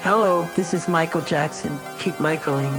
Hello, this is Michael Jackson. Keep Michaeling.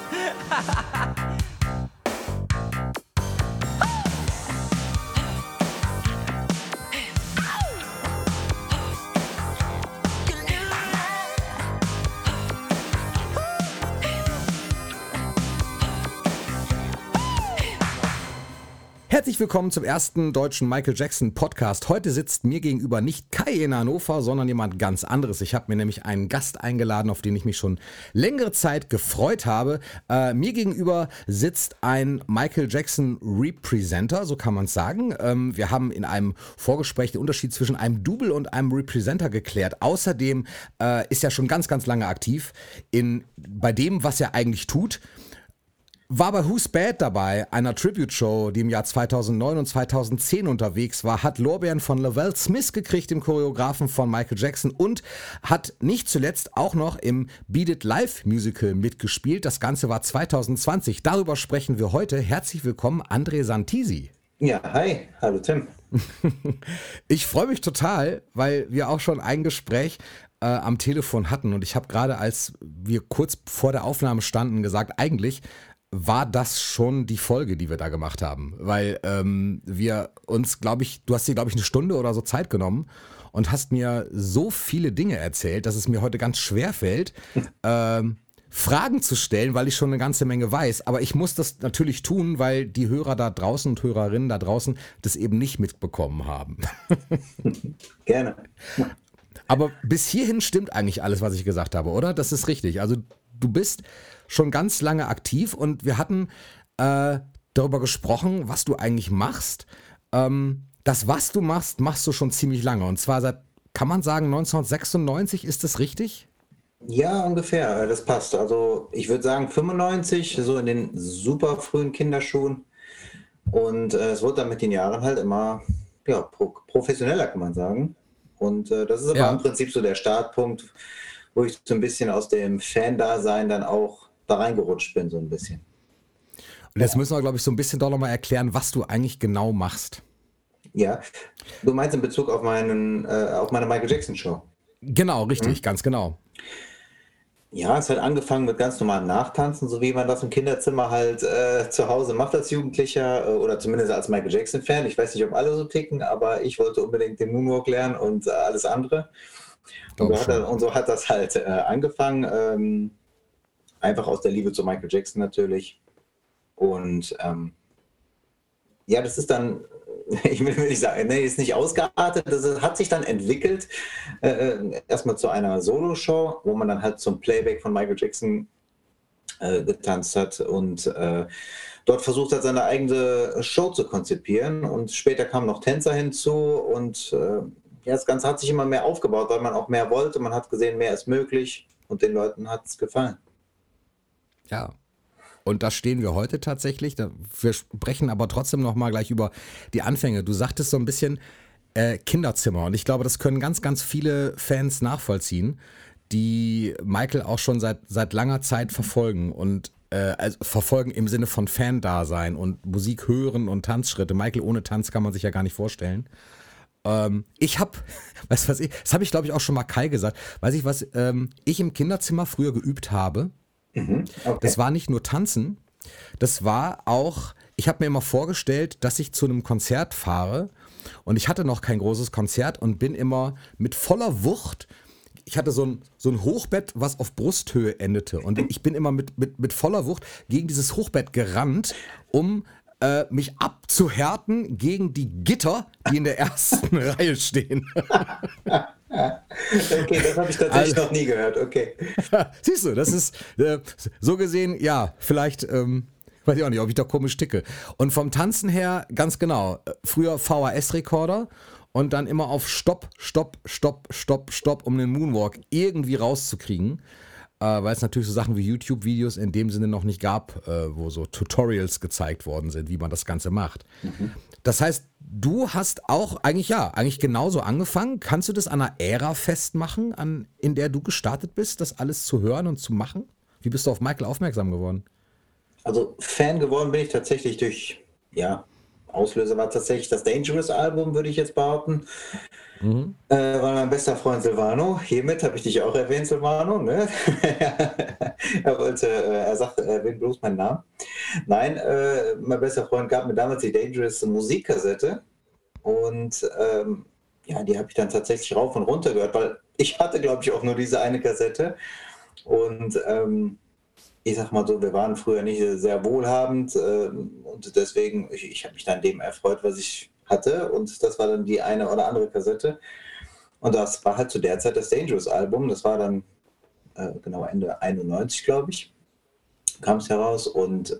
Herzlich willkommen zum ersten deutschen Michael Jackson Podcast. Heute sitzt mir gegenüber nicht Kai in Hannover, sondern jemand ganz anderes. Ich habe mir nämlich einen Gast eingeladen, auf den ich mich schon längere Zeit gefreut habe. Mir gegenüber sitzt ein Michael Jackson Representer, so kann man es sagen. Wir haben in einem Vorgespräch den Unterschied zwischen einem Double und einem Representer geklärt. Außerdem ist er schon ganz, ganz lange aktiv bei dem, was er eigentlich tut. War bei Who's Bad dabei, einer Tribute-Show, die im Jahr 2009 und 2010 unterwegs war, hat Lorbeeren von Lavelle Smith gekriegt, dem Choreografen von Michael Jackson, und hat nicht zuletzt auch noch im Beat It Live Musical mitgespielt. Das Ganze war 2020. Darüber sprechen wir heute. Herzlich willkommen, André Santisi. Ja, hi. Hallo Tim. Ich freue mich total, weil wir auch schon ein Gespräch am Telefon hatten, und ich habe gerade, als wir kurz vor der Aufnahme standen, gesagt, eigentlich war das schon die Folge, die wir da gemacht haben, weil wir uns, glaube ich, du hast dir, glaube ich, eine Stunde oder so Zeit genommen und hast mir so viele Dinge erzählt, dass es mir heute ganz schwer fällt, Fragen zu stellen, weil ich schon eine ganze Menge weiß. Aber ich muss das natürlich tun, weil die Hörer da draußen und Hörerinnen da draußen das eben nicht mitbekommen haben. Gerne. Aber bis hierhin stimmt eigentlich alles, was ich gesagt habe, oder? Das ist richtig. Also du bist schon ganz lange aktiv, und wir hatten darüber gesprochen, was du eigentlich machst. Das, was du machst, machst du schon ziemlich lange. Und zwar seit, kann man sagen, 1996, ist das richtig? Ja, ungefähr, das passt. Also ich würde sagen 95, so in den super frühen Kinderschuhen. Und es wurde dann mit den Jahren halt immer professioneller, kann man sagen. Und das ist aber im Prinzip so der Startpunkt, wo ich so ein bisschen aus dem Fan-Dasein dann auch da reingerutscht bin, so ein bisschen. Und jetzt müssen wir, glaube ich, so ein bisschen doch nochmal erklären, was du eigentlich genau machst. Ja, du meinst in Bezug auf meine Michael Jackson Show? Genau, richtig, ganz genau. Ja, es hat angefangen mit ganz normalen Nachtanzen, so wie man das im Kinderzimmer halt zu Hause macht als Jugendlicher oder zumindest als Michael Jackson-Fan. Ich weiß nicht, ob alle so ticken, aber ich wollte unbedingt den Moonwalk lernen und alles andere. Und so hat das halt angefangen, einfach aus der Liebe zu Michael Jackson natürlich. Und das ist dann, ich will nicht sagen, ist nicht ausgeartet, das hat sich dann entwickelt, erstmal zu einer Solo-Show, wo man dann halt zum Playback von Michael Jackson getanzt hat und dort versucht hat, seine eigene Show zu konzipieren. Und später kamen noch Tänzer hinzu, und das Ganze hat sich immer mehr aufgebaut, weil man auch mehr wollte. Man hat gesehen, mehr ist möglich, und den Leuten hat es gefallen. Ja. Und da stehen wir heute tatsächlich. Wir sprechen aber trotzdem noch mal gleich über die Anfänge. Du sagtest so ein bisschen Kinderzimmer. Und ich glaube, das können ganz, ganz viele Fans nachvollziehen, die Michael auch schon seit langer Zeit verfolgen. Und also verfolgen im Sinne von Fan-Dasein und Musik hören und Tanzschritte. Michael ohne Tanz kann man sich ja gar nicht vorstellen. Ich habe, das habe ich, glaube ich, auch schon mal Kai gesagt. Weiß ich, was ich im Kinderzimmer früher geübt habe? Okay. Das war nicht nur Tanzen, das war auch, ich habe mir immer vorgestellt, dass ich zu einem Konzert fahre, und ich hatte noch kein großes Konzert und bin immer mit voller Wucht, ich hatte so ein Hochbett, was auf Brusthöhe endete, und ich bin immer mit voller Wucht gegen dieses Hochbett gerannt, um mich abzuhärten gegen die Gitter, die in der ersten Reihe stehen. Okay, das habe ich tatsächlich noch nie gehört, okay. Siehst du, das ist so gesehen, ja, vielleicht, weiß ich auch nicht, ob ich da komisch ticke. Und vom Tanzen her, ganz genau, früher VHS-Rekorder und dann immer auf Stopp, Stopp, Stopp, Stopp, Stopp, um den Moonwalk irgendwie rauszukriegen. Weil es natürlich so Sachen wie YouTube-Videos in dem Sinne noch nicht gab, wo so Tutorials gezeigt worden sind, wie man das Ganze macht. Mhm. Das heißt, du hast auch eigentlich genauso angefangen. Kannst du das an einer Ära festmachen, in der du gestartet bist, das alles zu hören und zu machen? Wie bist du auf Michael aufmerksam geworden? Also Fan geworden bin ich tatsächlich durch Auslöser war tatsächlich das Dangerous-Album, würde ich jetzt behaupten. Mhm. Weil mein bester Freund Silvano, hiermit habe ich dich auch erwähnt, Silvano, ne? Er sagt, erwähnt bloß meinen Namen. Nein, mein bester Freund gab mir damals die Dangerous Musikkassette und ja, die habe ich dann tatsächlich rauf und runter gehört, weil ich hatte, glaube ich, auch nur diese eine Kassette und ich sag mal so, wir waren früher nicht sehr wohlhabend und deswegen, ich habe mich dann dem erfreut, was ich hatte und das war dann die eine oder andere Kassette und das war halt zu der Zeit das Dangerous-Album, das war dann genau Ende 91, glaube ich, kam es heraus und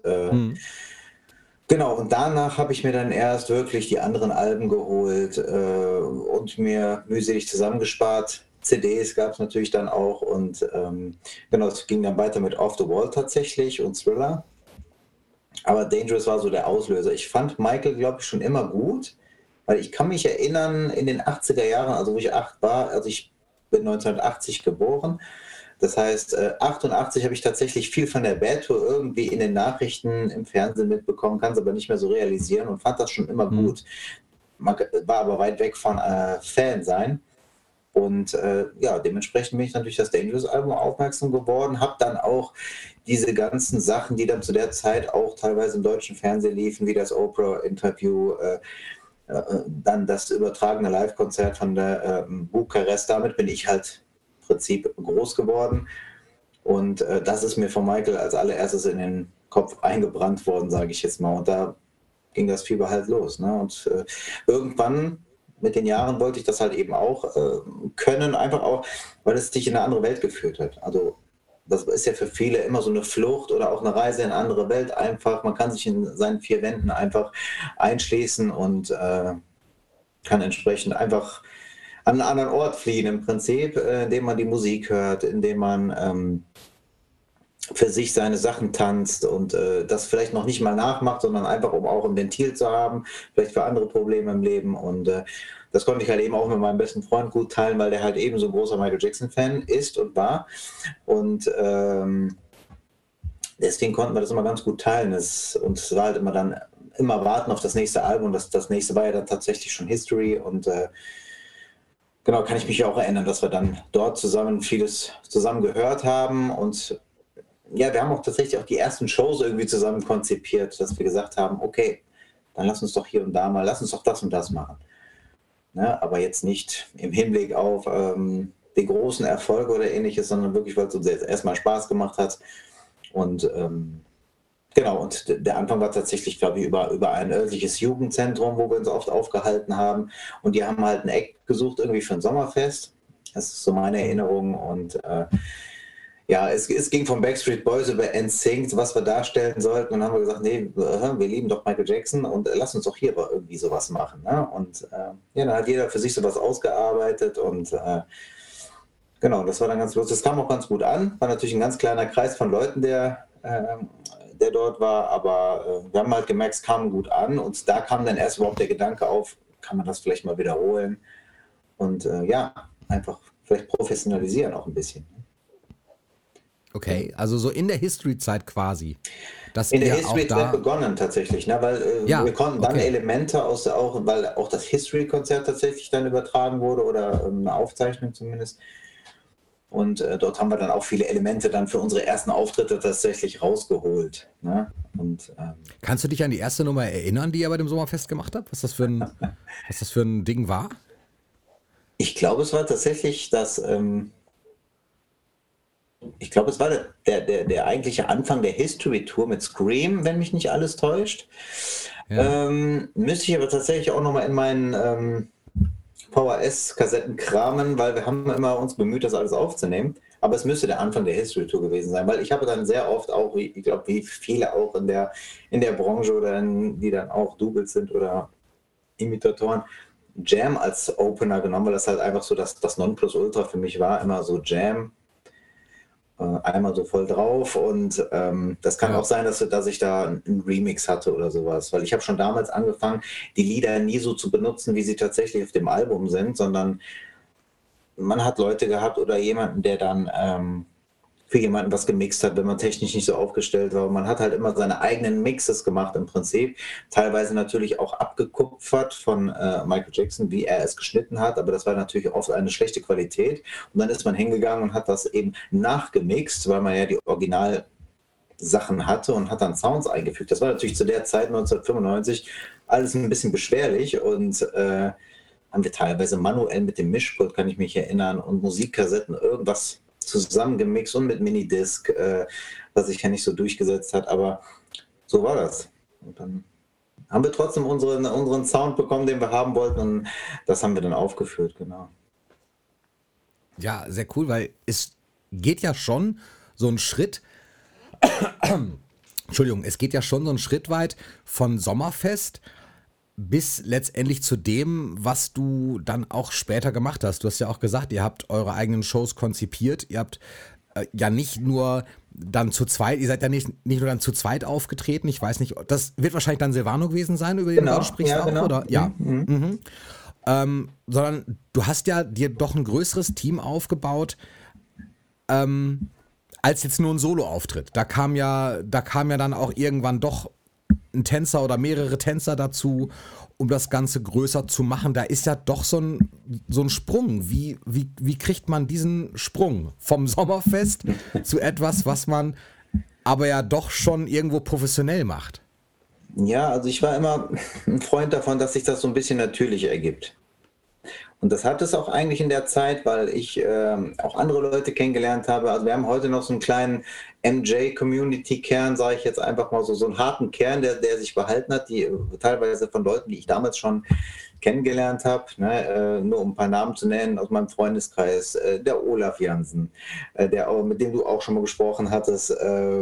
genau, und danach habe ich mir dann erst wirklich die anderen Alben geholt und mir mühselig zusammengespart. CDs gab es natürlich dann auch und genau, es ging dann weiter mit Off the Wall tatsächlich und Thriller. Aber Dangerous war so der Auslöser. Ich fand Michael, glaube ich, schon immer gut, weil ich kann mich erinnern, in den 80er Jahren, also wo ich 8 war, also ich bin 1980 geboren, das heißt, 88 habe ich tatsächlich viel von der Bad Tour irgendwie in den Nachrichten im Fernsehen mitbekommen, kann es aber nicht mehr so realisieren und fand das schon immer gut. Man war aber weit weg von Fan sein. Und ja, dementsprechend bin ich dann durch das Dangerous-Album aufmerksam geworden, habe dann auch diese ganzen Sachen, die dann zu der Zeit auch teilweise im deutschen Fernsehen liefen, wie das Oprah-Interview, dann das übertragene Live-Konzert von der Bukarest, damit bin ich halt im Prinzip groß geworden. Und das ist mir von Michael als allererstes in den Kopf eingebrannt worden, sage ich jetzt mal. Und da ging das Fieber halt los. Ne? Und irgendwann mit den Jahren wollte ich das halt eben auch können, einfach auch, weil es dich in eine andere Welt geführt hat. Also das ist ja für viele immer so eine Flucht oder auch eine Reise in eine andere Welt einfach. Man kann sich in seinen 4 Wänden einfach einschließen und kann entsprechend einfach an einen anderen Ort fliehen im Prinzip, indem man die Musik hört, indem man für sich seine Sachen tanzt und das vielleicht noch nicht mal nachmacht, sondern einfach, um auch ein Ventil zu haben, vielleicht für andere Probleme im Leben. Und das konnte ich halt eben auch mit meinem besten Freund gut teilen, weil der halt eben so ein großer Michael Jackson-Fan ist und war. Und deswegen konnten wir das immer ganz gut teilen. Und es war halt immer dann, immer warten auf das nächste Album. Das nächste war ja dann tatsächlich schon History und genau, kann ich mich auch erinnern, dass wir dann dort zusammen vieles zusammen gehört haben und ja, wir haben auch tatsächlich auch die ersten Shows irgendwie zusammen konzipiert, dass wir gesagt haben, okay, dann lass uns doch hier und da mal, lass uns doch das und das machen. Ne? Aber jetzt nicht im Hinblick auf die großen Erfolge oder ähnliches, sondern wirklich, weil es uns jetzt erstmal Spaß gemacht hat. Und genau, und der Anfang war tatsächlich, glaube ich, über ein örtliches Jugendzentrum, wo wir uns oft aufgehalten haben. Und die haben halt ein Eck gesucht irgendwie für ein Sommerfest. Das ist so meine Erinnerung. Und ja, es ging von Backstreet Boys über NSYNC, was wir darstellen sollten. Und dann haben wir gesagt, nee, wir lieben doch Michael Jackson und lass uns doch hier irgendwie sowas machen. Ne? Und ja, dann hat jeder für sich sowas ausgearbeitet und genau, das war dann ganz lustig. Das kam auch ganz gut an. War natürlich ein ganz kleiner Kreis von Leuten, der dort war, aber wir haben halt gemerkt, es kam gut an und da kam dann erst überhaupt der Gedanke auf, kann man das vielleicht mal wiederholen und ja, einfach vielleicht professionalisieren auch ein bisschen. Okay, also so in der History-Zeit quasi. Dass In der ihr History-Zeit begonnen tatsächlich, ne? Weil Ja, wir konnten dann okay. Elemente weil auch das History-Konzert tatsächlich dann übertragen wurde oder eine Aufzeichnung zumindest. Und dort haben wir dann auch viele Elemente dann für unsere ersten Auftritte tatsächlich rausgeholt. Ne? Und Kannst du dich an die erste Nummer erinnern, die ihr bei dem Sommerfest gemacht habt? Was das für ein Ding war? ich glaube, es war tatsächlich ich glaube, es war der eigentliche Anfang der History-Tour mit Scream, wenn mich nicht alles täuscht. Ja. Müsste ich aber tatsächlich auch nochmal in meinen VHS-Kassetten kramen, weil wir haben immer uns bemüht, das alles aufzunehmen. Aber es müsste der Anfang der History-Tour gewesen sein, weil ich habe dann sehr oft auch, ich glaube, wie viele auch in der Branche oder die dann auch Doubles sind oder Imitatoren, Jam als Opener genommen, weil das halt einfach so das Nonplusultra für mich war, immer so Jam. Einmal so voll drauf und das kann Ja. auch sein, dass ich da einen Remix hatte oder sowas, weil ich habe schon damals angefangen, die Lieder nie so zu benutzen, wie sie tatsächlich auf dem Album sind, sondern man hat Leute gehabt oder jemanden, der dann für jemanden was gemixt hat, wenn man technisch nicht so aufgestellt war. Und man hat halt immer seine eigenen Mixes gemacht im Prinzip. Teilweise natürlich auch abgekupfert von Michael Jackson, wie er es geschnitten hat, aber das war natürlich oft eine schlechte Qualität. Und dann ist man hingegangen und hat das eben nachgemixt, weil man ja die Originalsachen hatte und hat dann Sounds eingefügt. Das war natürlich zu der Zeit, 1995, alles ein bisschen beschwerlich und haben wir teilweise manuell mit dem Mischpult, kann ich mich erinnern, und Musikkassetten irgendwas zusammengemixt und mit Minidisc, was sich ja nicht so durchgesetzt hat, aber so war das. Und dann haben wir trotzdem unseren Sound bekommen, den wir haben wollten, und das haben wir dann aufgeführt, genau. Ja, sehr cool, weil es geht ja schon so ein Schritt, Entschuldigung, es geht ja schon so ein Schritt weit von Sommerfest bis letztendlich zu dem, was du dann auch später gemacht hast. Du hast ja auch gesagt, ihr habt eure eigenen Shows konzipiert. Ihr habt ja nicht nur dann zu zweit, ihr seid ja nicht nur dann zu zweit aufgetreten. Ich weiß nicht, das wird wahrscheinlich dann Silvano gewesen sein, über den du gerade sprichst, ja, auch, genau. oder? Ja. Sondern du hast ja dir doch ein größeres Team aufgebaut, als jetzt nur ein Solo-Auftritt. Da kam ja dann auch irgendwann doch ein Tänzer oder mehrere Tänzer dazu, um das Ganze größer zu machen. Da ist ja doch so ein Sprung. Wie kriegt man diesen Sprung vom Sommerfest zu etwas, was man aber ja doch schon irgendwo professionell macht? Ja, also ich war immer ein Freund davon, dass sich das so ein bisschen natürlich ergibt. Und das hat es auch eigentlich in der Zeit, weil ich auch andere Leute kennengelernt habe. Also wir haben heute noch so einen kleinen MJ-Community-Kern, sage ich jetzt einfach mal so einen harten Kern, der sich behalten hat, die teilweise von Leuten, die ich damals schon kennengelernt habe, ne, nur um ein paar Namen zu nennen aus meinem Freundeskreis, der Olaf Jansen, mit dem du auch schon mal gesprochen hattest,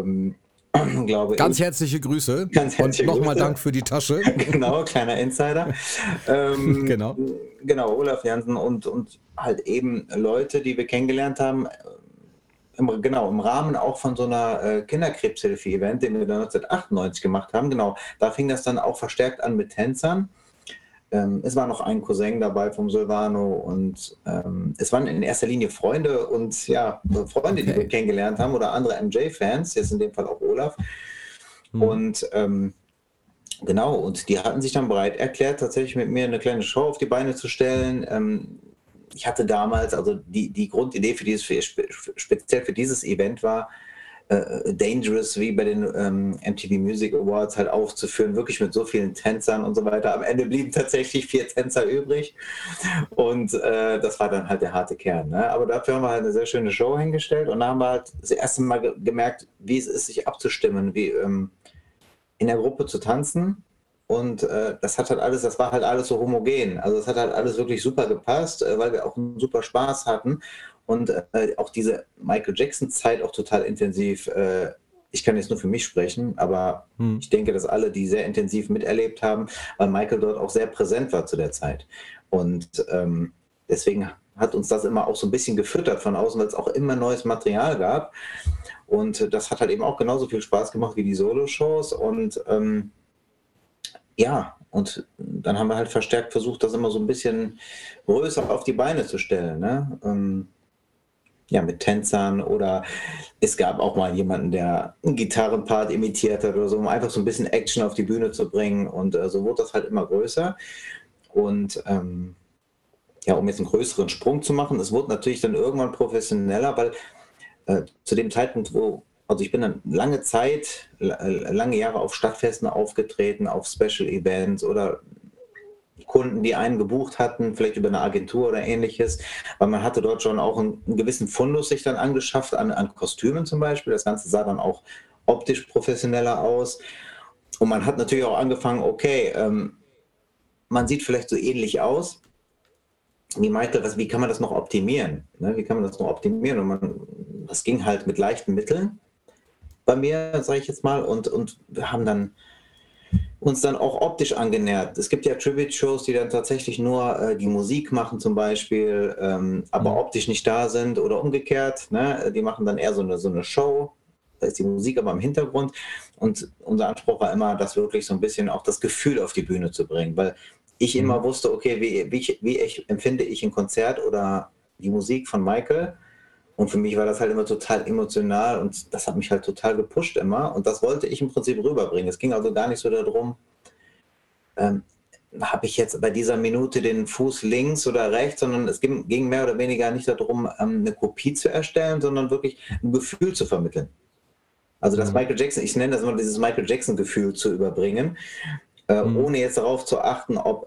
glaube Ganz ich. herzliche Grüße. Ganz herzliche und nochmal Grüße. Dank für die Tasche. Genau, kleiner Insider. Genau. Genau, Olaf Jansen und halt eben Leute, die wir kennengelernt haben, im Rahmen auch von so einer Kinderkrebshilfe-Event, den wir dann 1998 gemacht haben. Genau, da fing das dann auch verstärkt an mit Tänzern. Es war noch ein Cousin dabei vom Silvano und es waren in erster Linie Freunde und ja, Freunde, die wir kennengelernt haben oder andere MJ-Fans, jetzt in dem Fall auch Olaf. Und genau, und die hatten sich dann bereit erklärt, tatsächlich mit mir eine kleine Show auf die Beine zu stellen. Ich hatte damals, also die Grundidee speziell für dieses Event war, Dangerous wie bei den MTV Music Awards halt aufzuführen, wirklich mit so vielen Tänzern und so weiter. Am Ende blieben tatsächlich 4 Tänzer übrig und das war dann halt der harte Kern. Ne? Aber dafür haben wir halt eine sehr schöne Show hingestellt und da haben wir halt das erste Mal gemerkt, wie es ist, sich abzustimmen, wie in der Gruppe zu tanzen. Und das war halt alles so homogen. Also es hat halt alles wirklich super gepasst, weil wir auch einen super Spaß hatten. Und auch diese Michael Jackson-Zeit auch total intensiv. Ich kann jetzt nur für mich sprechen, aber ich denke, dass alle die sehr intensiv miterlebt haben, weil Michael dort auch sehr präsent war zu der Zeit. Und deswegen hat uns das immer auch so ein bisschen gefüttert von außen, weil es auch immer neues Material gab. Und das hat halt eben auch genauso viel Spaß gemacht wie die Solo-Shows. Und ja, und dann haben wir halt verstärkt versucht, das immer so ein bisschen größer auf die Beine zu stellen. Ne? Ja, mit Tänzern oder es gab auch mal jemanden, der einen Gitarrenpart imitiert hat oder so, um einfach so ein bisschen Action auf die Bühne zu bringen. Und so wurde das halt immer größer. Und ja, um jetzt einen größeren Sprung zu machen, es wurde natürlich dann irgendwann professioneller, weil zu dem Zeitpunkt, also ich bin dann lange Jahre auf Stadtfesten aufgetreten, auf Special Events oder Kunden, die einen gebucht hatten, vielleicht über eine Agentur oder ähnliches, weil man hatte dort schon auch einen gewissen Fundus sich dann angeschafft, an Kostümen zum Beispiel. Das Ganze sah dann auch optisch professioneller aus. Und man hat natürlich auch angefangen, okay, man sieht vielleicht so ähnlich aus wie Michael, wie kann man das noch optimieren? Ne? Wie kann man das noch optimieren? Und das ging halt mit leichten Mitteln bei mir, sage ich jetzt mal, und wir haben dann uns dann auch optisch angenähert. Es gibt ja Tribute-Shows, die dann tatsächlich nur die Musik machen zum Beispiel, aber optisch nicht da sind oder umgekehrt. Ne? Die machen dann eher so eine Show, da ist die Musik aber im Hintergrund und unser Anspruch war immer, das wirklich so ein bisschen auch das Gefühl auf die Bühne zu bringen, weil ich immer wusste, okay, wie empfinde ich ein Konzert oder die Musik von Michael Und für mich war das halt immer total emotional und das hat mich halt total gepusht immer. Und das wollte ich im Prinzip rüberbringen. Es ging also gar nicht so darum, habe ich jetzt bei dieser Minute den Fuß links oder rechts, sondern es ging mehr oder weniger nicht darum, eine Kopie zu erstellen, sondern wirklich ein Gefühl zu vermitteln. Also das Michael Jackson, ich nenne das immer dieses Michael Jackson-Gefühl zu überbringen, ohne jetzt darauf zu achten, ob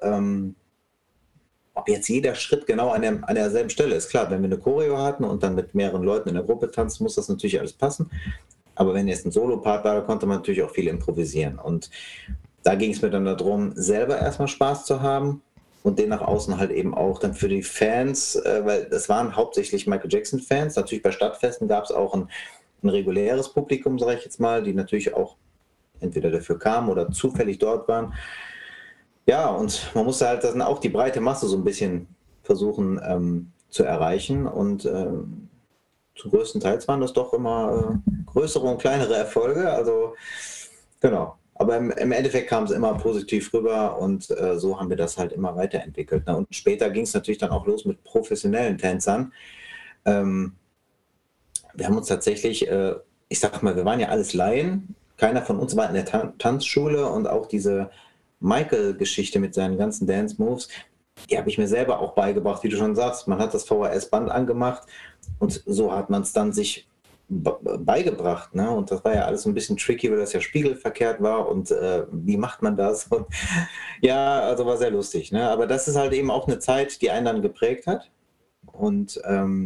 jetzt jeder Schritt genau an derselben Stelle ist. Klar, wenn wir eine Choreo hatten und dann mit mehreren Leuten in der Gruppe tanzen, muss das natürlich alles passen. Aber wenn jetzt ein Solo-Part war, da konnte man natürlich auch viel improvisieren. Und da ging es mir dann darum, selber erstmal Spaß zu haben und den nach außen halt eben auch dann für die Fans, weil es waren hauptsächlich Michael Jackson-Fans. Natürlich bei Stadtfesten gab es auch ein reguläres Publikum, sage ich jetzt mal, die natürlich auch entweder dafür kamen oder zufällig dort waren. Ja, und man musste halt dann auch die breite Masse so ein bisschen versuchen zu erreichen und zu größten Teils waren das doch immer größere und kleinere Erfolge, also genau. Aber im Endeffekt kam es immer positiv rüber und so haben wir das halt immer weiterentwickelt. Ne? Und später ging es natürlich dann auch los mit professionellen Tänzern. Wir haben uns tatsächlich, ich sag mal, wir waren ja alles Laien. Keiner von uns war in der Tanzschule und auch diese Michael-Geschichte mit seinen ganzen Dance-Moves, die habe ich mir selber auch beigebracht, wie du schon sagst. Man hat das VHS-Band angemacht und so hat man es dann sich beigebracht, ne? Und das war ja alles so ein bisschen tricky, weil das ja spiegelverkehrt war und wie macht man das? Und, ja, also war sehr lustig, ne? Aber das ist halt eben auch eine Zeit, die einen dann geprägt hat und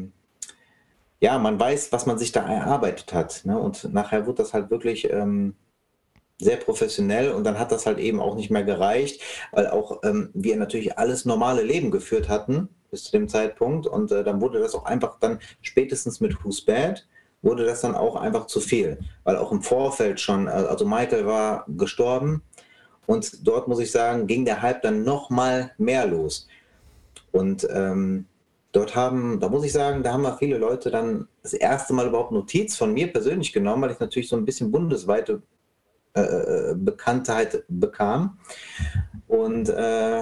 ja, man weiß, was man sich da erarbeitet hat, ne? Und nachher wurde das halt wirklich sehr professionell und dann hat das halt eben auch nicht mehr gereicht, weil auch wir natürlich alles normale Leben geführt hatten bis zu dem Zeitpunkt und dann wurde das auch einfach dann spätestens mit Who's Bad wurde das dann auch einfach zu viel, weil auch im Vorfeld schon, also Michael war gestorben und dort muss ich sagen, ging der Hype dann noch mal mehr los und da muss ich sagen, da haben wir viele Leute dann das erste Mal überhaupt Notiz von mir persönlich genommen, weil ich natürlich so ein bisschen bundesweite Bekanntheit bekam und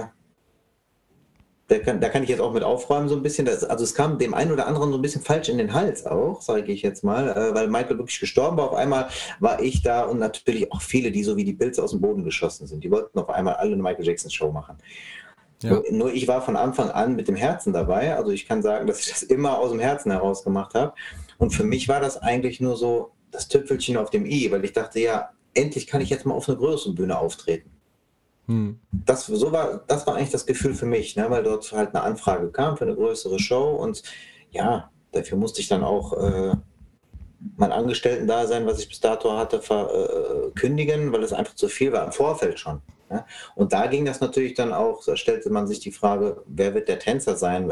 da kann ich jetzt auch mit aufräumen so ein bisschen. Also es kam dem einen oder anderen so ein bisschen falsch in den Hals auch, sage ich jetzt mal, weil Michael wirklich gestorben war. Auf einmal war ich da und natürlich auch viele, die so wie die Pilze aus dem Boden geschossen sind. Die wollten auf einmal alle eine Michael Jackson Show machen. Ja. Nur ich war von Anfang an mit dem Herzen dabei. Also ich kann sagen, dass ich das immer aus dem Herzen heraus gemacht habe. Und für mich war das eigentlich nur so das Tüpfelchen auf dem i, weil ich dachte, ja, endlich kann ich jetzt mal auf einer größeren Bühne auftreten. Das war eigentlich das Gefühl für mich, ne? Weil dort halt eine Anfrage kam für eine größere Show und ja, dafür musste ich dann auch mein Angestellten-Dasein, was ich bis dato hatte, kündigen, weil es einfach zu viel war im Vorfeld schon. Ne? Und da ging das natürlich dann auch, da stellte man sich die Frage, wer wird der Tänzer sein?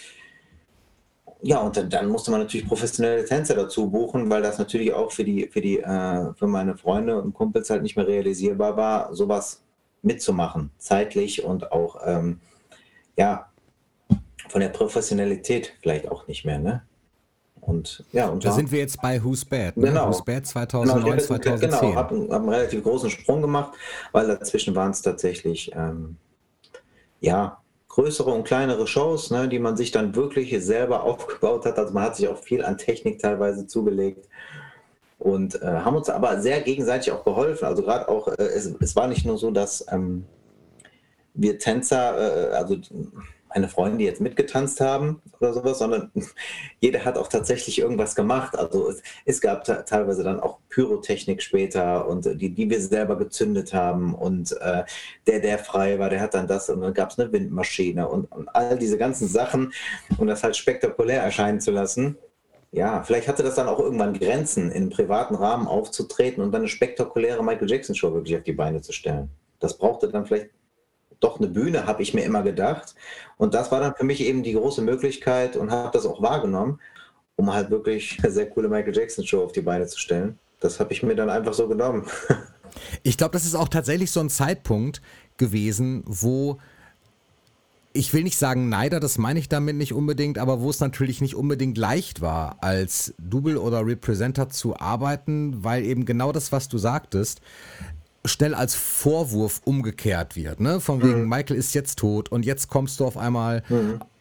Ja, und dann musste man natürlich professionelle Tänzer dazu buchen, weil das natürlich auch für meine Freunde und Kumpels halt nicht mehr realisierbar war, sowas mitzumachen, zeitlich und auch ja, von der Professionalität vielleicht auch nicht mehr, ne? Und ja, und da sind wir jetzt bei Who's Bad, ne? Genau. Who's Bad 2009, 2010. Genau, hab einen relativ großen Sprung gemacht, weil dazwischen waren es tatsächlich ja, größere und kleinere Shows, ne, die man sich dann wirklich selber aufgebaut hat. Also man hat sich auch viel an Technik teilweise zugelegt und haben uns aber sehr gegenseitig auch geholfen. Also gerade auch, es war nicht nur so, dass wir Tänzer, also meine Freunde, die jetzt mitgetanzt haben oder sowas, sondern jeder hat auch tatsächlich irgendwas gemacht. Also es gab teilweise dann auch Pyrotechnik später und die wir selber gezündet haben und der frei war, der hat dann das und dann gab es eine Windmaschine und all diese ganzen Sachen und das halt spektakulär erscheinen zu lassen. Ja, vielleicht hatte das dann auch irgendwann Grenzen, in einem privaten Rahmen aufzutreten und dann eine spektakuläre Michael Jackson Show wirklich auf die Beine zu stellen. Das brauchte dann vielleicht doch eine Bühne, habe ich mir immer gedacht. Und das war dann für mich eben die große Möglichkeit und habe das auch wahrgenommen, um halt wirklich eine sehr coole Michael Jackson Show auf die Beine zu stellen. Das habe ich mir dann einfach so genommen. Ich glaube, das ist auch tatsächlich so ein Zeitpunkt gewesen, wo, ich will nicht sagen Neider, das meine ich damit nicht unbedingt, aber wo es natürlich nicht unbedingt leicht war, als Double oder Representer zu arbeiten, weil eben genau das, was du sagtest, schnell als Vorwurf umgekehrt wird, ne? Von wegen, Michael ist jetzt tot und jetzt kommst du auf einmal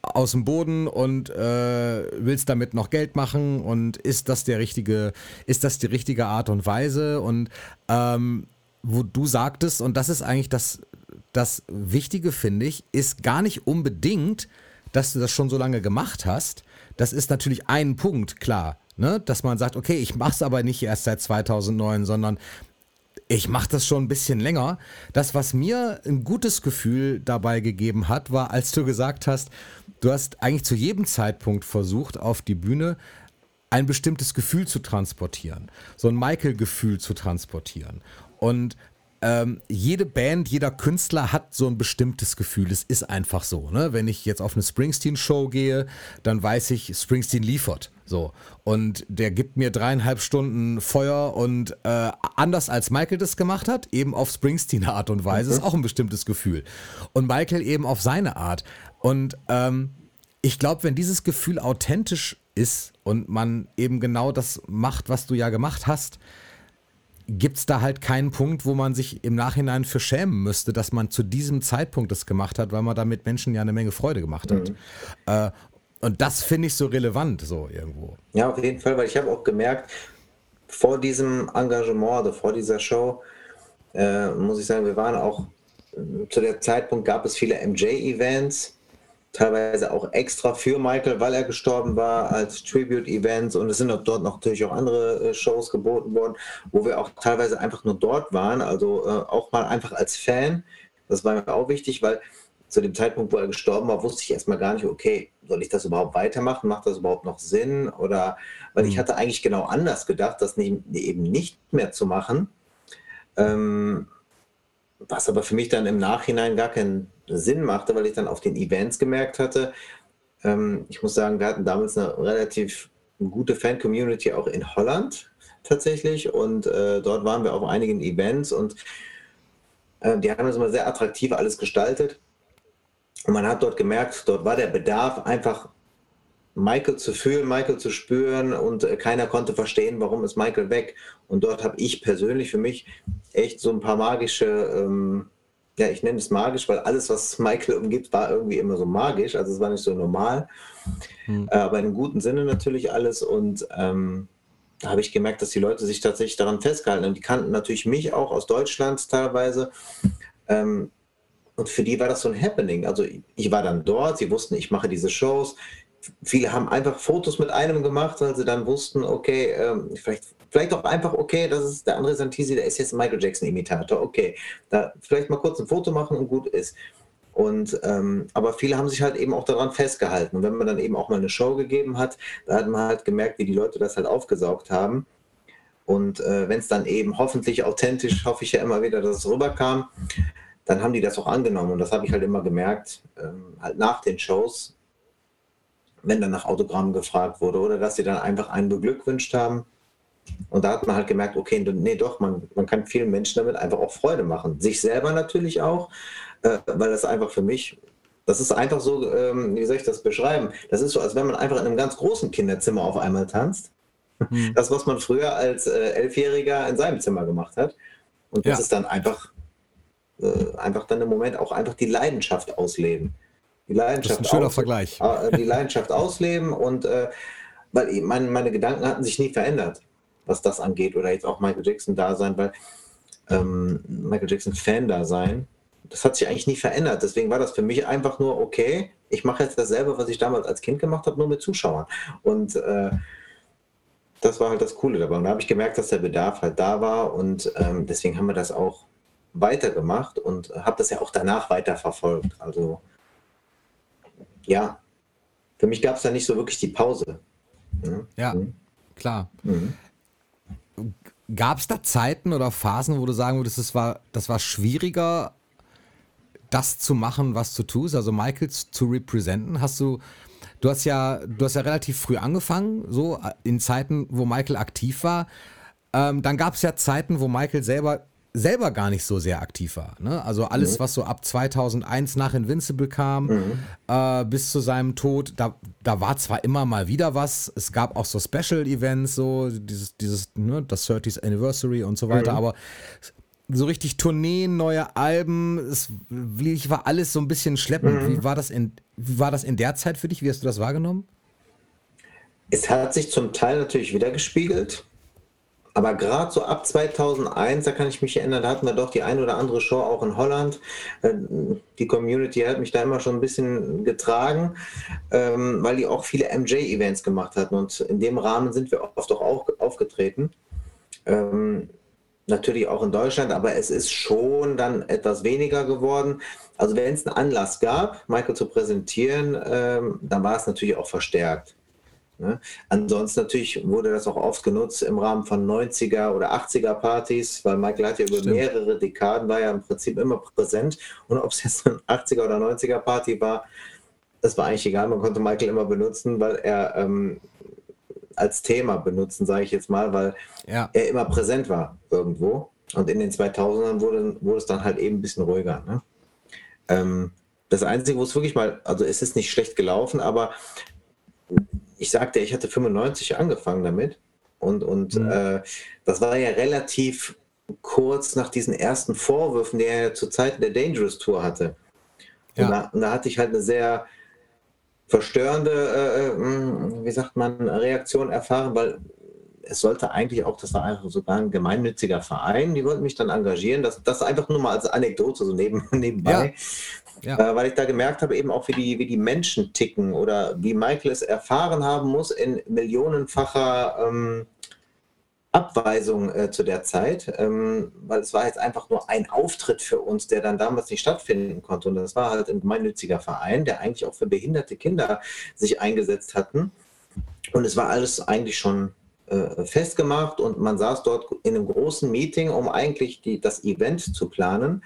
aus dem Boden und willst damit noch Geld machen und ist das die richtige Art und Weise? Und wo du sagtest, und das ist eigentlich das Wichtige, finde ich, ist gar nicht unbedingt, dass du das schon so lange gemacht hast. Das ist natürlich ein Punkt, klar, ne? Dass man sagt, okay, ich mache es aber nicht erst seit 2009, sondern ich mache das schon ein bisschen länger. Das, was mir ein gutes Gefühl dabei gegeben hat, war, als du gesagt hast, du hast eigentlich zu jedem Zeitpunkt versucht, auf die Bühne ein bestimmtes Gefühl zu transportieren, so ein Michael-Gefühl zu transportieren. Und jede Band, jeder Künstler hat so ein bestimmtes Gefühl. Es ist einfach so, ne? Wenn ich jetzt auf eine Springsteen-Show gehe, dann weiß ich, Springsteen liefert. So. Und der gibt mir 3,5 Stunden Feuer und anders als Michael das gemacht hat, eben auf Springsteen Art und Weise, ist auch ein bestimmtes Gefühl. Und Michael eben auf seine Art. Und ich glaube, wenn dieses Gefühl authentisch ist und man eben genau das macht, was du ja gemacht hast, gibt es da halt keinen Punkt, wo man sich im Nachhinein für schämen müsste, dass man zu diesem Zeitpunkt das gemacht hat, weil man damit Menschen ja eine Menge Freude gemacht hat. Und das finde ich so relevant, so irgendwo. Ja, auf jeden Fall, weil ich habe auch gemerkt, vor diesem Engagement oder vor dieser Show, muss ich sagen, wir waren auch, zu der Zeitpunkt gab es viele MJ-Events, teilweise auch extra für Michael, weil er gestorben war, als Tribute-Events, und es sind dort noch natürlich auch andere Shows geboten worden, wo wir auch teilweise einfach nur dort waren, also auch mal einfach als Fan. Das war mir auch wichtig, weil zu dem Zeitpunkt, wo er gestorben war, wusste ich erstmal gar nicht, okay, soll ich das überhaupt weitermachen? Macht das überhaupt noch Sinn? Oder, weil ich hatte eigentlich genau anders gedacht, das eben nicht mehr zu machen. Was aber für mich dann im Nachhinein gar keinen Sinn machte, weil ich dann auf den Events gemerkt hatte, ich muss sagen, wir hatten damals eine relativ gute Fan-Community auch in Holland tatsächlich, und dort waren wir auf einigen Events, und die haben das immer sehr attraktiv alles gestaltet, und man hat dort gemerkt, dort war der Bedarf einfach, Michael zu fühlen, Michael zu spüren, und keiner konnte verstehen, warum ist Michael weg. Und dort habe ich persönlich für mich echt so ein paar magische, ja, ich nenne es magisch, weil alles, was Michael umgibt, war irgendwie immer so magisch, also es war nicht so normal, aber in einem guten Sinne natürlich alles, und da habe ich gemerkt, dass die Leute sich tatsächlich daran festgehalten haben. Die kannten natürlich mich auch aus Deutschland teilweise, und für die war das so ein Happening. Also ich war dann dort, sie wussten, ich mache diese Shows. Viele haben einfach Fotos mit einem gemacht, weil sie dann wussten, okay, vielleicht auch einfach, okay, das ist der André Santisi, der ist jetzt ein Michael Jackson-Imitator, okay, da vielleicht mal kurz ein Foto machen und gut ist. Und aber viele haben sich halt eben auch daran festgehalten. Und wenn man dann eben auch mal eine Show gegeben hat, da hat man halt gemerkt, wie die Leute das halt aufgesaugt haben. Und wenn es dann eben hoffentlich authentisch, hoffe ich ja immer wieder, dass es rüberkam, dann haben die das auch angenommen. Und das habe ich halt immer gemerkt, halt nach den Shows, wenn dann nach Autogrammen gefragt wurde oder dass sie dann einfach einen beglückwünscht haben. Und da hat man halt gemerkt, okay, nee, doch, man kann vielen Menschen damit einfach auch Freude machen. Sich selber natürlich auch, weil das einfach für mich, das ist einfach so, wie soll ich das beschreiben? Das ist so, als wenn man einfach in einem ganz großen Kinderzimmer auf einmal tanzt. Das, was man früher als 11-Jähriger in seinem Zimmer gemacht hat. Und das ist dann einfach dann im Moment auch einfach die Leidenschaft ausleben. Die Leidenschaft, das ist ein schöner Vergleich. Die Leidenschaft ausleben, und weil meine Gedanken hatten sich nie verändert, was das angeht, oder jetzt auch Michael Jackson da sein, weil Michael Jackson Fan da sein, das hat sich eigentlich nie verändert. Deswegen war das für mich einfach nur, okay, ich mache jetzt dasselbe, was ich damals als Kind gemacht habe, nur mit Zuschauern. Und das war halt das Coole dabei. Und da habe ich gemerkt, dass der Bedarf halt da war, und deswegen haben wir das auch weitergemacht und habe das ja auch danach weiterverfolgt. Also ja, für mich gab es da nicht so wirklich die Pause. Ja, klar. Gab es da Zeiten oder Phasen, wo du sagen würdest, das war schwieriger, das zu machen, was du tust, also Michael zu representen? Du hast ja relativ früh angefangen, so in Zeiten, wo Michael aktiv war. Dann gab es ja Zeiten, wo Michael selber gar nicht so sehr aktiv war. Ne? Also alles, was so ab 2001 nach Invincible kam, bis zu seinem Tod, da war zwar immer mal wieder was, es gab auch so Special Events, so dieses das 30th Anniversary und so weiter, aber so richtig Tourneen, neue Alben, war alles so ein bisschen schleppend. Wie war das in der Zeit für dich? Wie hast du das wahrgenommen? Es hat sich zum Teil natürlich wiedergespiegelt, aber gerade so ab 2001, da kann ich mich erinnern, da hatten wir doch die ein oder andere Show auch in Holland. Die Community hat mich da immer schon ein bisschen getragen, weil die auch viele MJ-Events gemacht hatten und in dem Rahmen sind wir oft auch aufgetreten. Natürlich auch in Deutschland, aber es ist schon dann etwas weniger geworden. Also wenn es einen Anlass gab, Michael zu präsentieren, dann war es natürlich auch verstärkt. Ne? Ansonsten natürlich wurde das auch oft genutzt im Rahmen von 90er oder 80er Partys, weil Michael hat ja über mehrere Dekaden, war ja im Prinzip immer präsent und ob es jetzt eine 80er oder 90er Party war, das war eigentlich egal, man konnte Michael immer benutzen, weil er als Thema benutzen, sage ich jetzt mal, weil er immer präsent war irgendwo und in den 2000ern wurde es dann halt eben ein bisschen ruhiger. Ne? Das Einzige, wo es wirklich mal, also es ist nicht schlecht gelaufen, aber ich sagte, ich hatte 95 angefangen damit und das war ja relativ kurz nach diesen ersten Vorwürfen, die er zur Zeit der Dangerous Tour hatte. Und da hatte ich halt eine sehr verstörende, wie sagt man, Reaktion erfahren, weil es sollte eigentlich auch, das war einfach sogar ein gemeinnütziger Verein, die wollten mich dann engagieren, das einfach nur mal als Anekdote so nebenbei. Weil ich da gemerkt habe, eben auch wie die Menschen ticken oder wie Michael es erfahren haben muss in millionenfacher Abweisung zu der Zeit, weil es war jetzt einfach nur ein Auftritt für uns, der dann damals nicht stattfinden konnte. Und das war halt ein gemeinnütziger Verein, der eigentlich auch für behinderte Kinder sich eingesetzt hatten. Und es war alles eigentlich schon festgemacht und man saß dort in einem großen Meeting, um eigentlich das Event zu planen.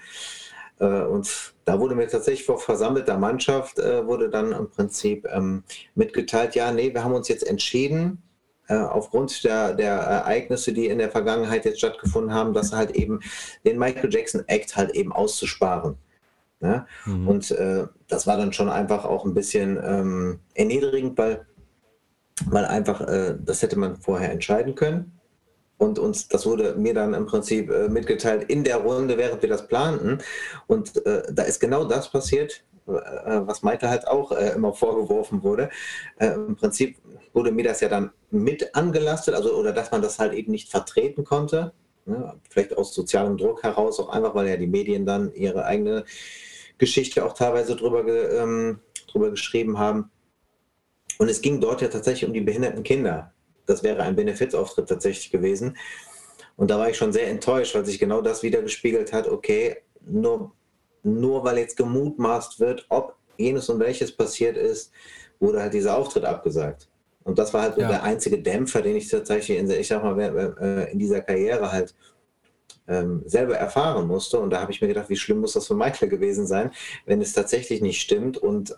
Und da wurde mir tatsächlich vor versammelter Mannschaft wurde dann im Prinzip mitgeteilt, ja, nee, wir haben uns jetzt entschieden, aufgrund der Ereignisse, die in der Vergangenheit jetzt stattgefunden haben, dass halt eben den Michael Jackson Act halt eben auszusparen. Ne? Und das war dann schon einfach auch ein bisschen erniedrigend, weil einfach, das hätte man vorher entscheiden können. Und das wurde mir dann im Prinzip mitgeteilt in der Runde, während wir das planten. Und da ist genau das passiert, was Michael halt auch immer vorgeworfen wurde. Im Prinzip wurde mir das ja dann mit angelastet, also oder dass man das halt eben nicht vertreten konnte. Ne? Vielleicht aus sozialem Druck heraus, auch einfach, weil ja die Medien dann ihre eigene Geschichte auch teilweise drüber geschrieben haben. Und es ging dort ja tatsächlich um die behinderten Kinder. Das wäre ein Benefizauftritt tatsächlich gewesen. Und da war ich schon sehr enttäuscht, weil sich genau das wiedergespiegelt hat, okay, nur weil jetzt gemutmaßt wird, ob jenes und welches passiert ist, wurde halt dieser Auftritt abgesagt. Und das war halt so der einzige Dämpfer, den ich tatsächlich in dieser Karriere halt selber erfahren musste. Und da habe ich mir gedacht, wie schlimm muss das für Michael gewesen sein, wenn es tatsächlich nicht stimmt und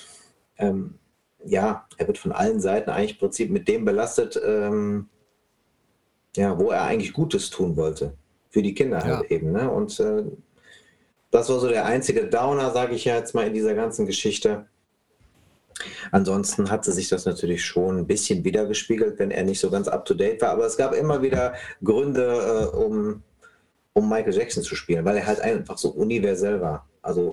er wird von allen Seiten eigentlich im Prinzip mit dem belastet, wo er eigentlich Gutes tun wollte. Für die Kinder halt eben. Ne? Und das war so der einzige Downer, sage ich ja jetzt mal, in dieser ganzen Geschichte. Ansonsten hatte sich das natürlich schon ein bisschen wiedergespiegelt, wenn er nicht so ganz up-to-date war. Aber es gab immer wieder Gründe, um Michael Jackson zu spielen, weil er halt einfach so universell war. Also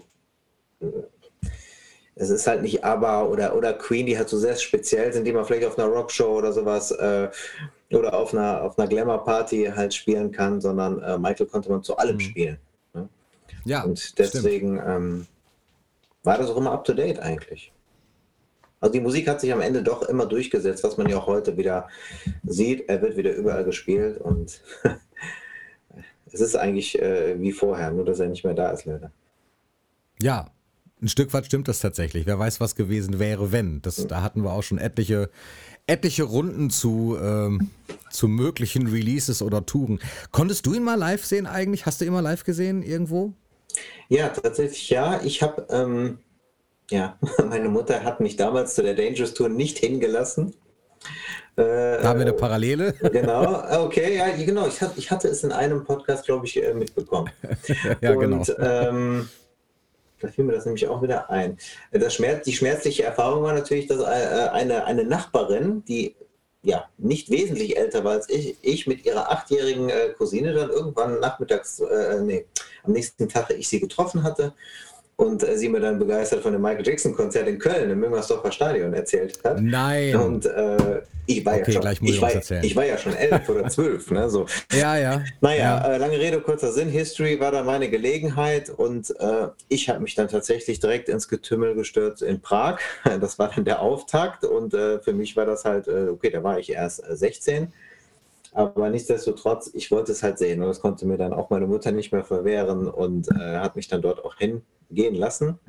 es ist halt nicht ABBA oder Queen, die halt so sehr speziell sind, die man vielleicht auf einer Rockshow oder sowas oder auf einer Glamour-Party halt spielen kann, sondern Michael konnte man zu allem spielen. Ne? Ja, und deswegen war das auch immer up-to-date eigentlich. Also die Musik hat sich am Ende doch immer durchgesetzt, was man ja auch heute wieder sieht. Er wird wieder überall gespielt und es ist eigentlich wie vorher, nur dass er nicht mehr da ist, leider. Ja, ein Stück weit stimmt das tatsächlich. Wer weiß, was gewesen wäre, wenn. Da hatten wir auch schon etliche Runden zu möglichen Releases oder Touren. Konntest du ihn mal live sehen eigentlich? Hast du ihn mal live gesehen irgendwo? Ja, tatsächlich ja. Ich habe, meine Mutter hat mich damals zu der Dangerous Tour nicht hingelassen. Da haben wir eine Parallele. Genau, okay, ja, genau. Ich hatte es in einem Podcast, glaube ich, mitbekommen. Ja, und, genau. Da fiel mir das nämlich auch wieder ein. Die schmerzliche Erfahrung war natürlich, dass eine Nachbarin, die ja, nicht wesentlich älter war als ich mit ihrer 8-jährigen Cousine dann irgendwann nachmittags, am nächsten Tag ich sie getroffen hatte und sie mir dann begeistert von dem Michael Jackson Konzert in Köln im Müngersdorfer Stadion erzählt hat. Nein. Und ich war okay, ich war ja schon 11 oder 12, ne, so. Ja. Naja, lange Rede, kurzer Sinn. History war dann meine Gelegenheit und ich habe mich dann tatsächlich direkt ins Getümmel gestürzt in Prag. Das war dann der Auftakt und für mich war das halt, okay, da war ich erst 16. Aber nichtsdestotrotz, ich wollte es halt sehen und das konnte mir dann auch meine Mutter nicht mehr verwehren und hat mich dann dort auch hingehen lassen.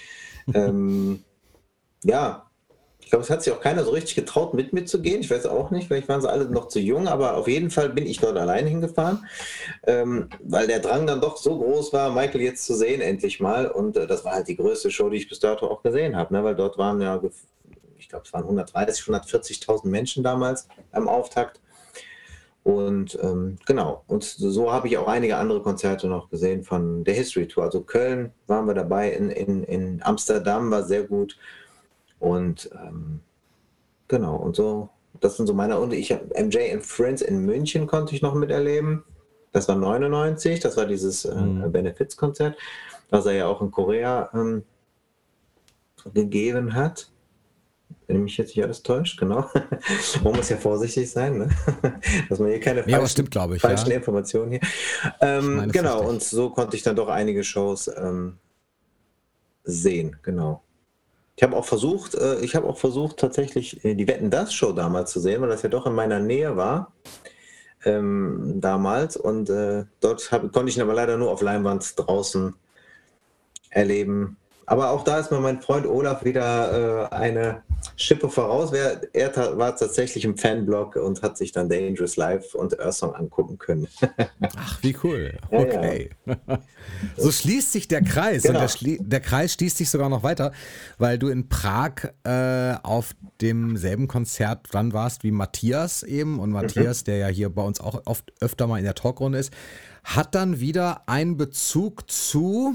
Ja, ich glaube, es hat sich auch keiner so richtig getraut, mit mir zu gehen. Ich weiß auch nicht, vielleicht waren sie alle noch zu jung, aber auf jeden Fall bin ich dort allein hingefahren, weil der Drang dann doch so groß war, Michael jetzt zu sehen, endlich mal. Und das war halt die größte Show, die ich bis dato auch gesehen habe, ne? Weil dort waren ja, ich glaube, es waren 140.000 Menschen damals am Auftakt. Und genau, und so habe ich auch einige andere Konzerte noch gesehen von der History Tour. Also Köln waren wir dabei, in Amsterdam war sehr gut. Und genau, und so, das sind so meine, und ich habe MJ and Friends in München konnte ich noch miterleben. Das war 99, das war dieses Benefizkonzert, was er ja auch in Korea gegeben hat. Wenn mich jetzt nicht alles täuscht, genau. Man muss ja vorsichtig sein, ne? Dass man hier keine falschen Informationen hier. Genau, und so konnte ich dann doch einige Shows sehen, genau. Ich habe auch versucht, tatsächlich die Wetten, dass Show damals zu sehen, weil das ja doch in meiner Nähe war damals. Und dort konnte ich ihn aber leider nur auf Leinwand draußen erleben. Aber auch da ist mir mein Freund Olaf wieder eine Schippe voraus. Er war tatsächlich im Fanblog und hat sich dann Dangerous Live und Earth Song angucken können. Ach, wie cool. Okay. Ja. So schließt sich der Kreis. Genau. Und der Kreis schließt sich sogar noch weiter, weil du in Prag auf demselben Konzert dran warst wie Matthias eben. Und Matthias, der ja hier bei uns auch öfter mal in der Talkrunde ist, hat dann wieder einen Bezug zu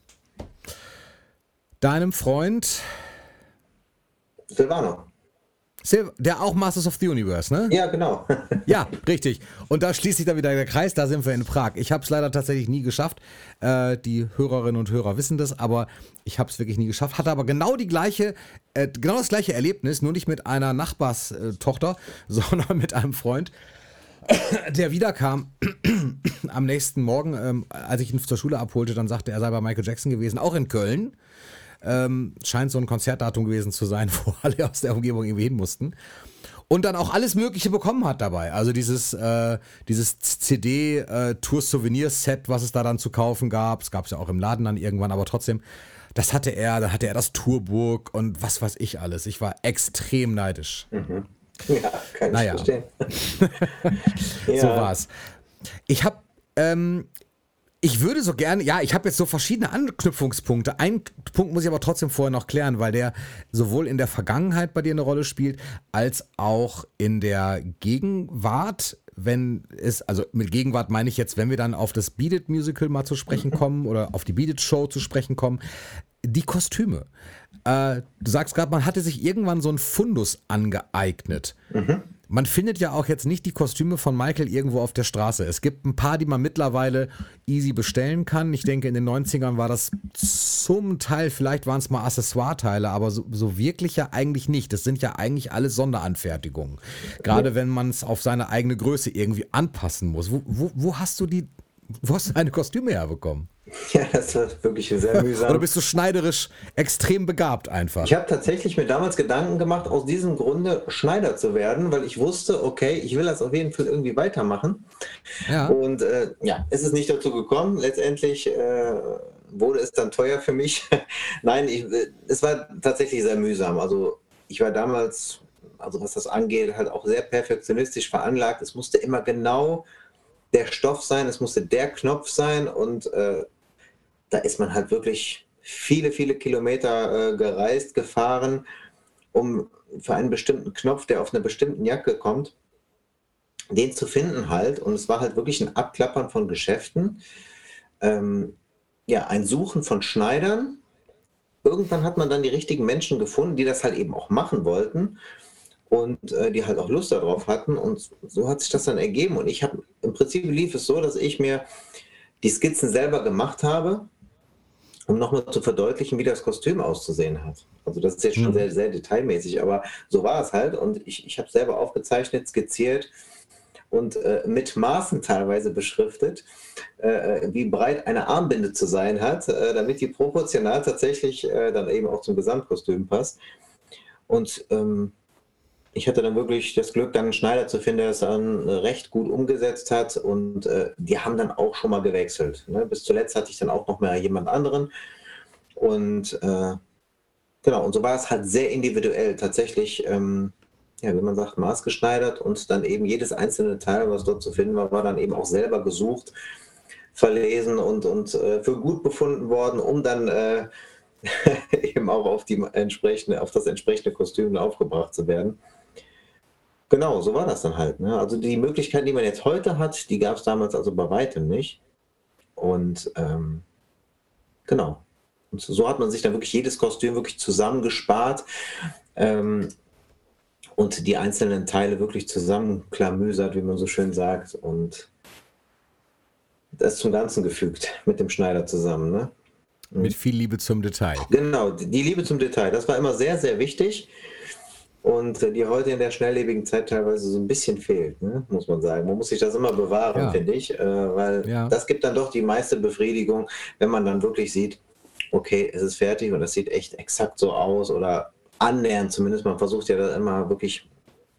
deinem Freund Silvano. Der auch Masters of the Universe, ne? Ja, genau. Ja, richtig. Und da schließt sich dann wieder der Kreis, da sind wir in Prag. Ich habe es leider tatsächlich nie geschafft. Die Hörerinnen und Hörer wissen das, aber ich habe es wirklich nie geschafft. Hatte aber genau das gleiche Erlebnis, nur nicht mit einer Nachbarstochter, sondern mit einem Freund, der wiederkam am nächsten Morgen, als ich ihn zur Schule abholte, dann sagte er sei bei Michael Jackson gewesen, auch in Köln. Scheint so ein Konzertdatum gewesen zu sein, wo alle aus der Umgebung irgendwie hin mussten. Und dann auch alles Mögliche bekommen hat dabei. Also dieses CD-Tour-Souvenir-Set, was es da dann zu kaufen gab. Es gab es ja auch im Laden dann irgendwann, aber trotzdem, da hatte er das Tourbook und was weiß ich alles. Ich war extrem neidisch. Mhm. Ja, kann ich verstehen. So war's. Ich würde so gerne, ich habe jetzt so verschiedene Anknüpfungspunkte. Einen Punkt muss ich aber trotzdem vorher noch klären, weil der sowohl in der Vergangenheit bei dir eine Rolle spielt, als auch in der Gegenwart. Also mit Gegenwart meine ich jetzt, wenn wir dann auf das Beat It Musical mal zu sprechen kommen oder auf die Beat It Show zu sprechen kommen, die Kostüme. Du sagst gerade, man hatte sich irgendwann so einen Fundus angeeignet. Mhm. Man findet ja auch jetzt nicht die Kostüme von Michael irgendwo auf der Straße. Es gibt ein paar, die man mittlerweile easy bestellen kann. Ich denke, in den 90ern war das zum Teil, vielleicht waren es mal Accessoire-Teile, aber so wirklich ja eigentlich nicht. Das sind ja eigentlich alles Sonderanfertigungen. Gerade wenn man es auf seine eigene Größe irgendwie anpassen muss. Wo hast du deine Kostüme herbekommen? Ja, das war wirklich sehr mühsam. Oder bist du schneiderisch extrem begabt einfach? Ich habe tatsächlich mir damals Gedanken gemacht, aus diesem Grunde Schneider zu werden, weil ich wusste, okay, ich will das auf jeden Fall irgendwie weitermachen. Ja. Und es ist nicht dazu gekommen. Letztendlich wurde es dann teuer für mich. Nein, es war tatsächlich sehr mühsam. Also ich war damals, also was das angeht, halt auch sehr perfektionistisch veranlagt. Es musste immer genau der Stoff sein, es musste der Knopf sein und da ist man halt wirklich viele, viele Kilometer gereist, gefahren, um für einen bestimmten Knopf, der auf einer bestimmten Jacke kommt, den zu finden halt. Und es war halt wirklich ein Abklappern von Geschäften, ein Suchen von Schneidern. Irgendwann hat man dann die richtigen Menschen gefunden, die das halt eben auch machen wollten. und die halt auch Lust darauf hatten. Und so hat sich das dann ergeben. Und im Prinzip lief es so, dass ich mir die Skizzen selber gemacht habe, um nochmal zu verdeutlichen, wie das Kostüm auszusehen hat. Also das ist jetzt schon sehr, sehr detailmäßig, aber so war es halt. Und ich habe selber aufgezeichnet, skizziert und mit Maßen teilweise beschriftet, wie breit eine Armbinde zu sein hat, damit die proportional tatsächlich dann eben auch zum Gesamtkostüm passt. Und ich hatte dann wirklich das Glück, dann einen Schneider zu finden, der es dann recht gut umgesetzt hat, und die haben dann auch schon mal gewechselt. Ne? Bis zuletzt hatte ich dann auch noch mal jemand anderen, und genau, und so war es halt sehr individuell, tatsächlich, ja, wie man sagt, maßgeschneidert, und dann eben jedes einzelne Teil, was dort zu finden war, war dann eben auch selber gesucht, verlesen und für gut befunden worden, um dann eben auch auf das entsprechende Kostüm aufgebracht zu werden. Genau, so war das dann halt. Ne? Also die Möglichkeiten, die man jetzt heute hat, die gab es damals also bei weitem nicht. Und genau. Und so hat man sich dann wirklich jedes Kostüm wirklich zusammengespart und die einzelnen Teile wirklich zusammenklamüsert, wie man so schön sagt. Und das zum Ganzen gefügt mit dem Schneider zusammen. Ne? Mit viel Liebe zum Detail. Genau, die Liebe zum Detail, das war immer sehr, sehr wichtig. Und die heute in der schnelllebigen Zeit teilweise so ein bisschen fehlt, ne? Muss man sagen. Man muss sich das immer bewahren, Ja. finde ich, weil das gibt dann doch die meiste Befriedigung, wenn man dann wirklich sieht, okay, es ist fertig und das sieht echt exakt so aus oder annähernd zumindest. Man versucht ja da immer wirklich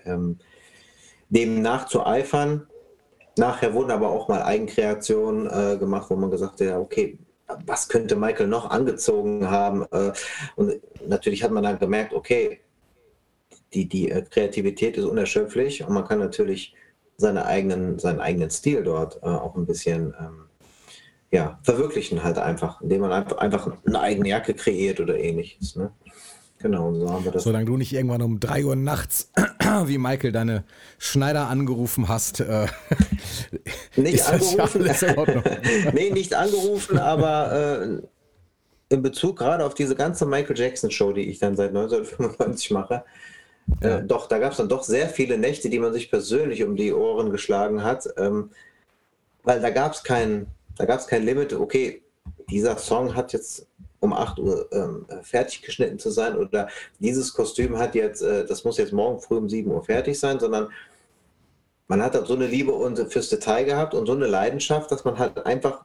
dem nachzueifern. Nachher wurden aber auch mal Eigenkreationen gemacht, wo man gesagt hat, ja, okay, was könnte Michael noch angezogen haben? Und natürlich hat man dann gemerkt, okay, die Kreativität ist unerschöpflich, und man kann natürlich seinen eigenen Stil dort auch ein bisschen verwirklichen, halt einfach, indem man einfach eine eigene Jacke kreiert oder ähnliches. Ne? Genau, und so haben wir das. Solange du nicht irgendwann um 3 Uhr nachts, wie Michael, deine Schneider angerufen hast, nicht angerufen. Nee, nicht angerufen, aber in Bezug gerade auf diese ganze Michael Jackson Show, die ich dann seit 1995 mache, doch, da gab es dann doch sehr viele Nächte, die man sich persönlich um die Ohren geschlagen hat, weil da gab es kein Limit, okay, dieser Song hat jetzt um 8 Uhr fertig geschnitten zu sein, oder dieses Kostüm hat jetzt, das muss jetzt morgen früh um 7 Uhr fertig sein, sondern man hat halt so eine Liebe fürs Detail gehabt und so eine Leidenschaft, dass man halt einfach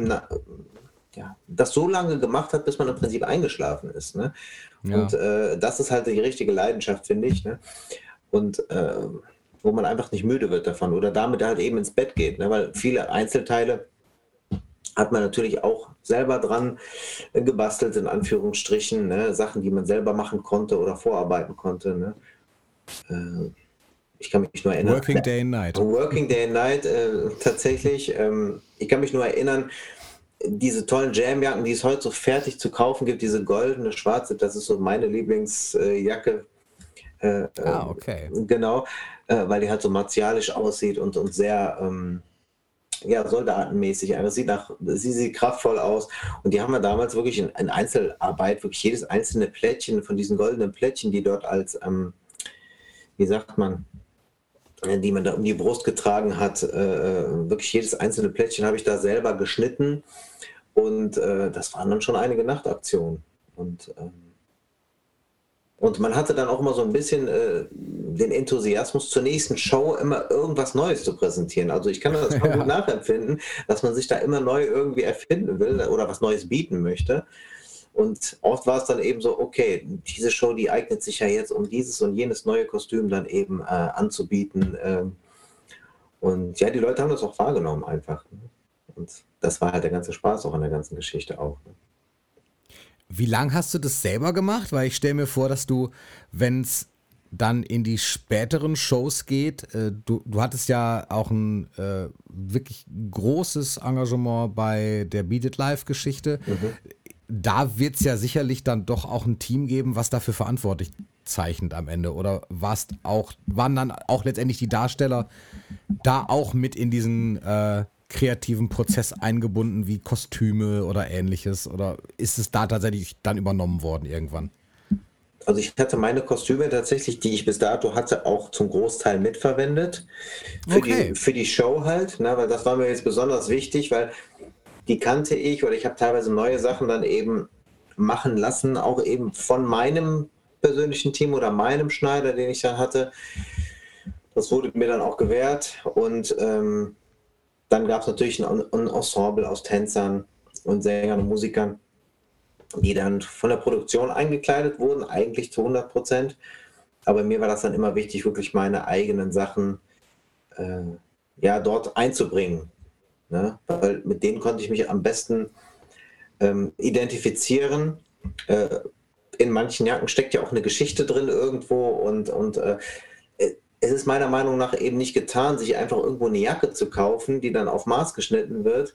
das so lange gemacht hat, bis man im Prinzip eingeschlafen ist. Ne? Ja. Und das ist halt die richtige Leidenschaft, finde ich. Ne? Und wo man einfach nicht müde wird davon oder damit halt eben ins Bett geht. Ne? Weil viele Einzelteile hat man natürlich auch selber dran gebastelt, in Anführungsstrichen. Ne? Sachen, die man selber machen konnte oder vorarbeiten konnte. Ne? Ich kann mich nur erinnern. Working Day and Night. Working Day and Night, tatsächlich. Ich kann mich nur erinnern, diese tollen Jamjacken, die es heute so fertig zu kaufen gibt, diese goldene, schwarze, das ist so meine Lieblingsjacke. Okay. Genau, weil die halt so martialisch aussieht und sehr soldatenmäßig. Sie sieht kraftvoll aus. Und die haben wir damals wirklich in Einzelarbeit, wirklich jedes einzelne Plättchen von diesen goldenen Plättchen, die dort als, wie sagt man, die man da um die Brust getragen hat, wirklich jedes einzelne Plättchen habe ich da selber geschnitten, und das waren dann schon einige Nachtaktionen. Und man hatte dann auch immer so ein bisschen den Enthusiasmus, zur nächsten Show immer irgendwas Neues zu präsentieren. Also ich kann das mal gut nachempfinden, dass man sich da immer neu irgendwie erfinden will oder was Neues bieten möchte. Und oft war es dann eben so, okay, diese Show, die eignet sich ja jetzt, um dieses und jenes neue Kostüm dann eben anzubieten. Und ja, die Leute haben das auch wahrgenommen einfach. Ne? Und das war halt der ganze Spaß auch an der ganzen Geschichte auch. Ne? Wie lange hast du das selber gemacht? Weil ich stelle mir vor, dass du, wenn es dann in die späteren Shows geht, du hattest ja auch ein wirklich großes Engagement bei der Beat It Live-Geschichte. Mhm. Da wird es ja sicherlich dann doch auch ein Team geben, was dafür verantwortlich zeichnet am Ende. Oder waren dann auch letztendlich die Darsteller da auch mit in diesen kreativen Prozess eingebunden, wie Kostüme oder ähnliches? Oder ist es da tatsächlich dann übernommen worden irgendwann? Also ich hatte meine Kostüme tatsächlich, die ich bis dato hatte, auch zum Großteil mitverwendet. Okay. Für die Show halt, ne, weil das war mir jetzt besonders wichtig, weil die kannte ich oder ich habe teilweise neue Sachen dann eben machen lassen, auch eben von meinem persönlichen Team oder meinem Schneider, den ich dann hatte. Das wurde mir dann auch gewährt und dann gab es natürlich ein Ensemble aus Tänzern und Sängern und Musikern, die dann von der Produktion eingekleidet wurden, eigentlich zu 100%. Aber mir war das dann immer wichtig, wirklich meine eigenen Sachen ja, dort einzubringen. Ne? Weil mit denen konnte ich mich am besten identifizieren. In manchen Jacken steckt ja auch eine Geschichte drin irgendwo und es ist meiner Meinung nach eben nicht getan, sich einfach irgendwo eine Jacke zu kaufen, die dann auf Maß geschnitten wird.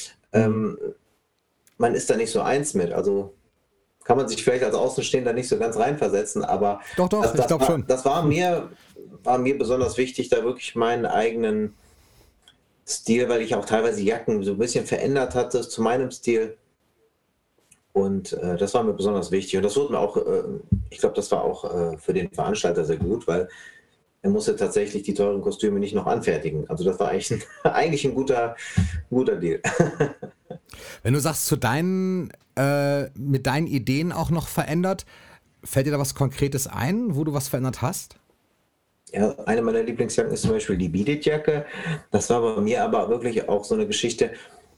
Man ist da nicht so eins mit. Also kann man sich vielleicht als Außenstehender nicht so ganz reinversetzen, aber Doch, ich glaube schon. Das war mir besonders wichtig, da wirklich meinen eigenen Stil, weil ich auch teilweise Jacken so ein bisschen verändert hatte zu meinem Stil. Und das war mir besonders wichtig. Und das wurde mir auch, ich glaube, das war auch für den Veranstalter sehr gut, weil er musste tatsächlich die teuren Kostüme nicht noch anfertigen. Also das war eigentlich ein guter Deal. Wenn du sagst, mit deinen Ideen auch noch verändert, fällt dir da was Konkretes ein, wo du was verändert hast? Ja, eine meiner Lieblingsjacken ist zum Beispiel die Beat It Jacke. Das war bei mir aber wirklich auch so eine Geschichte.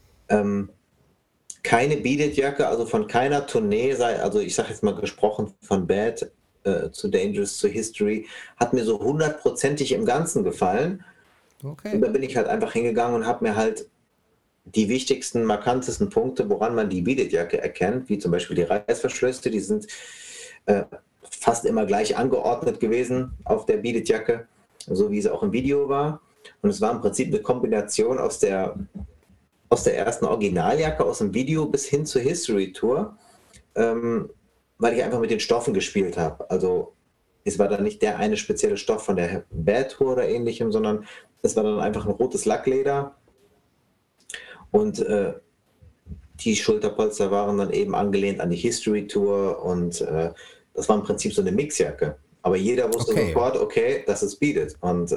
Keine Beat It Jacke, also von keiner Tournee, also ich sage jetzt mal gesprochen von Bad zu Dangerous zu History, hat mir so 100%ig im Ganzen gefallen. Okay. Und da bin ich halt einfach hingegangen und habe mir halt die wichtigsten, markantesten Punkte, woran man die Beat It Jacke erkennt, wie zum Beispiel die Reißverschlüsse, die sind fast immer gleich angeordnet gewesen auf der Beat It Jacke, so wie es auch im Video war. Und es war im Prinzip eine Kombination aus der ersten Originaljacke aus dem Video bis hin zur History Tour, weil ich einfach mit den Stoffen gespielt habe. Also es war dann nicht der eine spezielle Stoff von der Bad Tour oder ähnlichem, sondern es war dann einfach ein rotes Lackleder und die Schulterpolster waren dann eben angelehnt an die History Tour und das war im Prinzip so eine Mixjacke. Aber jeder wusste sofort, okay, das ist Beat It. Und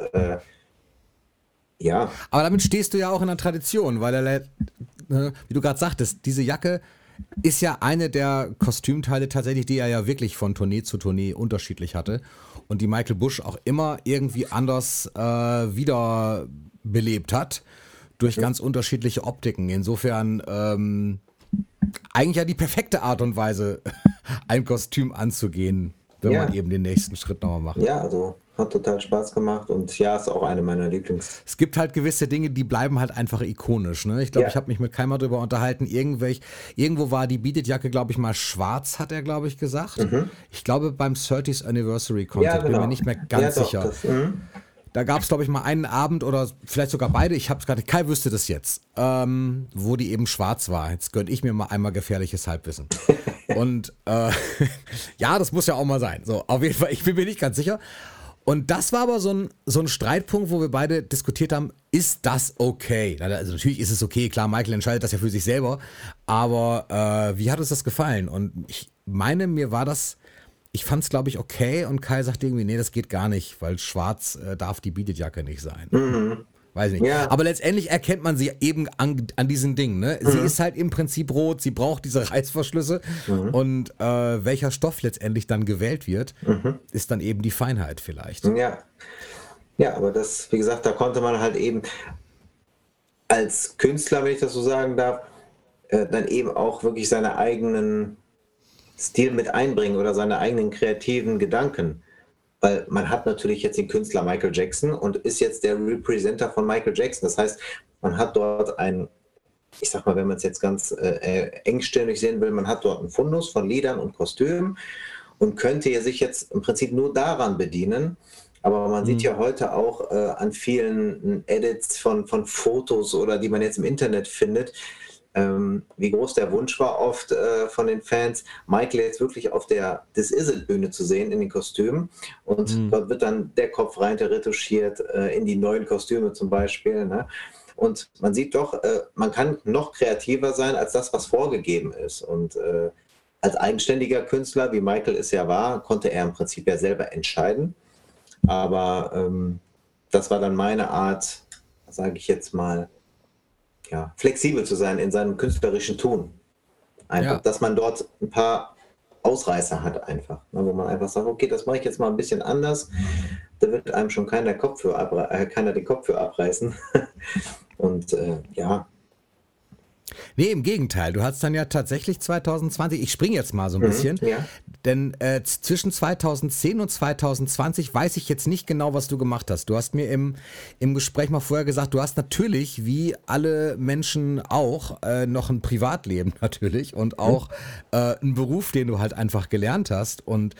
ja. Aber damit stehst du ja auch in der Tradition, weil, wie du gerade sagtest, diese Jacke ist ja eine der Kostümteile tatsächlich, die er ja wirklich von Tournee zu Tournee unterschiedlich hatte und die Michael Bush auch immer irgendwie anders wiederbelebt hat durch ganz unterschiedliche Optiken. Insofern eigentlich ja die perfekte Art und Weise, ein Kostüm anzugehen, wenn man eben den nächsten Schritt nochmal macht. Ja, also hat total Spaß gemacht und ja, ist auch eine meiner Es gibt halt gewisse Dinge, die bleiben halt einfach ikonisch. Ne? Ich glaube, ich habe mich mit Keimer darüber unterhalten. Irgendwo war die Beat It Jacke, glaube ich, mal schwarz, hat er, glaube ich, gesagt. Ich glaube, beim 30th Anniversary Concert, bin mir nicht mehr ganz sicher. Da gab es, glaube ich, mal einen Abend oder vielleicht sogar beide, ich habe es gerade, Kai wüsste das jetzt, wo die eben schwarz war. Jetzt gönne ich mir mal einmal gefährliches Halbwissen. Und ja, das muss ja auch mal sein. So, auf jeden Fall, ich bin mir nicht ganz sicher. Und das war aber so ein Streitpunkt, wo wir beide diskutiert haben, ist das okay? Also natürlich ist es okay, klar, Michael entscheidet das ja für sich selber, aber wie hat uns das gefallen? Und ich meine, ich fand es, glaube ich, okay und Kai sagt irgendwie, nee, das geht gar nicht, weil schwarz darf die Beat It Jacke nicht sein. Weiß nicht. Ja. Aber letztendlich erkennt man sie eben an diesen Dingen. Ne? Sie ist halt im Prinzip rot, sie braucht diese Reißverschlüsse und welcher Stoff letztendlich dann gewählt wird, ist dann eben die Feinheit vielleicht. Ja, aber das, wie gesagt, da konnte man halt eben als Künstler, wenn ich das so sagen darf, dann eben auch wirklich seine eigenen Stil mit einbringen oder seine eigenen kreativen Gedanken. Weil man hat natürlich jetzt den Künstler Michael Jackson und ist jetzt der Representer von Michael Jackson. Das heißt, man hat dort ich sag mal, wenn man es jetzt ganz engstirnig sehen will, man hat dort einen Fundus von Liedern und Kostümen und könnte sich jetzt im Prinzip nur daran bedienen. Aber man sieht ja heute auch an vielen Edits von Fotos oder die man jetzt im Internet findet, wie groß der Wunsch war oft von den Fans, Michael jetzt wirklich auf der This Is It Bühne zu sehen in den Kostümen und dort wird dann der Kopf rein retuschiert in die neuen Kostüme zum Beispiel, ne? Und man sieht doch, man kann noch kreativer sein als das, was vorgegeben ist und als eigenständiger Künstler, wie Michael es ja war, konnte er im Prinzip ja selber entscheiden. Aber das war dann meine Art, sage ich jetzt mal, ja, flexibel zu sein in seinem künstlerischen Tun. Einfach, Ja. dass man dort ein paar Ausreißer hat einfach, ne, wo man einfach sagt, okay, das mache ich jetzt mal ein bisschen anders. Da wird einem schon keiner den Kopf für abreißen. Und ja. Nee, im Gegenteil. Du hast dann ja tatsächlich 2020, ich springe jetzt mal so ein bisschen, Ja. denn zwischen 2010 und 2020 weiß ich jetzt nicht genau, was du gemacht hast. Du hast mir im Gespräch mal vorher gesagt, du hast natürlich, wie alle Menschen auch, noch ein Privatleben natürlich und auch einen Beruf, den du halt einfach gelernt hast. Und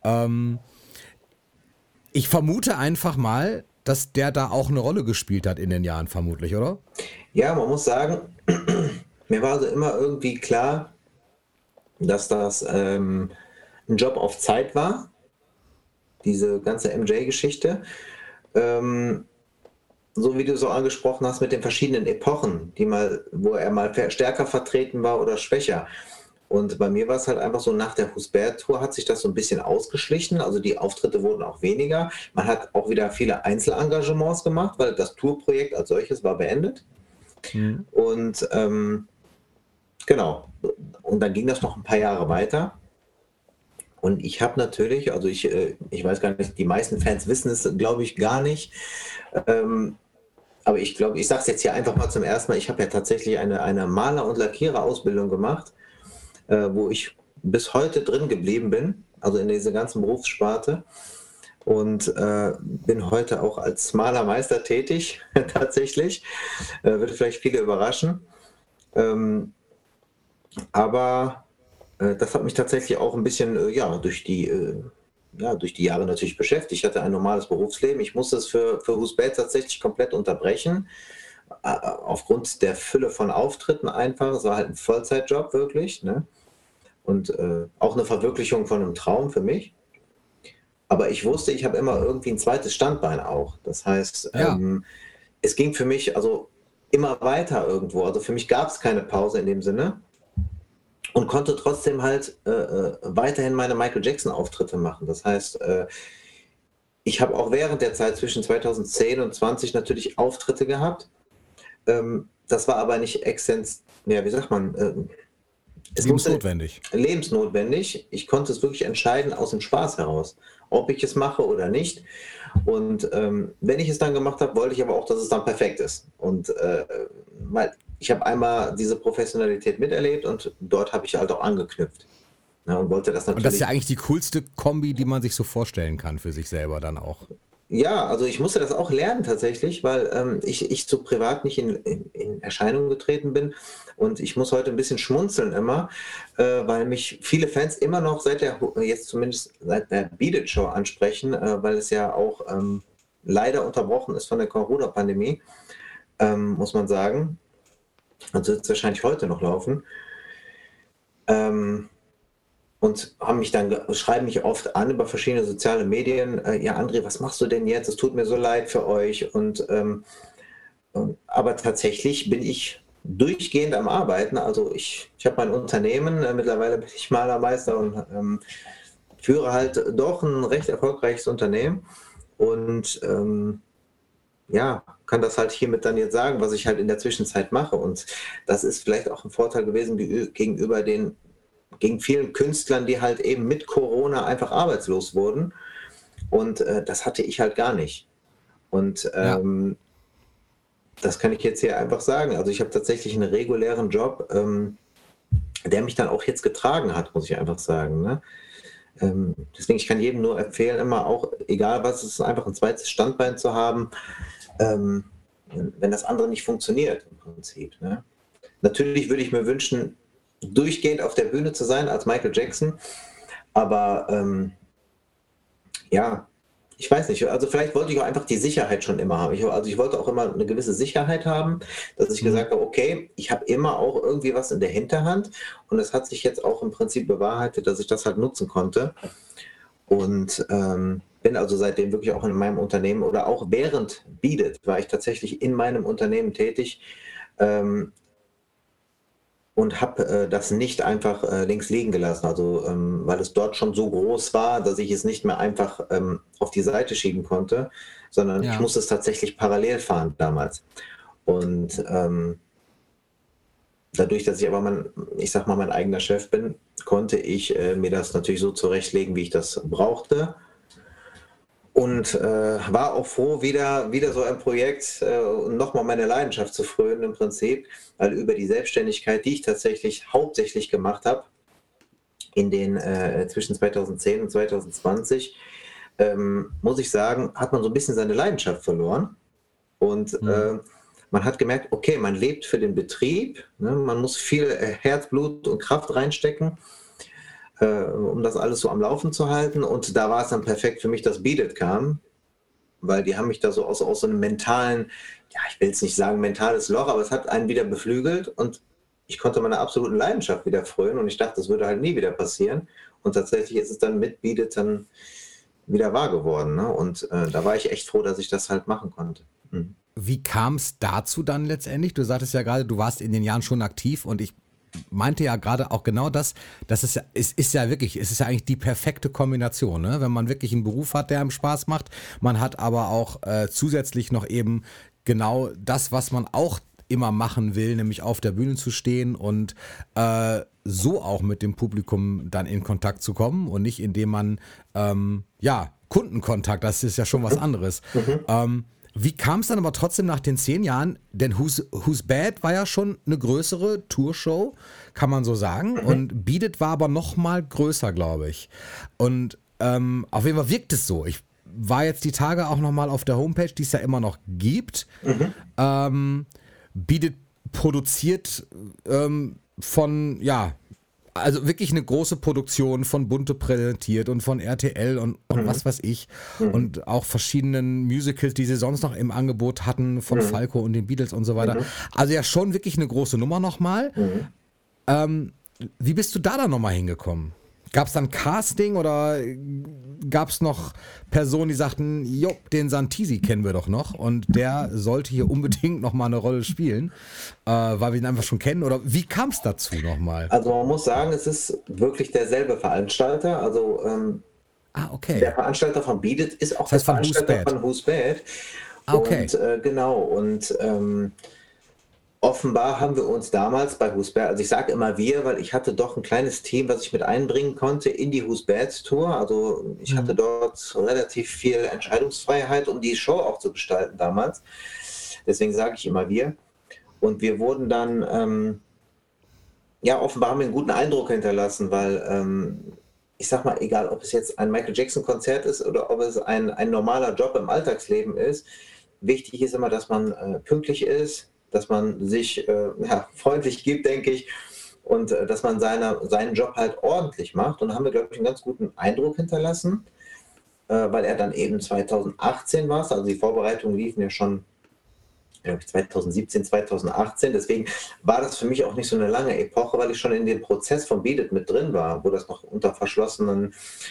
ich vermute einfach mal, dass der da auch eine Rolle gespielt hat in den Jahren vermutlich, oder? Ja, man muss sagen, mir war also immer irgendwie klar, dass das ein Job auf Zeit war, diese ganze MJ-Geschichte. So wie du so angesprochen hast mit den verschiedenen Epochen, wo er mal stärker vertreten war oder schwächer. Und bei mir war es halt einfach so, nach der Husbert-Tour hat sich das so ein bisschen ausgeschlichen. Also die Auftritte wurden auch weniger. Man hat auch wieder viele Einzelengagements gemacht, weil das Tourprojekt als solches war beendet. Mhm. Und genau. Und dann ging das noch ein paar Jahre weiter. Und ich habe natürlich, also ich weiß gar nicht, die meisten Fans wissen es, glaube ich, gar nicht. Aber ich glaube, ich sage es jetzt hier einfach mal zum ersten Mal, ich habe ja tatsächlich eine Maler- und Lackierer-Ausbildung gemacht, wo ich bis heute drin geblieben bin, also in dieser ganzen Berufssparte. Und bin heute auch als Malermeister tätig, tatsächlich. Würde vielleicht viele überraschen. Aber das hat mich tatsächlich auch ein bisschen durch die Jahre natürlich beschäftigt. Ich hatte ein normales Berufsleben. Ich musste es für Husband tatsächlich komplett unterbrechen. Aufgrund der Fülle von Auftritten einfach. Es war halt ein Vollzeitjob wirklich. Ne? Und auch eine Verwirklichung von einem Traum für mich. Aber ich wusste, ich habe immer irgendwie ein zweites Standbein auch. Das heißt, Ja. es ging für mich also immer weiter irgendwo. Also für mich gab es keine Pause in dem Sinne. Und konnte trotzdem halt weiterhin meine Michael Jackson-Auftritte machen. Das heißt, ich habe auch während der Zeit zwischen 2010 und 20 natürlich Auftritte gehabt. Das war aber nicht wie sagt man, es musste Lebensnotwendig. lebensnotwendig. Ich konnte es wirklich entscheiden aus dem Spaß heraus, ob ich es mache oder nicht. Und wenn ich es dann gemacht habe, wollte ich aber auch, dass es dann perfekt ist. Und ich habe einmal diese Professionalität miterlebt und dort habe ich halt auch angeknüpft. Ja, und wollte das Und das ist natürlich. ja eigentlich die coolste Kombi, die man sich so vorstellen kann für sich selber dann auch. Ja, also ich musste das auch lernen tatsächlich, weil ich so privat nicht in Erscheinung getreten bin. Und ich muss heute ein bisschen schmunzeln immer, weil mich viele Fans immer noch jetzt zumindest seit der Beat It Show ansprechen, weil es ja auch leider unterbrochen ist von der Corona-Pandemie, muss man sagen. Und wird es wahrscheinlich heute noch laufen. Und schreiben mich oft an über verschiedene soziale Medien. Ja, André, was machst du denn jetzt? Es tut mir so leid für euch. Aber tatsächlich bin ich durchgehend am Arbeiten. Also ich habe mein Unternehmen, mittlerweile bin ich Malermeister und führe halt doch ein recht erfolgreiches Unternehmen. Und kann das halt hiermit dann jetzt sagen, was ich halt in der Zwischenzeit mache. Und das ist vielleicht auch ein Vorteil gewesen gegen vielen Künstlern, die halt eben mit Corona einfach arbeitslos wurden. Und das hatte ich halt gar nicht. Und Ja. das kann ich jetzt hier einfach sagen. Also ich habe tatsächlich einen regulären Job, der mich dann auch jetzt getragen hat, muss ich einfach sagen. Ne? Deswegen, ich kann jedem nur empfehlen, immer auch, egal was es ist, einfach ein zweites Standbein zu haben, wenn das andere nicht funktioniert im Prinzip. Ne? Natürlich würde ich mir wünschen, durchgehend auf der Bühne zu sein als Michael Jackson, aber ich weiß nicht, also vielleicht wollte ich auch einfach die Sicherheit schon immer haben. Ich wollte auch immer eine gewisse Sicherheit haben, dass ich gesagt habe, okay, ich habe immer auch irgendwie was in der Hinterhand und es hat sich jetzt auch im Prinzip bewahrheitet, dass ich das halt nutzen konnte und bin also seitdem wirklich auch in meinem Unternehmen oder auch während Beat It war ich tatsächlich in meinem Unternehmen tätig. und habe das nicht einfach links liegen gelassen, also weil es dort schon so groß war, dass ich es nicht mehr einfach auf die Seite schieben konnte, sondern ich Ja. musste es tatsächlich parallel fahren damals. Und dadurch, dass ich aber ich sag mal, mein eigener Chef bin, konnte ich mir das natürlich so zurechtlegen, wie ich das brauchte. Und war auch froh, wieder so ein Projekt und nochmal meine Leidenschaft zu frönen im Prinzip, weil über die Selbstständigkeit, die ich tatsächlich hauptsächlich gemacht habe, in den zwischen 2010 und 2020, muss ich sagen, hat man so ein bisschen seine Leidenschaft verloren. Und man hat gemerkt, okay, man lebt für den Betrieb, ne? Man muss viel Herzblut und Kraft reinstecken, um das alles so am Laufen zu halten. Und da war es dann perfekt für mich, dass Beat It kam, weil die haben mich da so aus so einem mentalen, ja, ich will jetzt nicht sagen mentales Loch, aber es hat einen wieder beflügelt und ich konnte meiner absoluten Leidenschaft wieder frönen und ich dachte, das würde halt nie wieder passieren. Und tatsächlich ist es dann mit Beat It dann wieder wahr geworden. Ne? Und da war ich echt froh, dass ich das halt machen konnte. Mhm. Wie kam es dazu dann letztendlich? Du sagtest ja gerade, du warst in den Jahren schon aktiv und ich meinte ja gerade auch genau das, es ist ja wirklich, es ist ja eigentlich die perfekte Kombination, ne? Wenn man wirklich einen Beruf hat, der einem Spaß macht, man hat aber auch zusätzlich noch eben genau das, was man auch immer machen will, nämlich auf der Bühne zu stehen und so auch mit dem Publikum dann in Kontakt zu kommen und nicht indem man, ja, Kundenkontakt, das ist ja schon was anderes. Wie kam es dann aber trotzdem nach den 10 Jahren, denn Who's Bad war ja schon eine größere Tourshow, kann man so sagen, und Beat It war aber noch mal größer, glaube ich. Und auf jeden Fall wirkt es so. Ich war jetzt die Tage auch noch mal auf der Homepage, die es ja immer noch gibt. Beat It produziert von, ja, also wirklich eine große Produktion von Bunte präsentiert und von RTL und was weiß ich. Und auch verschiedenen Musicals, die sie sonst noch im Angebot hatten, von Falco und den Beatles und so weiter. Also ja, schon wirklich eine große Nummer nochmal. Wie bist du da dann nochmal hingekommen? Gab es dann Casting oder gab es noch Personen, die sagten, jo, den Santisi kennen wir doch noch und der sollte hier unbedingt nochmal eine Rolle spielen, weil wir ihn einfach schon kennen? Oder wie kam es dazu nochmal? Also man muss sagen, es ist wirklich derselbe Veranstalter. Also Okay. der Veranstalter von Beat It ist auch Das heißt der von Who's Veranstalter Bad. von Who's Bad. Okay. Und genau, und offenbar haben wir uns damals bei Who's Bad, also ich sage immer wir, weil ich hatte doch ein kleines Team, was ich mit einbringen konnte in die Who's Bad Tour. Also ich hatte dort relativ viel Entscheidungsfreiheit, um die Show auch zu gestalten damals. Deswegen sage ich immer wir. Und wir wurden dann, ja, offenbar haben wir einen guten Eindruck hinterlassen, weil ich sag mal, egal ob es jetzt ein Michael Jackson Konzert ist oder ob es ein normaler Job im Alltagsleben ist, wichtig ist immer, dass man pünktlich ist, dass man sich ja, freundlich gibt, denke ich, und dass man seinen Job halt ordentlich macht. Und haben wir, glaube ich, einen ganz guten Eindruck hinterlassen, weil er dann eben 2018 war, also die Vorbereitungen liefen ja schon 2017, 2018. Deswegen war das für mich auch nicht so eine lange Epoche, weil ich schon in dem Prozess von Beat It mit drin war, wo das noch unter verschlossenen,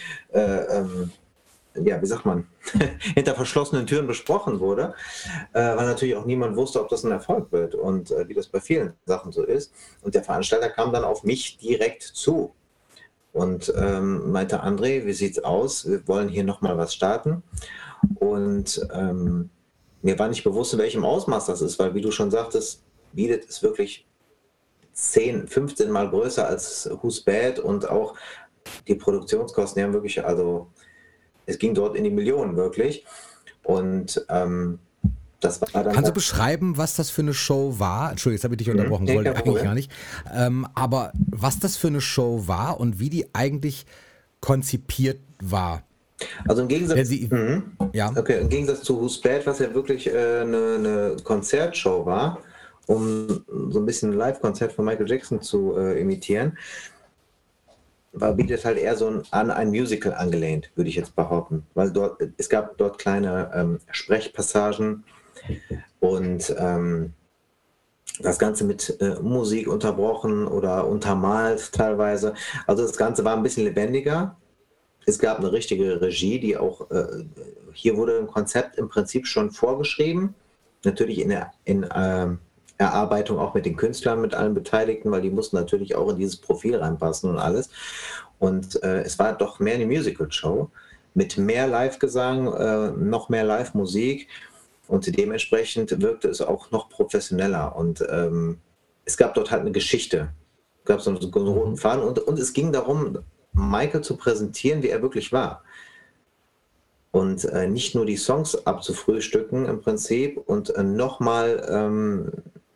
ja, wie sagt man, hinter verschlossenen Türen besprochen wurde, weil natürlich auch niemand wusste, ob das ein Erfolg wird und wie das bei vielen Sachen so ist. Und der Veranstalter kam dann auf mich direkt zu und meinte, André, wie sieht's aus? Wir wollen hier nochmal was starten. Und mir war nicht bewusst, in welchem Ausmaß das ist, weil, wie du schon sagtest, Beat It ist wirklich 10, 15 Mal größer als Who's Bad und auch die Produktionskosten, die haben wirklich, also es ging dort in die Millionen wirklich. Und das war dann. Kannst du beschreiben, was das für eine Show war? Entschuldigung, jetzt habe ich dich unterbrochen, das wollte ich eigentlich gar nicht. Aber was das für eine Show war und wie die eigentlich konzipiert war? Also im Gegensatz, ja. Okay, im Gegensatz zu Who's Bad, was ja wirklich eine Konzertshow war, um so ein bisschen ein Live-Konzert von Michael Jackson zu imitieren, war Beat It halt eher so an ein Musical angelehnt, würde ich jetzt behaupten. Weil es gab dort kleine Sprechpassagen und das Ganze mit Musik unterbrochen oder untermalt teilweise. Also das Ganze war ein bisschen lebendiger. Es gab eine richtige Regie, die auch, hier wurde ein Konzept im Prinzip schon vorgeschrieben, natürlich in Erarbeitung auch mit den Künstlern, mit allen Beteiligten, weil die mussten natürlich auch in dieses Profil reinpassen und alles. Und es war doch mehr eine Musical-Show mit mehr Live-Gesang, noch mehr Live-Musik und dementsprechend wirkte es auch noch professioneller. Und es gab dort halt eine Geschichte. Es gab so einen roten Faden und es ging darum, Michael zu präsentieren, wie er wirklich war. Und nicht nur die Songs abzufrühstücken im Prinzip und nochmal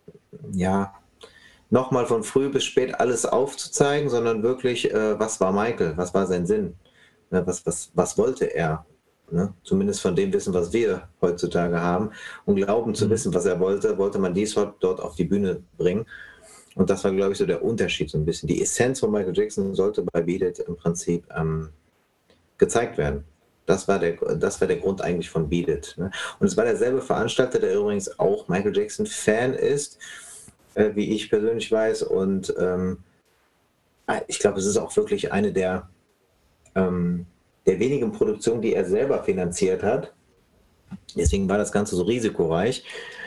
von früh bis spät alles aufzuzeigen, sondern wirklich, was war Michael, was war sein Sinn, ne, was wollte er, ne? Zumindest von dem Wissen, was wir heutzutage haben und glauben zu wissen, was er wollte man dies dort auf die Bühne bringen. Und das war, glaube ich, so der Unterschied so ein bisschen. Die Essenz von Michael Jackson sollte bei Beat It im Prinzip gezeigt werden. Das war der Grund eigentlich von Beat It. Ne? Und es war derselbe Veranstalter, der übrigens auch Michael Jackson Fan ist, wie ich persönlich weiß. Und ich glaube, es ist auch wirklich eine der wenigen Produktionen, die er selber finanziert hat. Deswegen war das Ganze so risikoreich.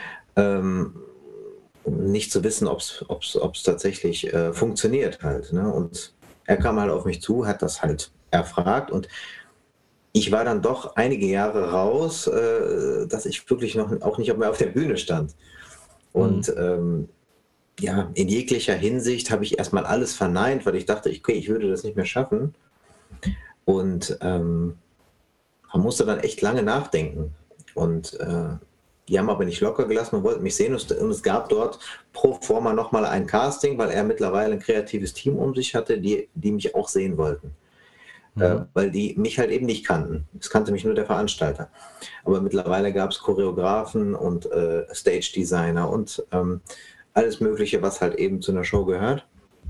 Nicht zu wissen, ob es tatsächlich funktioniert halt. Ne? Und er kam halt auf mich zu, hat das halt erfragt und ich war dann doch einige Jahre raus, dass ich wirklich auch nicht mehr auf der Bühne stand. Und in jeglicher Hinsicht habe ich erstmal alles verneint, weil ich dachte, okay, ich würde das nicht mehr schaffen. Und man musste dann echt lange nachdenken. Und die haben aber nicht locker gelassen und wollten mich sehen. Und es gab dort pro forma nochmal ein Casting, weil er mittlerweile ein kreatives Team um sich hatte, die mich auch sehen wollten. Weil die mich halt eben nicht kannten. Es kannte mich nur der Veranstalter. Aber mittlerweile gab es Choreografen und Stage-Designer und alles Mögliche, was halt eben zu einer Show gehört.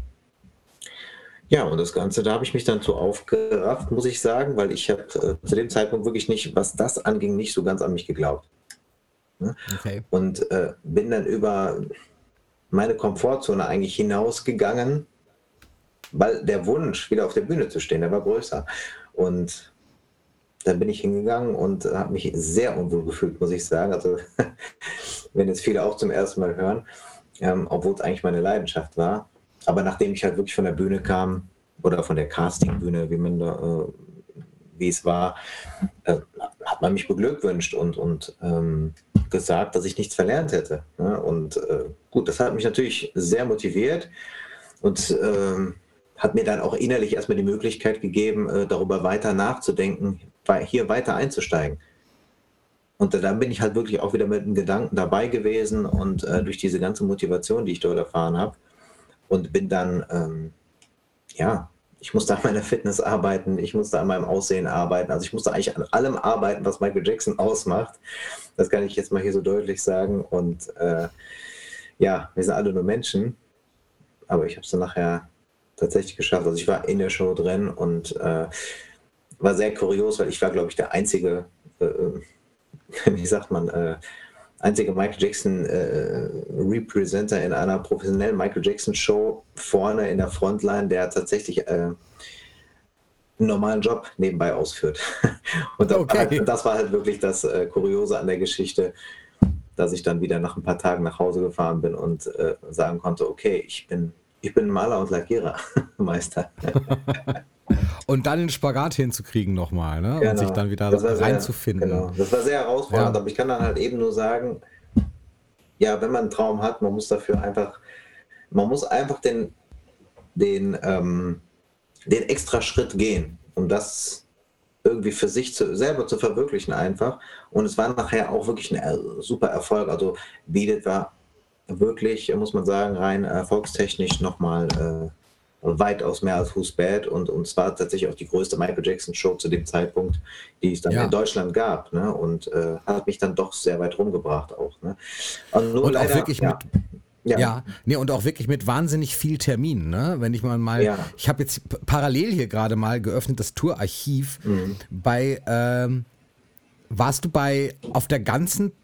Ja, und das Ganze, da habe ich mich dann zu aufgerafft, muss ich sagen, weil ich habe zu dem Zeitpunkt wirklich nicht, was das anging, nicht so ganz an mich geglaubt. Ne? Okay. Und bin dann über meine Komfortzone eigentlich hinausgegangen, weil der Wunsch, wieder auf der Bühne zu stehen, der war größer. Und dann bin ich hingegangen und habe mich sehr unwohl gefühlt, muss ich sagen. Also, wenn jetzt viele auch zum ersten Mal hören, obwohl es eigentlich meine Leidenschaft war. Aber nachdem ich halt wirklich von der Bühne kam, oder von der Castingbühne, wie es war, hat man mich beglückwünscht und gesagt, dass ich nichts verlernt hätte. Ne? Und gut, das hat mich natürlich sehr motiviert und hat mir dann auch innerlich erstmal die Möglichkeit gegeben, darüber weiter nachzudenken, hier weiter einzusteigen. Und dann bin ich halt wirklich auch wieder mit dem Gedanken dabei gewesen und durch diese ganze Motivation, die ich dort erfahren habe, und bin dann, ich musste an meiner Fitness arbeiten, ich musste an meinem Aussehen arbeiten, also ich musste eigentlich an allem arbeiten, was Michael Jackson ausmacht. Das kann ich jetzt mal hier so deutlich sagen. Und wir sind alle nur Menschen, aber ich habe es dann nachher tatsächlich geschafft. Also ich war in der Show drin und war sehr kurios, weil ich war, glaube ich, der einzige, einzige Michael Jackson Representer in einer professionellen Michael Jackson Show vorne in der Frontline, der tatsächlich einen normalen Job nebenbei ausführt. Und das war halt wirklich das Kuriose an der Geschichte, dass ich dann wieder nach ein paar Tagen nach Hause gefahren bin und sagen konnte, okay, ich bin Maler und Lackierer, Meister. Und dann den Spagat hinzukriegen nochmal, ne? Genau. Und sich dann wieder reinzufinden. Genau, das war sehr herausfordernd, aber ich kann dann halt eben nur sagen, ja, wenn man einen Traum hat, man muss einfach den extra Schritt gehen, um das irgendwie für sich selber zu verwirklichen einfach. Und es war nachher auch wirklich ein super Erfolg. Also Beat It war wirklich, muss man sagen, rein erfolgstechnisch nochmal weitaus mehr als Who's Bad und zwar tatsächlich auch die größte Michael Jackson Show zu dem Zeitpunkt, die es dann in Deutschland gab, ne? Und hat mich dann doch sehr weit rumgebracht auch. Ne? Und leider, auch wirklich und auch wirklich mit wahnsinnig viel Terminen, ne? Wenn ich mal, ich habe jetzt parallel hier gerade mal geöffnet das Tourarchiv warst du auf der ganzen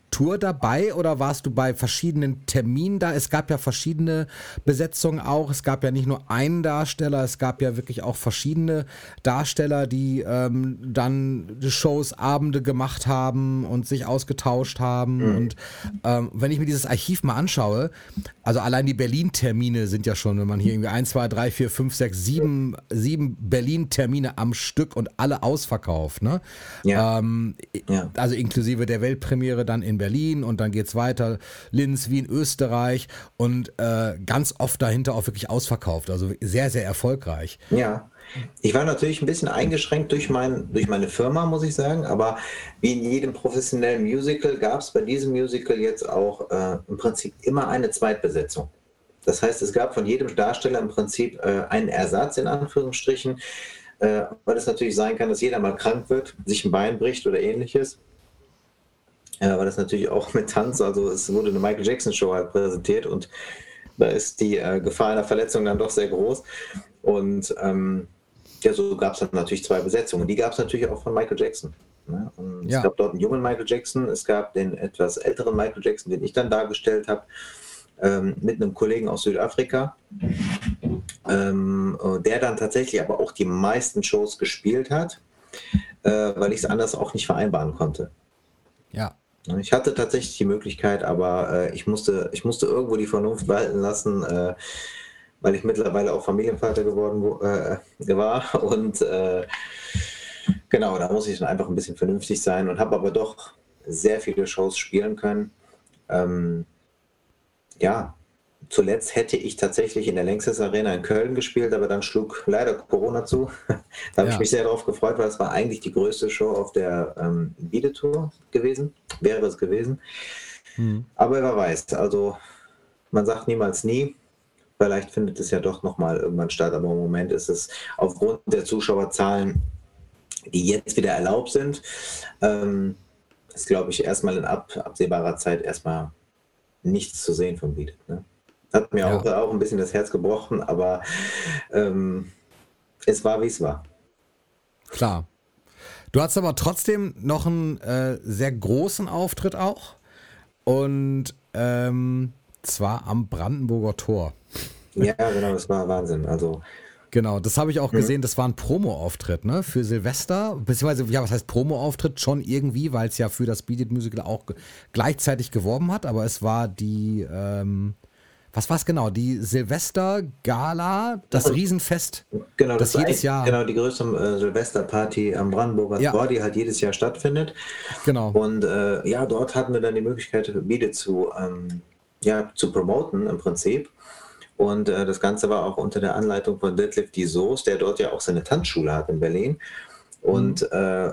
Tour dabei oder warst du bei verschiedenen Terminen da? Es gab ja verschiedene Besetzungen auch. Es gab ja nicht nur einen Darsteller, es gab ja wirklich auch verschiedene Darsteller, die dann Shows, Abende gemacht haben und sich ausgetauscht haben. Und wenn ich mir dieses Archiv mal anschaue, also allein die Berlin-Termine sind ja schon, wenn man hier irgendwie 1, 2, 3, 4, 5, 6, 7 Berlin-Termine am Stück und alle ausverkauft, ne? Ja. Also inklusive der Weltpremiere dann in Berlin und dann geht's weiter, Linz, Wien, Österreich und ganz oft dahinter auch wirklich ausverkauft, also sehr, sehr erfolgreich. Ja, ich war natürlich ein bisschen eingeschränkt durch meine Firma, muss ich sagen, aber wie in jedem professionellen Musical gab es bei diesem Musical jetzt auch im Prinzip immer eine Zweitbesetzung. Das heißt, es gab von jedem Darsteller im Prinzip einen Ersatz, in Anführungsstrichen, weil es natürlich sein kann, dass jeder mal krank wird, sich ein Bein bricht oder ähnliches. Weil das natürlich auch mit Tanz, also es wurde eine Michael Jackson Show halt präsentiert und da ist die Gefahr einer Verletzung dann doch sehr groß. Und ja, so gab es dann natürlich 2 Besetzungen. Die gab es natürlich auch von Michael Jackson. Ne? Und es gab dort einen jungen Michael Jackson, es gab den etwas älteren Michael Jackson, den ich dann dargestellt habe, mit einem Kollegen aus Südafrika, der dann tatsächlich aber auch die meisten Shows gespielt hat, weil ich es anders auch nicht vereinbaren konnte. Ja. Ich hatte tatsächlich die Möglichkeit, aber ich musste irgendwo die Vernunft walten lassen, weil ich mittlerweile auch Familienvater geworden war. Und genau, da muss ich dann einfach ein bisschen vernünftig sein und habe aber doch sehr viele Shows spielen können. Ja, zuletzt hätte ich tatsächlich in der Lanxess Arena in Köln gespielt, aber dann schlug leider Corona zu. Da habe ich mich sehr darauf gefreut, weil es war eigentlich die größte Show auf der Biede-Tour gewesen, wäre es gewesen. Aber wer weiß, also man sagt niemals nie. Vielleicht findet es ja doch nochmal irgendwann statt, aber im Moment ist es aufgrund der Zuschauerzahlen, die jetzt wieder erlaubt sind, ist, glaube ich, erstmal in absehbarer Zeit erstmal nichts zu sehen von Biede. Ne? Hat mir auch ein bisschen das Herz gebrochen, aber es war, wie es war. Klar. Du hattest aber trotzdem noch einen sehr großen Auftritt auch und zwar am Brandenburger Tor. Ja, genau, das war Wahnsinn. Also genau, das habe ich auch gesehen, das war ein Promo-Auftritt, ne, für Silvester, beziehungsweise, ja, was heißt Promo-Auftritt? Schon irgendwie, weil es ja für das Beat It Musical auch gleichzeitig geworben hat, aber es war die, was war es genau, die Silvester-Gala, das Riesenfest, genau, das jedes Jahr. Genau, die größte Silvesterparty am Brandenburger Tor, die halt jedes Jahr stattfindet. Genau. Und ja, dort hatten wir dann die Möglichkeit, Beat It zu promoten im Prinzip. Und das Ganze war auch unter der Anleitung von Detlef die Soos, der dort ja auch seine Tanzschule hat in Berlin. Und ja,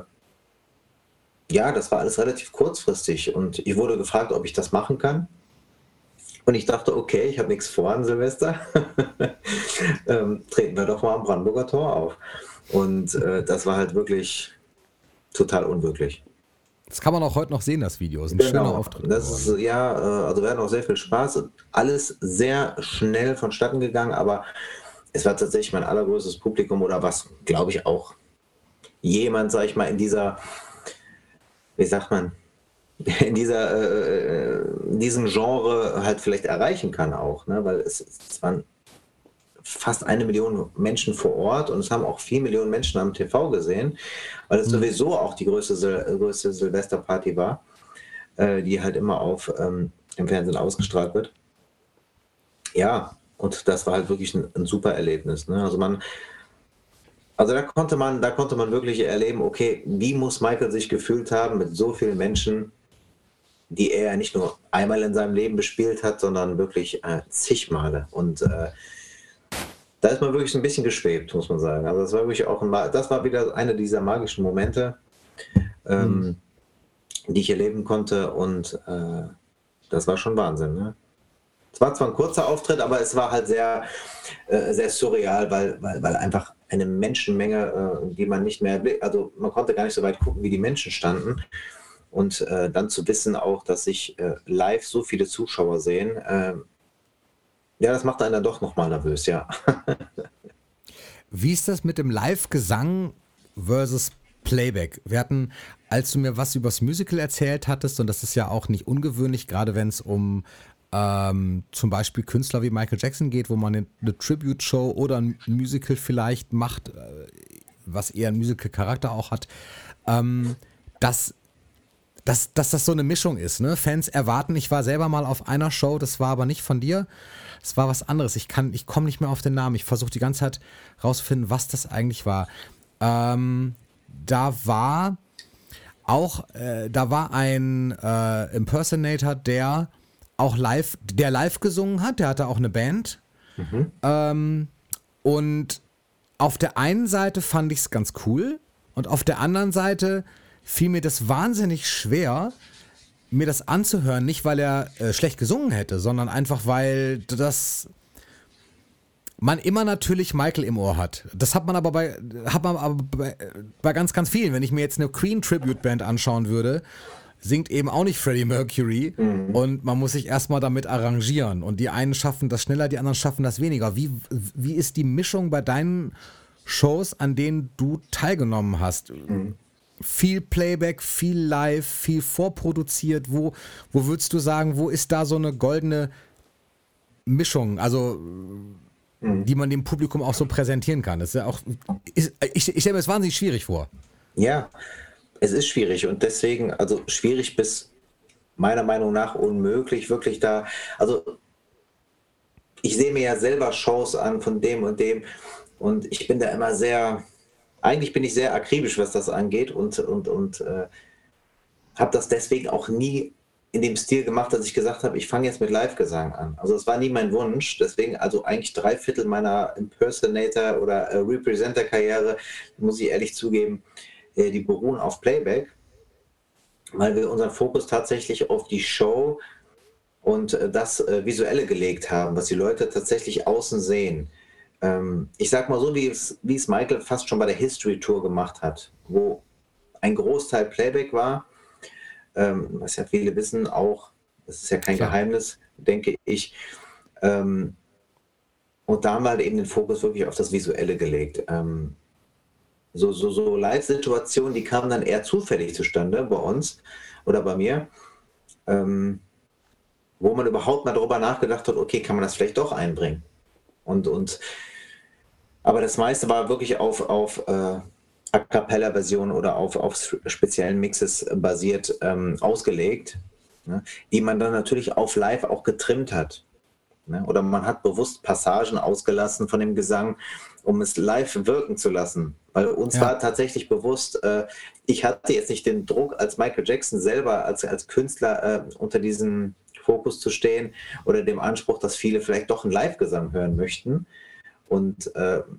das war alles relativ kurzfristig. Und ich wurde gefragt, ob ich das machen kann. Und ich dachte, okay, ich habe nichts vor an Silvester. Treten wir doch mal am Brandenburger Tor auf. Und das war halt wirklich total unwirklich. Das kann man auch heute noch sehen, das Video. Das ist ein schöner Auftritt. Das ist, also wir hatten auch sehr viel Spaß. Alles sehr schnell vonstatten gegangen, aber es war tatsächlich mein allergrößtes Publikum oder was, glaube ich, auch jemand, sag ich mal, in dieser, wie sagt man, in diesem Genre halt vielleicht erreichen kann auch, ne? Weil es waren fast 1 Million Menschen vor Ort und es haben auch 4 Millionen Menschen am TV gesehen, weil es sowieso auch die größte Silvesterparty war, die halt immer im Fernsehen ausgestrahlt wird. Ja, und das war halt wirklich ein super Erlebnis. Ne? Also da konnte man wirklich erleben, okay, wie muss Michael sich gefühlt haben mit so vielen Menschen, die er nicht nur einmal in seinem Leben bespielt hat, sondern wirklich zig Male. Und da ist man wirklich so ein bisschen geschwebt, muss man sagen. Also das war wirklich auch das war wieder einer dieser magischen Momente, die ich erleben konnte. Und das war schon Wahnsinn. Ne? Es war zwar ein kurzer Auftritt, aber es war halt sehr, sehr surreal, weil einfach eine Menschenmenge, die man nicht mehr, also man konnte gar nicht so weit gucken, wie die Menschen standen. Und dann zu wissen auch, dass sich live so viele Zuschauer sehen, ja, das macht einen dann doch nochmal nervös, ja. Wie ist das mit dem Live-Gesang versus Playback. Wir hatten, als du mir was übers Musical erzählt hattest, und das ist ja auch nicht ungewöhnlich, gerade wenn es um zum Beispiel Künstler wie Michael Jackson geht, wo man eine Tribute-Show oder ein Musical vielleicht macht, was eher einen Musical-Charakter auch hat, dass das so eine Mischung ist. Ne? Fans erwarten, ich war selber mal auf einer Show, das war aber nicht von dir, das war was anderes. Ich komme nicht mehr auf den Namen, ich versuche die ganze Zeit rauszufinden, was das eigentlich war. Da war ein Impersonator, der live gesungen hat, der hatte auch eine Band. Und auf der einen Seite fand ich es ganz cool und auf der anderen Seite fiel mir das wahnsinnig schwer, mir das anzuhören, nicht weil er schlecht gesungen hätte, sondern einfach weil man immer natürlich Michael im Ohr hat. Das hat man aber bei ganz, ganz vielen. Wenn ich mir jetzt eine Queen-Tribute-Band anschauen würde, singt eben auch nicht Freddie Mercury und man muss sich erstmal damit arrangieren. Und die einen schaffen das schneller, die anderen schaffen das weniger. Wie ist die Mischung bei deinen Shows, an denen du teilgenommen hast? Viel Playback, viel Live, viel vorproduziert. Wo würdest du sagen, wo ist da so eine goldene Mischung? Also die man dem Publikum auch so präsentieren kann. Das ist ja auch, ich stelle mir das wahnsinnig schwierig vor. Ja, es ist schwierig und deswegen, also schwierig bis meiner Meinung nach unmöglich, wirklich da, also ich sehe mir ja selber Shows an von dem und ich bin da immer eigentlich bin ich sehr akribisch, was das angeht und habe das deswegen auch nie in dem Stil gemacht, dass ich gesagt habe, ich fange jetzt mit Live-Gesang an. Also es war nie mein Wunsch, deswegen also eigentlich 3/4 meiner Impersonator- oder Representer-Karriere, muss ich ehrlich zugeben, die beruhen auf Playback, weil wir unseren Fokus tatsächlich auf die Show und das Visuelle gelegt haben, was die Leute tatsächlich außen sehen. Ich sag mal so, wie es Michael fast schon bei der History Tour gemacht hat, wo ein Großteil Playback war, was ja viele wissen auch, das ist ja kein Geheimnis, denke ich. Und da haben wir halt eben den Fokus wirklich auf das Visuelle gelegt. So Live-Situationen, die kamen dann eher zufällig zustande bei uns oder bei mir, wo man überhaupt mal darüber nachgedacht hat, okay, kann man das vielleicht doch einbringen? Aber das meiste war wirklich auf A-Cappella-Versionen oder auf speziellen Mixes basiert ausgelegt, ne, die man dann natürlich auf Live auch getrimmt hat. Ne? Oder man hat bewusst Passagen ausgelassen von dem Gesang, um es live wirken zu lassen. Weil uns war tatsächlich bewusst, ich hatte jetzt nicht den Druck, als Michael Jackson selber, als Künstler unter diesem Fokus zu stehen oder dem Anspruch, dass viele vielleicht doch einen Live-Gesang hören möchten. Und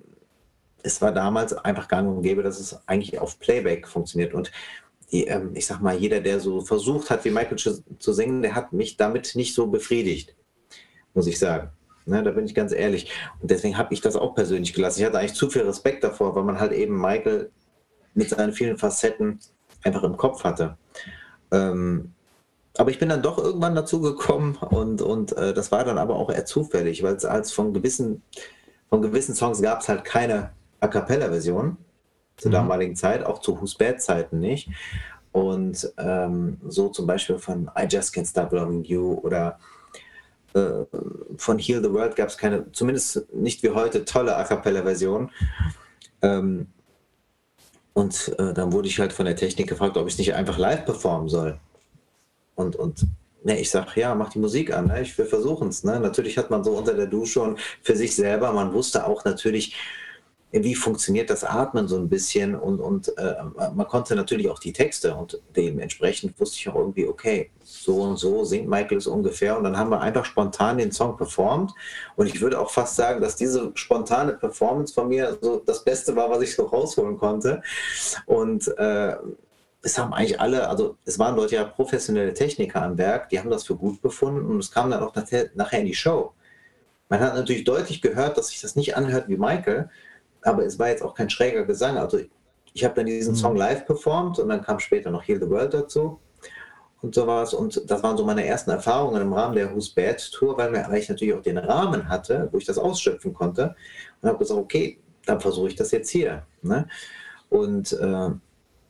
es war damals einfach gang und gäbe, dass es eigentlich auf Playback funktioniert. Und ich sag mal, jeder, der so versucht hat, wie Michael zu singen, der hat mich damit nicht so befriedigt, muss ich sagen. Ne, da bin ich ganz ehrlich. Und deswegen habe ich das auch persönlich gelassen. Ich hatte eigentlich zu viel Respekt davor, weil man halt eben Michael mit seinen vielen Facetten einfach im Kopf hatte. Aber ich bin dann doch irgendwann dazu gekommen und das war dann aber auch eher zufällig, weil es als von gewissen Songs gab es halt keine A-Cappella-Version zur damaligen Zeit, auch zu Who's Bad-Zeiten nicht. Und so zum Beispiel von I Just Can't Stop Loving You oder von Heal the World gab es keine, zumindest nicht wie heute, tolle A-Cappella-Version. Und dann wurde ich halt von der Technik gefragt, ob ich es nicht einfach live performen soll. Und ne, ich sage, ja, mach die Musik an, ne? Wir versuchen es. Ne? Natürlich hat man so unter der Dusche und für sich selber, man wusste auch natürlich, wie funktioniert das Atmen so ein bisschen und man konnte natürlich auch die Texte und dementsprechend wusste ich auch irgendwie, okay, so und so singt Michael es ungefähr und dann haben wir einfach spontan den Song performt und ich würde auch fast sagen, dass diese spontane Performance von mir so das Beste war, was ich so rausholen konnte und es haben eigentlich alle, also es waren dort ja professionelle Techniker am Werk, die haben das für gut befunden und es kam dann auch nachher in die Show. Man hat natürlich deutlich gehört, dass sich das nicht anhört wie Michael, aber es war jetzt auch kein schräger Gesang. Also ich habe dann diesen Song live performt und dann kam später noch Heal the World dazu und sowas. Und das waren so meine ersten Erfahrungen im Rahmen der Who's Bad Tour, weil ich natürlich auch den Rahmen hatte, wo ich das ausschöpfen konnte. Und habe gesagt, okay, dann versuche ich das jetzt hier. Ne? Und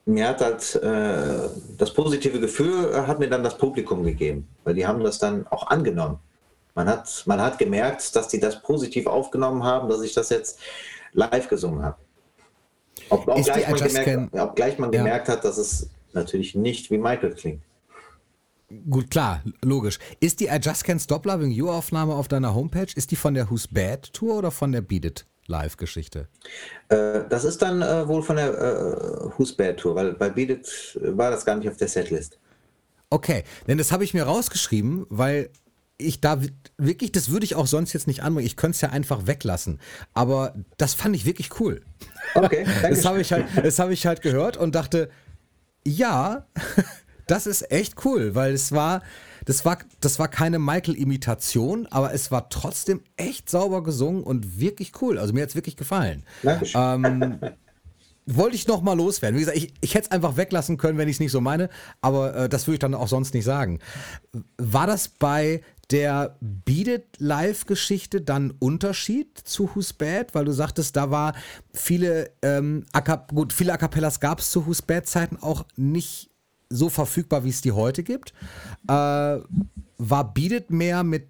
mir hat halt das positive Gefühl hat mir dann das Publikum gegeben, weil die haben das dann auch angenommen. Man hat gemerkt, dass die das positiv aufgenommen haben, dass ich das jetzt live gesungen habe. Ist die I Just Can, Obgleich man gemerkt hat, dass es natürlich nicht wie Michael klingt. gut, klar, logisch. Ist die I Just Can't Stop Loving You Aufnahme auf deiner Homepage, ist die von der Who's Bad Tour oder von der Beat It Live-Geschichte? Das ist dann wohl von der Who's Bad Tour, weil bei Beat It war das gar nicht auf der Setlist. Okay, denn das habe ich mir rausgeschrieben, weil ich da wirklich, das würde ich auch sonst jetzt nicht anbringen. Ich könnte es ja einfach weglassen. Aber das fand ich wirklich cool. Okay, danke. Das habe ich halt gehört und dachte, ja, das ist echt cool, weil das war keine Michael-Imitation, aber es war trotzdem echt sauber gesungen und wirklich cool. Also mir hat es wirklich gefallen. Dankeschön. Wollte ich noch mal loswerden. Wie gesagt, ich hätte es einfach weglassen können, wenn ich es nicht so meine, aber das würde ich dann auch sonst nicht sagen. War das bei der Beat It Live-Geschichte dann Unterschied zu Who's Bad? Weil du sagtest, da war viele A Cappellas gab es zu Who's Bad Zeiten auch nicht so verfügbar, wie es die heute gibt. War Beat It mehr mit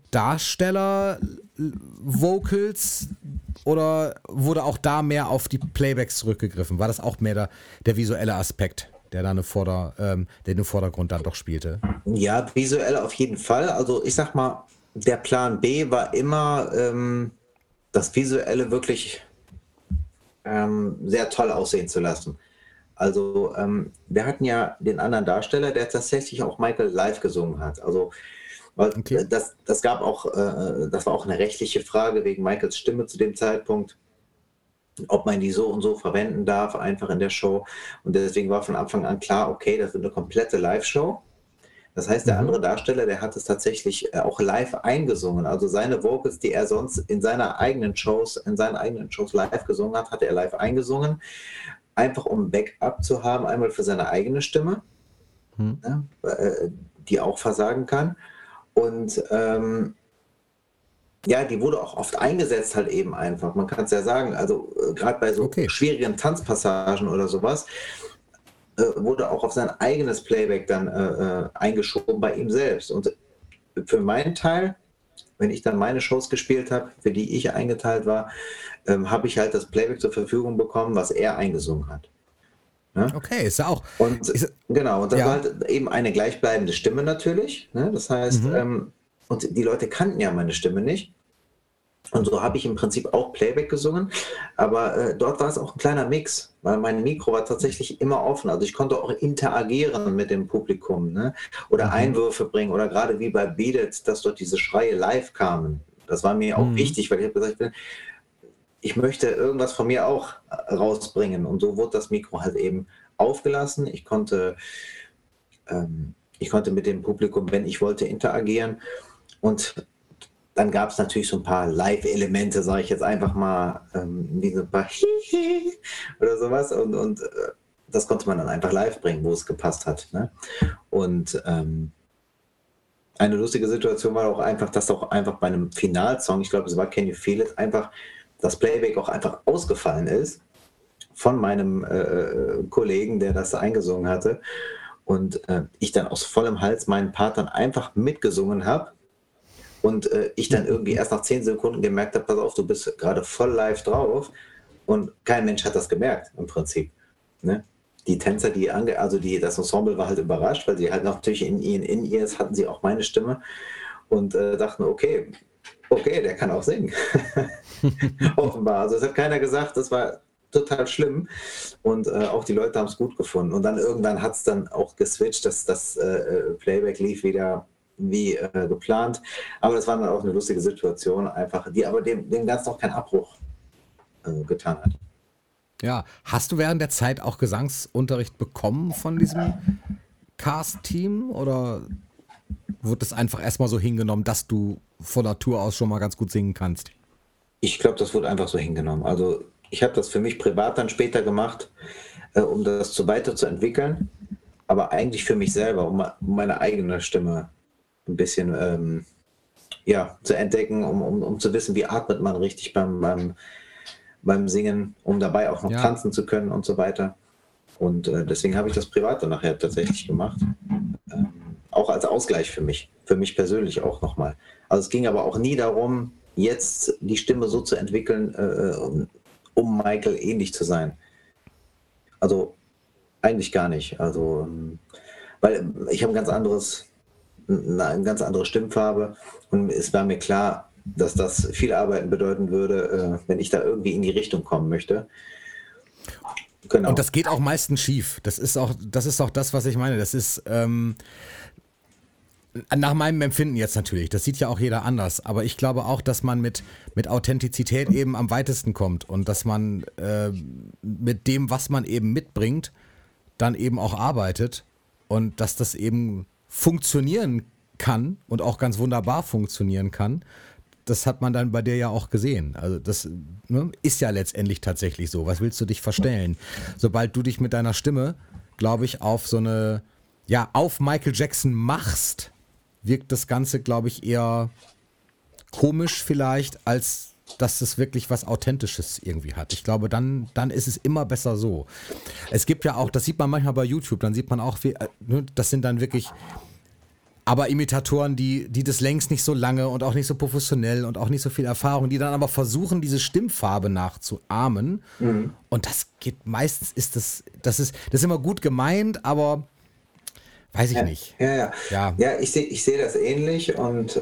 Darsteller-Vocals oder wurde auch da mehr auf die Playbacks zurückgegriffen? War das auch mehr der visuelle Aspekt, der da der den Vordergrund dann doch spielte? Ja, visuell auf jeden Fall. Also ich sag mal, der Plan B war immer, das Visuelle wirklich sehr toll aussehen zu lassen. Also wir hatten ja den anderen Darsteller, der tatsächlich auch Michael live gesungen hat. Also okay. Das war auch eine rechtliche Frage wegen Michaels Stimme zu dem Zeitpunkt, ob man die so und so verwenden darf, einfach in der Show. Und deswegen war von Anfang an klar, okay, das wird eine komplette Live-Show. Das heißt, der andere Darsteller, der hat es tatsächlich auch live eingesungen. Also seine Vocals, die er sonst in seinen eigenen Shows live gesungen hat, hat er live eingesungen. Einfach um Backup zu haben, einmal für seine eigene Stimme, die auch versagen kann. Und die wurde auch oft eingesetzt halt eben einfach. Man kann es ja sagen, also gerade bei so schwierigen Tanzpassagen oder sowas, wurde auch auf sein eigenes Playback dann eingeschoben bei ihm selbst. Und für meinen Teil, wenn ich dann meine Shows gespielt habe, für die ich eingeteilt war, habe ich halt das Playback zur Verfügung bekommen, was er eingesungen hat. Ja? Okay, ist ja auch. Und genau, und das war halt eben eine gleichbleibende Stimme natürlich. Ne? Das heißt, und die Leute kannten ja meine Stimme nicht. Und so habe ich im Prinzip auch Playback gesungen, aber dort war es auch ein kleiner Mix, weil mein Mikro war tatsächlich immer offen. Also ich konnte auch interagieren mit dem Publikum, ne? Oder Einwürfe bringen oder gerade wie bei Beat It, dass dort diese Schreie live kamen. Das war mir auch wichtig, weil ich habe gesagt, ich möchte irgendwas von mir auch rausbringen. Und so wurde das Mikro halt eben aufgelassen. Ich konnte mit dem Publikum, wenn ich wollte, interagieren. Und dann gab es natürlich so ein paar Live-Elemente, sage ich jetzt einfach mal, wie so ein paar Hihi oder sowas. Und das konnte man dann einfach live bringen, wo es gepasst hat. Ne? Und eine lustige Situation war auch einfach, dass auch einfach bei einem Finalsong, ich glaube, es war Can You Feel It, einfach das Playback auch einfach ausgefallen ist von meinem Kollegen, der das eingesungen hatte. Und ich dann aus vollem Hals meinen Part dann einfach mitgesungen habe. Und ich dann irgendwie erst nach 10 Sekunden gemerkt habe, pass auf, du bist gerade voll live drauf. Und kein Mensch hat das gemerkt im Prinzip. Ne? Die Tänzer, das Ensemble war halt überrascht, weil sie halt natürlich in ihren In-Ears hatten sie auch meine Stimme und dachten, okay, der kann auch singen. Offenbar. Also es hat keiner gesagt, das war total schlimm. Und auch die Leute haben es gut gefunden. Und dann irgendwann hat es dann auch geswitcht, dass das Playback lief wieder wie geplant. Aber das war dann auch eine lustige Situation, einfach, die aber dem Ganzen auch keinen Abbruch getan hat. Ja, hast du während der Zeit auch Gesangsunterricht bekommen von diesem Cast-Team oder wird es einfach erstmal so hingenommen, dass du von Natur aus schon mal ganz gut singen kannst? Ich glaube, das wurde einfach so hingenommen. Also ich habe das für mich privat dann später gemacht, um das weiterzuentwickeln, aber eigentlich für mich selber, um meine eigene Stimme ein bisschen zu entdecken, um zu wissen, wie atmet man richtig beim Singen, um dabei auch noch tanzen zu können und so weiter. Und deswegen habe ich das privat dann nachher tatsächlich gemacht. Auch als Ausgleich für mich persönlich auch nochmal. Also es ging aber auch nie darum, jetzt die Stimme so zu entwickeln, um Michael ähnlich zu sein. Also eigentlich gar nicht. Also, weil ich habe eine ganz andere Stimmfarbe und es war mir klar, dass das viel Arbeiten bedeuten würde, wenn ich da irgendwie in die Richtung kommen möchte. Genau. Und das geht auch meistens schief. Das ist auch das, was ich meine. Das ist nach meinem Empfinden jetzt natürlich. Das sieht ja auch jeder anders. Aber ich glaube auch, dass man mit Authentizität eben am weitesten kommt und dass man mit dem, was man eben mitbringt, dann eben auch arbeitet und dass das eben funktionieren kann und auch ganz wunderbar funktionieren kann. Das hat man dann bei dir ja auch gesehen. Also das ist ja letztendlich tatsächlich so. Was willst du dich verstellen? Sobald du dich mit deiner Stimme, glaube ich, auf auf Michael Jackson machst, wirkt das Ganze, glaube ich, eher komisch vielleicht, als dass es wirklich was Authentisches irgendwie hat. Ich glaube, dann ist es immer besser so. Es gibt ja auch, das sieht man manchmal bei YouTube, dann sieht man auch, das sind dann wirklich aber Imitatoren, die das längst nicht so lange und auch nicht so professionell und auch nicht so viel Erfahrung, die dann aber versuchen, diese Stimmfarbe nachzuahmen. Mhm. Und das geht meistens, das ist immer gut gemeint, aber weiß ich nicht. Ja, ich sehe das ähnlich und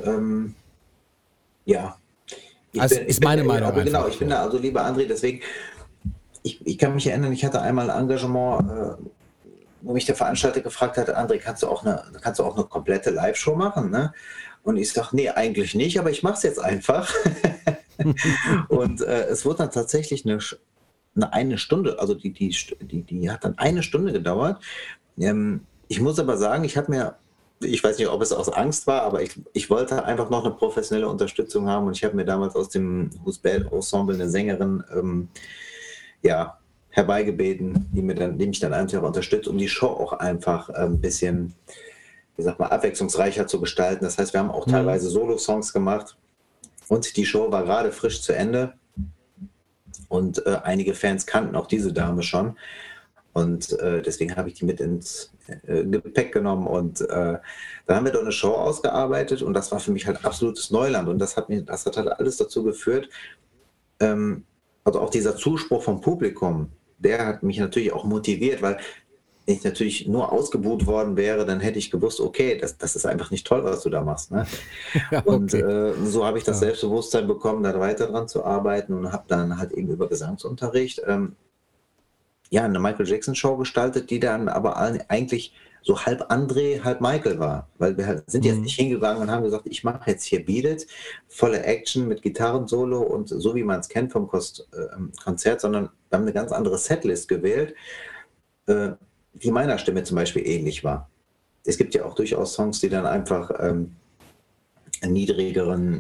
ist meine Meinung. Aber genau, ich bin da, also lieber André, deswegen, ich kann mich erinnern, ich hatte einmal ein Engagement, wo mich der Veranstalter gefragt hat, André, kannst du auch eine komplette Live-Show machen? Ne? Und ich sage, nee, eigentlich nicht, aber ich mache es jetzt einfach. Und es wurde dann tatsächlich eine Stunde, also die hat dann eine Stunde gedauert. Ich muss aber sagen, ich weiß nicht, ob es aus Angst war, aber ich wollte einfach noch eine professionelle Unterstützung haben und ich habe mir damals aus dem Who's Bad Ensemble eine Sängerin herbeigebeten, die mich dann einfach unterstützt, um die Show auch einfach ein bisschen, abwechslungsreicher zu gestalten. Das heißt, wir haben auch teilweise Solo-Songs gemacht und die Show war gerade frisch zu Ende und einige Fans kannten auch diese Dame schon und deswegen habe ich die mit ins Gepäck genommen und dann haben wir da eine Show ausgearbeitet und das war für mich halt absolutes Neuland und das hat halt alles dazu geführt, also auch dieser Zuspruch vom Publikum, der hat mich natürlich auch motiviert, weil wenn ich natürlich nur ausgebuht worden wäre, dann hätte ich gewusst, okay, das ist einfach nicht toll, was du da machst. Ne? Ja, okay. Und so habe ich das Selbstbewusstsein bekommen, da weiter dran zu arbeiten und habe dann halt eben über Gesangsunterricht eine Michael Jackson Show gestaltet, die dann aber eigentlich so halb André, halb Michael war. Weil wir sind jetzt nicht hingegangen und haben gesagt, ich mache jetzt hier Beat It, volle Action mit Gitarrensolo und so wie man es kennt vom Konzert, sondern wir haben eine ganz andere Setlist gewählt, die meiner Stimme zum Beispiel ähnlich war. Es gibt ja auch durchaus Songs, die dann einfach einen niedrigeren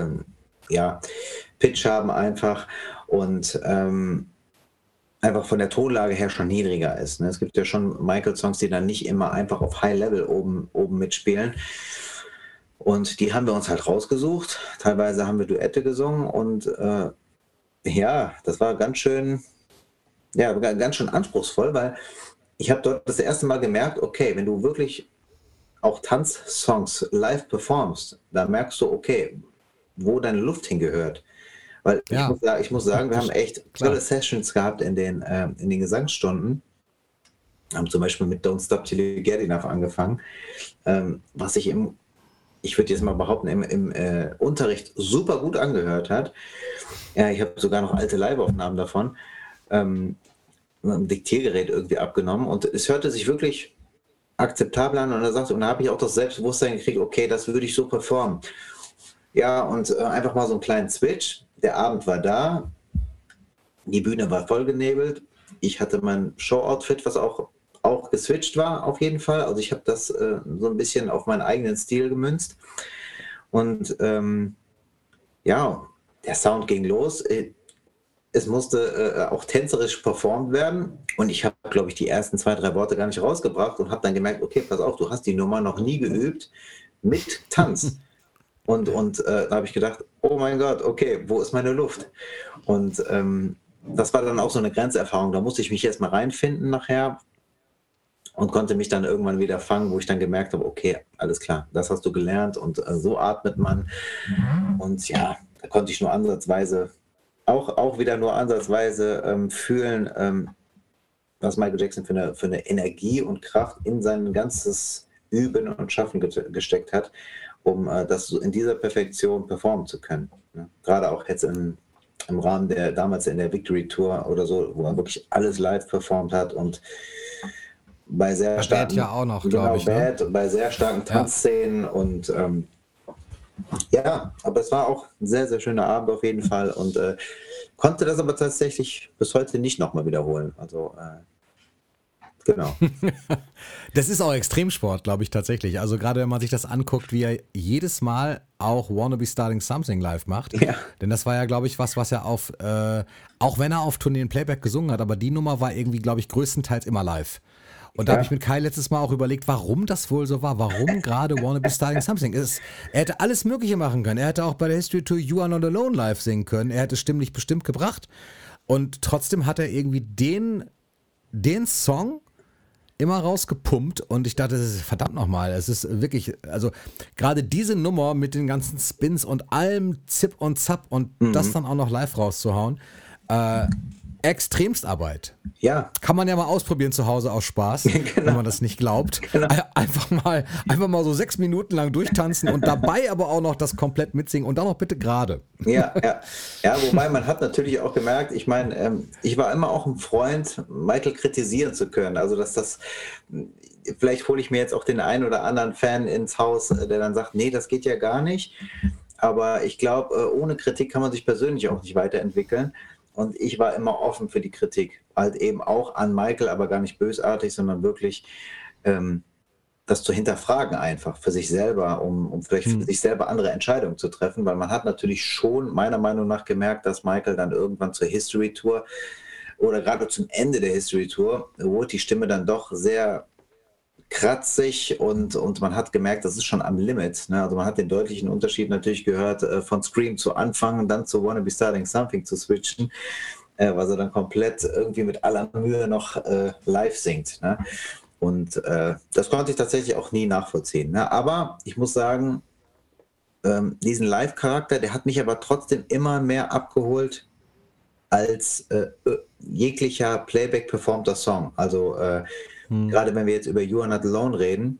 Pitch haben einfach und einfach von der Tonlage her schon niedriger ist. Ne? Es gibt ja schon Michael-Songs, die dann nicht immer einfach auf High-Level oben mitspielen. Und die haben wir uns halt rausgesucht. Teilweise haben wir Duette gesungen und das war ganz schön anspruchsvoll, weil ich habe dort das erste Mal gemerkt, okay, wenn du wirklich auch Tanzsongs live performst, da merkst du, okay, wo deine Luft hingehört. Weil ich muss sagen, wir haben echt tolle Sessions gehabt in den Gesangsstunden. Haben zum Beispiel mit Don't Stop Till You Get Enough angefangen, was sich ich würde jetzt mal behaupten, im Unterricht super gut angehört hat. Ja, ich habe sogar noch alte Live-Aufnahmen davon, ein Diktiergerät irgendwie abgenommen und es hörte sich wirklich akzeptabel an und da habe ich auch das Selbstbewusstsein gekriegt, okay, das würde ich so performen. Ja, und einfach mal so einen kleinen Switch. Der Abend war da, die Bühne war vollgenebelt. Ich hatte mein Show-Outfit, was auch geswitcht war, auf jeden Fall. Also ich habe das so ein bisschen auf meinen eigenen Stil gemünzt. Und der Sound ging los. Es musste auch tänzerisch performt werden. Und ich habe, glaube ich, die ersten 2, 3 Worte gar nicht rausgebracht und habe dann gemerkt, okay, pass auf, du hast die Nummer noch nie geübt mit Tanz. Und da habe ich gedacht, oh mein Gott, okay, wo ist meine Luft? Und das war dann auch so eine Grenzerfahrung. Da musste ich mich erstmal reinfinden nachher und konnte mich dann irgendwann wieder fangen, wo ich dann gemerkt habe, okay, alles klar, das hast du gelernt und so atmet man. Und ja, da konnte ich nur ansatzweise, auch wieder nur ansatzweise fühlen, was Michael Jackson für eine Energie und Kraft in sein ganzes Üben und Schaffen gesteckt hat, um das so in dieser Perfektion performen zu können. Ne? Gerade auch jetzt im Rahmen damals in der Victory Tour oder so, wo er wirklich alles live performt hat und bei sehr Bei starken, Bad ja auch noch, glaube ich. Bad, ne? Bei sehr starken Tanzszenen und ja, aber es war auch ein sehr, sehr schöner Abend auf jeden Fall und konnte das aber tatsächlich bis heute nicht nochmal wiederholen. Also genau. Das ist auch Extremsport, glaube ich, tatsächlich. Also gerade wenn man sich das anguckt, wie er jedes Mal auch Wanna Be Starting Something live macht. Ja. Denn das war ja, glaube ich, was er auch wenn er auf Tourneen Playback gesungen hat, aber die Nummer war irgendwie, glaube ich, größtenteils immer live. Und da habe ich mit Kai letztes Mal auch überlegt, warum das wohl so war. Warum gerade Wanna Be Starting Something? Er hätte alles Mögliche machen können. Er hätte auch bei der History Tour You Are Not Alone live singen können. Er hätte stimmlich bestimmt gebracht. Und trotzdem hat er irgendwie den Song immer rausgepumpt und ich dachte, das ist verdammt nochmal, es ist wirklich, also gerade diese Nummer mit den ganzen Spins und allem Zip und Zap und das dann auch noch live rauszuhauen, Extremstarbeit. Ja. Kann man ja mal ausprobieren zu Hause aus Spaß, wenn man das nicht glaubt. Genau. Einfach mal so 6 Minuten lang durchtanzen und dabei aber auch noch das komplett mitsingen und dann noch bitte gerade. Ja, wobei man hat natürlich auch gemerkt, ich meine, ich war immer auch ein Freund, Michael kritisieren zu können. Also vielleicht hole ich mir jetzt auch den einen oder anderen Fan ins Haus, der dann sagt, nee, das geht ja gar nicht. Aber ich glaube, ohne Kritik kann man sich persönlich auch nicht weiterentwickeln. Und ich war immer offen für die Kritik. Halt eben auch an Michael, aber gar nicht bösartig, sondern wirklich das zu hinterfragen einfach für sich selber, um vielleicht für sich selber andere Entscheidungen zu treffen. Weil man hat natürlich schon meiner Meinung nach gemerkt, dass Michael dann irgendwann zur History Tour oder gerade zum Ende der History Tour wurde die Stimme dann doch sehr kratzig und man hat gemerkt, das ist schon am Limit. Ne? Also man hat den deutlichen Unterschied natürlich gehört, von Scream zu Anfang und dann zu Wanna Be Starting Something zu switchen, was er dann komplett irgendwie mit aller Mühe noch live singt. Ne? Und das konnte ich tatsächlich auch nie nachvollziehen. Ne? Aber ich muss sagen, diesen Live-Charakter, der hat mich aber trotzdem immer mehr abgeholt als jeglicher Playback-performter Song. Also gerade wenn wir jetzt über You Are Not Alone reden,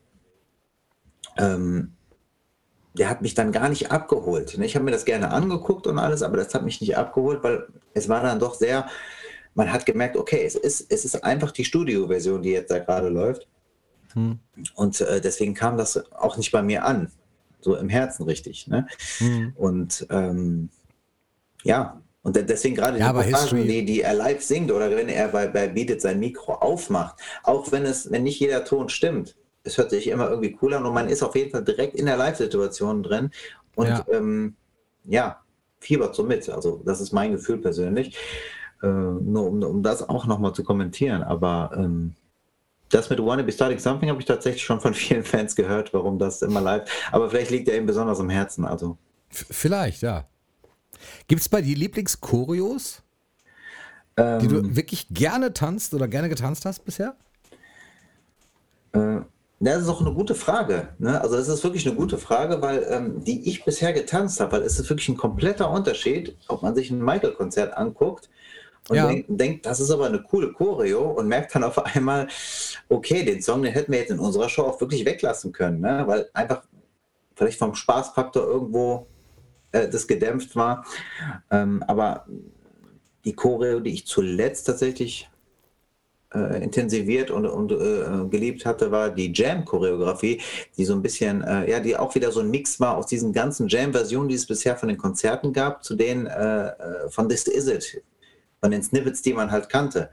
der hat mich dann gar nicht abgeholt. Ich habe mir das gerne angeguckt und alles, aber das hat mich nicht abgeholt, weil es war dann doch sehr, man hat gemerkt, okay, es ist einfach die Studio-Version, die jetzt da gerade läuft. Und deswegen kam das auch nicht bei mir an, so im Herzen richtig. Ne? Und ja, und deswegen gerade die Passagen, die er live singt oder wenn er bei Beat It sein Mikro aufmacht, auch wenn nicht jeder Ton stimmt, es hört sich immer irgendwie cool an und man ist auf jeden Fall direkt in der Live-Situation drin und fiebert so mit. Also das ist mein Gefühl persönlich. Nur um das auch nochmal zu kommentieren, aber das mit Wanna Be Starting Something habe ich tatsächlich schon von vielen Fans gehört, warum das immer live, aber vielleicht liegt er ihm besonders am Herzen. Also. Vielleicht, ja. Gibt es bei dir Lieblings-Choreos, die du wirklich gerne tanzt oder gerne getanzt hast bisher? Das ist auch eine gute Frage. Ne? Also es ist wirklich eine gute Frage, weil die ich bisher getanzt habe, weil es ist wirklich ein kompletter Unterschied, ob man sich ein Michael-Konzert anguckt und denkt, das ist aber eine coole Choreo und merkt dann auf einmal, okay, den Song, den hätten wir jetzt in unserer Show auch wirklich weglassen können, ne? Weil einfach vielleicht vom Spaßfaktor irgendwo das gedämpft war. Aber die Choreo, die ich zuletzt tatsächlich intensiviert und geliebt hatte, war die Jam-Choreografie, die so ein bisschen, die auch wieder so ein Mix war aus diesen ganzen Jam-Versionen, die es bisher von den Konzerten gab, zu denen von This Is It, von den Snippets, die man halt kannte.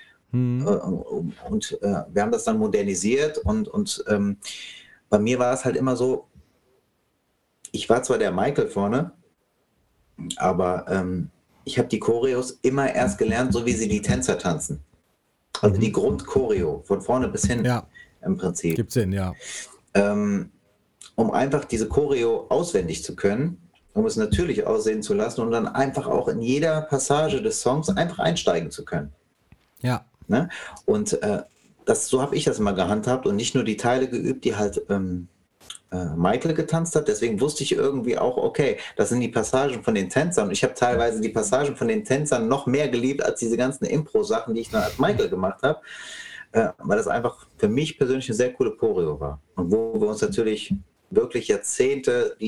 Und wir haben das dann modernisiert und bei mir war es halt immer so, ich war zwar der Michael vorne, aber ich habe die Choreos immer erst gelernt, so wie sie die Tänzer tanzen. Also die Grundchoreo, von vorne bis hin im Prinzip. Gibt Sinn, ja. Um einfach diese Choreo auswendig zu können um es natürlich aussehen zu lassen und dann einfach auch in jeder Passage des Songs einfach einsteigen zu können. Ja. Ne? Und so habe ich das immer gehandhabt und nicht nur die Teile geübt, die halt Michael getanzt hat. Deswegen wusste ich irgendwie auch, okay, das sind die Passagen von den Tänzern. Und ich habe teilweise die Passagen von den Tänzern noch mehr geliebt als diese ganzen Impro-Sachen, die ich dann als Michael gemacht habe, weil das einfach für mich persönlich eine sehr coole Choreo war. Und wo wir uns natürlich wirklich Jahrzehnte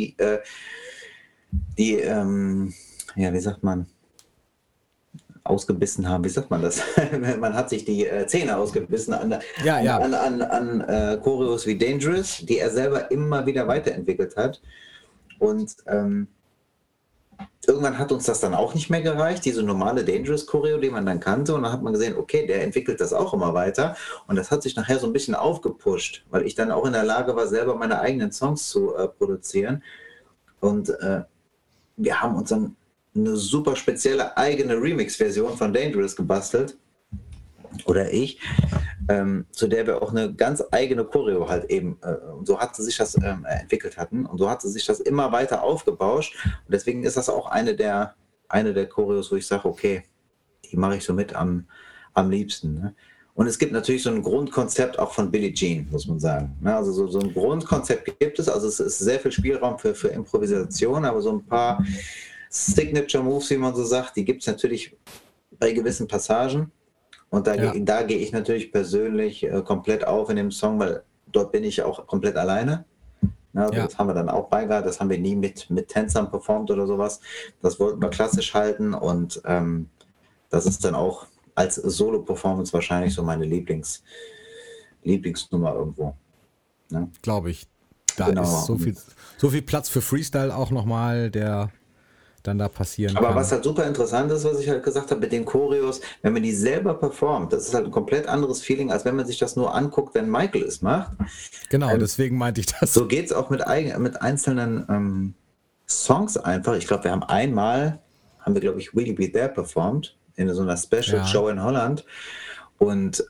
wie sagt man, ausgebissen haben, wie sagt man das? Man hat sich die Zähne ausgebissen an Choreos wie Dangerous, die er selber immer wieder weiterentwickelt hat. Und irgendwann hat uns das dann auch nicht mehr gereicht, diese normale Dangerous-Choreo, die man dann kannte. Und dann hat man gesehen, okay, der entwickelt das auch immer weiter. Und das hat sich nachher so ein bisschen aufgepusht, weil ich dann auch in der Lage war, selber meine eigenen Songs zu produzieren. Und wir haben uns dann eine super spezielle eigene Remix-Version von Dangerous gebastelt, oder ich, zu der wir auch eine ganz eigene Choreo halt eben, und so hatte sich das entwickelt hatten und so hatte sich das immer weiter aufgebauscht und deswegen ist das auch eine der Choreos, wo ich sage, okay, die mache ich so mit am liebsten. Ne? Und es gibt natürlich so ein Grundkonzept auch von Billie Jean, muss man sagen. Ne? Also so ein Grundkonzept gibt es, also es ist sehr viel Spielraum für Improvisation, aber so ein paar Signature Moves, wie man so sagt, die gibt es natürlich bei gewissen Passagen. Und da gehe ich natürlich persönlich komplett auf in dem Song, weil dort bin ich auch komplett alleine. Also das haben wir dann auch beigehabt, das haben wir nie mit Tänzern performt oder sowas. Das wollten wir klassisch halten und das ist dann auch als Solo-Performance wahrscheinlich so meine Lieblingsnummer irgendwo. Ne? Glaube ich. Da ist so viel Platz für Freestyle auch nochmal, der dann da passieren kann. Aber was halt super interessant ist, was ich halt gesagt habe mit den Choreos, wenn man die selber performt, das ist halt ein komplett anderes Feeling, als wenn man sich das nur anguckt, wenn Michael es macht. Genau, deswegen meinte ich das. So geht es auch mit einzelnen Songs einfach. Ich glaube, wir haben glaube ich, Will You Be There performt in so einer Special-Show in Holland. Und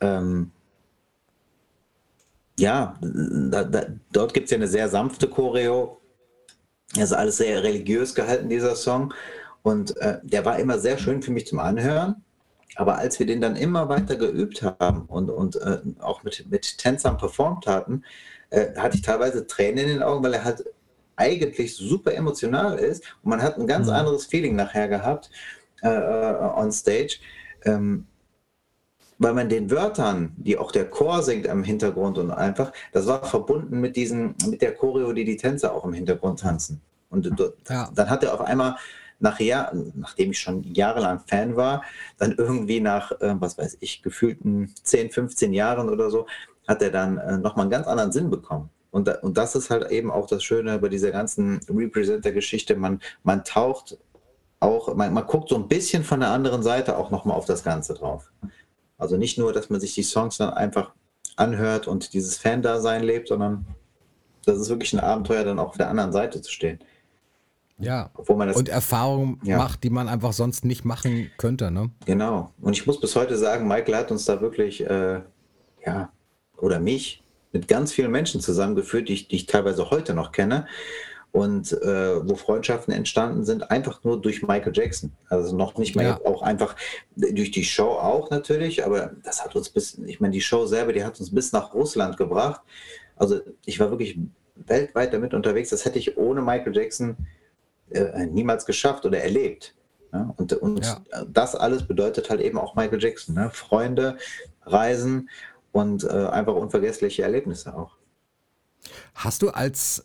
dort gibt es ja eine sehr sanfte Choreo. Das ist alles sehr religiös gehalten, dieser Song. Und der war immer sehr schön für mich zum Anhören. Aber als wir den dann immer weiter geübt haben und auch mit Tänzern performt hatten, hatte ich teilweise Tränen in den Augen, weil er halt eigentlich super emotional ist. Und man hat ein ganz anderes Feeling nachher gehabt on stage. Weil man den Wörtern, die auch der Chor singt im Hintergrund und einfach, das war verbunden mit der Choreo, die Tänzer auch im Hintergrund tanzen. Und dann hat er auf einmal nachdem ich schon jahrelang Fan war, dann irgendwie nach, gefühlten 10, 15 Jahren oder so, hat er dann nochmal einen ganz anderen Sinn bekommen. Und das ist halt eben auch das Schöne bei dieser ganzen Representer-Geschichte. Man taucht auch, man guckt so ein bisschen von der anderen Seite auch nochmal auf das Ganze drauf. Also nicht nur, dass man sich die Songs dann einfach anhört und dieses Fan-Dasein lebt, sondern das ist wirklich ein Abenteuer, dann auch auf der anderen Seite zu stehen. Ja, und Erfahrungen macht, die man einfach sonst nicht machen könnte. Ne? Genau. Und ich muss bis heute sagen, Michael hat uns da wirklich, oder mich, mit ganz vielen Menschen zusammengeführt, die ich teilweise heute noch kenne. Und wo Freundschaften entstanden sind, einfach nur durch Michael Jackson. Also noch nicht mal jetzt auch einfach durch die Show auch natürlich, aber das hat uns die Show selber, die hat uns bis nach Russland gebracht. Also ich war wirklich weltweit damit unterwegs, das hätte ich ohne Michael Jackson niemals geschafft oder erlebt. Ja? Und das alles bedeutet halt eben auch Michael Jackson. Ne? Freunde, Reisen und einfach unvergessliche Erlebnisse auch. Hast du als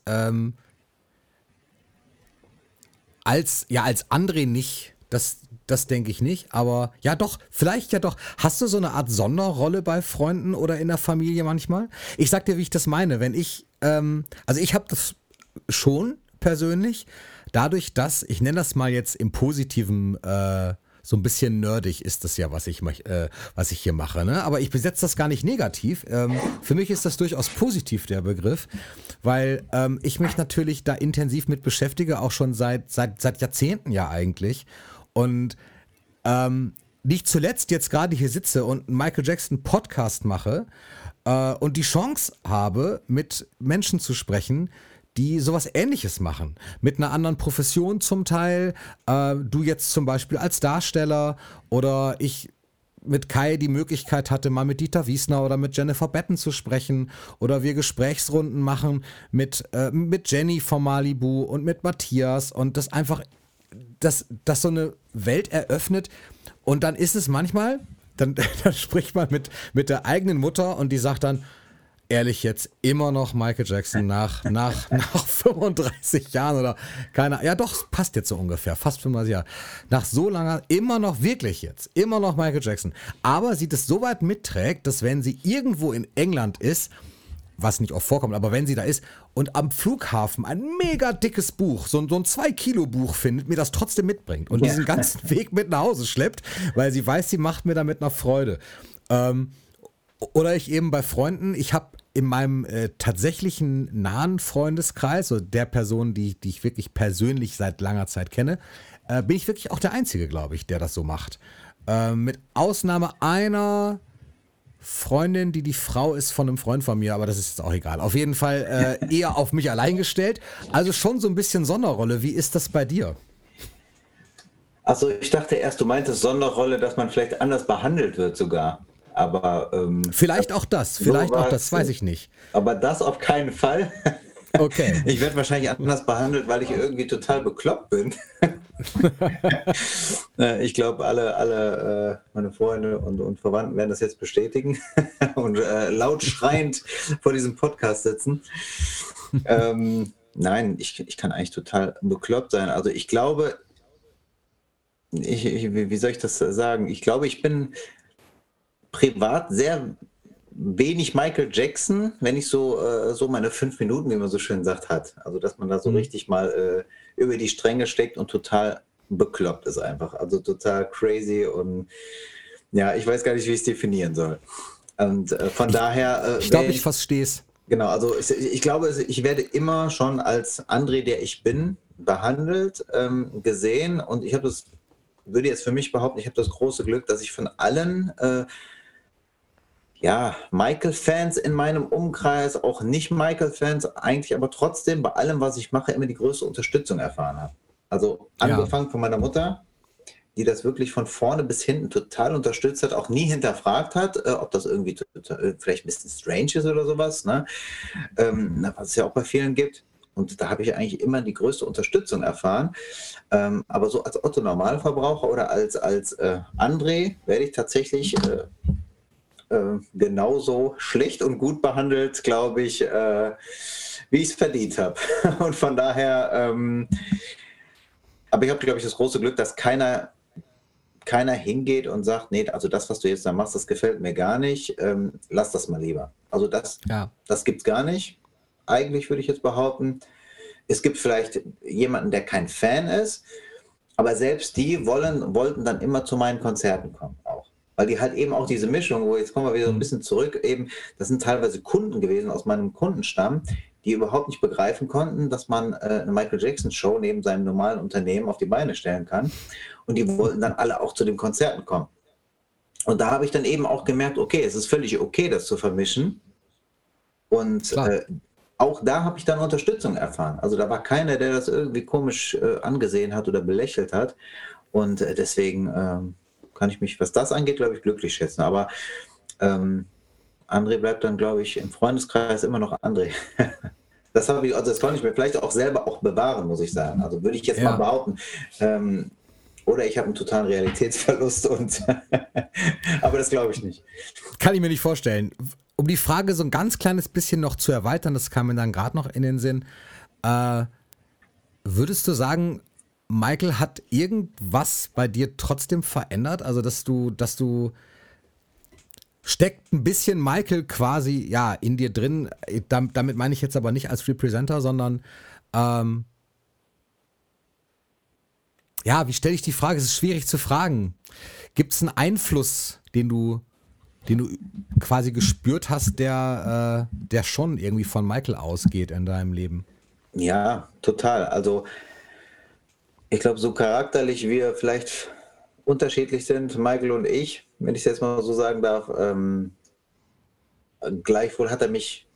André nicht, das denke ich nicht, aber vielleicht ja doch. Hast du so eine Art Sonderrolle bei Freunden oder in der Familie manchmal? Ich sag dir, wie ich das meine. Wenn ich habe das schon persönlich, dadurch, dass, ich nenne das mal jetzt im Positiven, so ein bisschen nerdig ist das ja, was ich hier mache. Ne? Aber ich besetze das gar nicht negativ. Für mich ist das durchaus positiv, der Begriff, weil ich mich natürlich da intensiv mit beschäftige, auch schon seit Jahrzehnten ja eigentlich. Und nicht zuletzt jetzt gerade hier sitze und einen Michael Jackson Podcast mache und die Chance habe, mit Menschen zu sprechen, die sowas Ähnliches machen. Mit einer anderen Profession zum Teil. Du jetzt zum Beispiel als Darsteller oder ich mit Kai die Möglichkeit hatte, mal mit Dieter Wiesner oder mit Jennifer Batten zu sprechen oder wir Gesprächsrunden machen mit Jenny von Malibu und mit Matthias und das einfach, das so eine Welt eröffnet und dann ist es manchmal, dann spricht man mit der eigenen Mutter und die sagt dann, ehrlich jetzt, immer noch Michael Jackson nach 35 Jahren oder keiner, ja doch, passt jetzt so ungefähr, fast 35 Jahre. Nach so langer, immer noch Michael Jackson. Aber sie das so weit mitträgt, dass wenn sie irgendwo in England ist, was nicht oft vorkommt, aber wenn sie da ist und am Flughafen ein mega dickes Buch, so ein 2-Kilo-Buch findet, mir das trotzdem mitbringt und diesen ganzen Weg mit nach Hause schleppt, weil sie weiß, sie macht mir damit eine Freude. Oder ich eben bei Freunden, ich habe in meinem tatsächlichen nahen Freundeskreis, so der Person, die ich wirklich persönlich seit langer Zeit kenne, bin ich wirklich auch der Einzige, glaube ich, der das so macht. Mit Ausnahme einer Freundin, die Frau ist von einem Freund von mir, aber das ist jetzt auch egal. Auf jeden Fall eher auf mich allein gestellt. Also schon so ein bisschen Sonderrolle. Wie ist das bei dir? Also ich dachte erst, du meintest Sonderrolle, dass man vielleicht anders behandelt wird sogar. Aber vielleicht auch das, weiß ich nicht. Aber das auf keinen Fall. Okay. Ich werde wahrscheinlich anders behandelt, weil ich irgendwie total bekloppt bin. Ich glaube, alle meine Freunde und Verwandten werden das jetzt bestätigen und laut schreiend vor diesem Podcast sitzen. Nein, ich kann eigentlich total bekloppt sein. Also ich glaube, wie soll ich das sagen? Ich glaube, ich bin privat sehr wenig Michael Jackson, wenn ich so meine 5 Minuten, wie man so schön sagt, hat. Also dass man da so richtig mal über die Stränge steckt und total bekloppt ist einfach. Also total crazy und ja, ich weiß gar nicht, wie ich es definieren soll. Und von daher... ich glaube, ich verstehe es. Genau, also ich glaube, ich werde immer schon als André, der ich bin, behandelt, gesehen und würde jetzt für mich behaupten, ich habe das große Glück, dass ich von allen Michael-Fans in meinem Umkreis, auch nicht Michael-Fans, eigentlich aber trotzdem bei allem, was ich mache, immer die größte Unterstützung erfahren habe. Also angefangen von meiner Mutter, die das wirklich von vorne bis hinten total unterstützt hat, auch nie hinterfragt hat, ob das irgendwie vielleicht ein bisschen strange ist oder sowas, ne? Was es ja auch bei vielen gibt. Und da habe ich eigentlich immer die größte Unterstützung erfahren. Aber so als Otto-Normalverbraucher oder als André werde ich tatsächlich genauso schlecht und gut behandelt, glaube ich, wie ich es verdient habe. Und von daher, aber ich habe, glaube ich, das große Glück, dass keiner hingeht und sagt, nee, also das, was du jetzt da machst, das gefällt mir gar nicht, lass das mal lieber. Also das gibt es gar nicht. Eigentlich würde ich jetzt behaupten, es gibt vielleicht jemanden, der kein Fan ist, aber selbst die wollten dann immer zu meinen Konzerten kommen auch. Weil die halt eben auch diese Mischung, wo jetzt kommen wir wieder so ein bisschen zurück, eben, das sind teilweise Kunden gewesen aus meinem Kundenstamm, die überhaupt nicht begreifen konnten, dass man eine Michael Jackson Show neben seinem normalen Unternehmen auf die Beine stellen kann. Und die wollten dann alle auch zu den Konzerten kommen. Und da habe ich dann eben auch gemerkt, okay, es ist völlig okay, das zu vermischen. Und auch da habe ich dann Unterstützung erfahren. Also da war keiner, der das irgendwie komisch angesehen hat oder belächelt hat. Und deswegen kann ich mich, was das angeht, glaube ich, glücklich schätzen. Aber André bleibt dann, glaube ich, im Freundeskreis immer noch André. Das konnte ich mir vielleicht auch selber auch bewahren, muss ich sagen. Also würde ich jetzt mal behaupten. Oder ich habe einen totalen Realitätsverlust aber das glaube ich nicht. Kann ich mir nicht vorstellen. Um die Frage so ein ganz kleines bisschen noch zu erweitern, das kam mir dann gerade noch in den Sinn, würdest du sagen, Michael hat irgendwas bei dir trotzdem verändert? Also dass du steckt ein bisschen Michael quasi in dir drin, damit meine ich jetzt aber nicht als Representer, sondern wie stelle ich die Frage? Es ist schwierig zu fragen. Gibt es einen Einfluss, den du quasi gespürt hast, der schon irgendwie von Michael ausgeht in deinem Leben? Ja, total. Also ich glaube, so charakterlich wir vielleicht unterschiedlich sind, Michael und ich, wenn ich es jetzt mal so sagen darf, gleichwohl hat er mich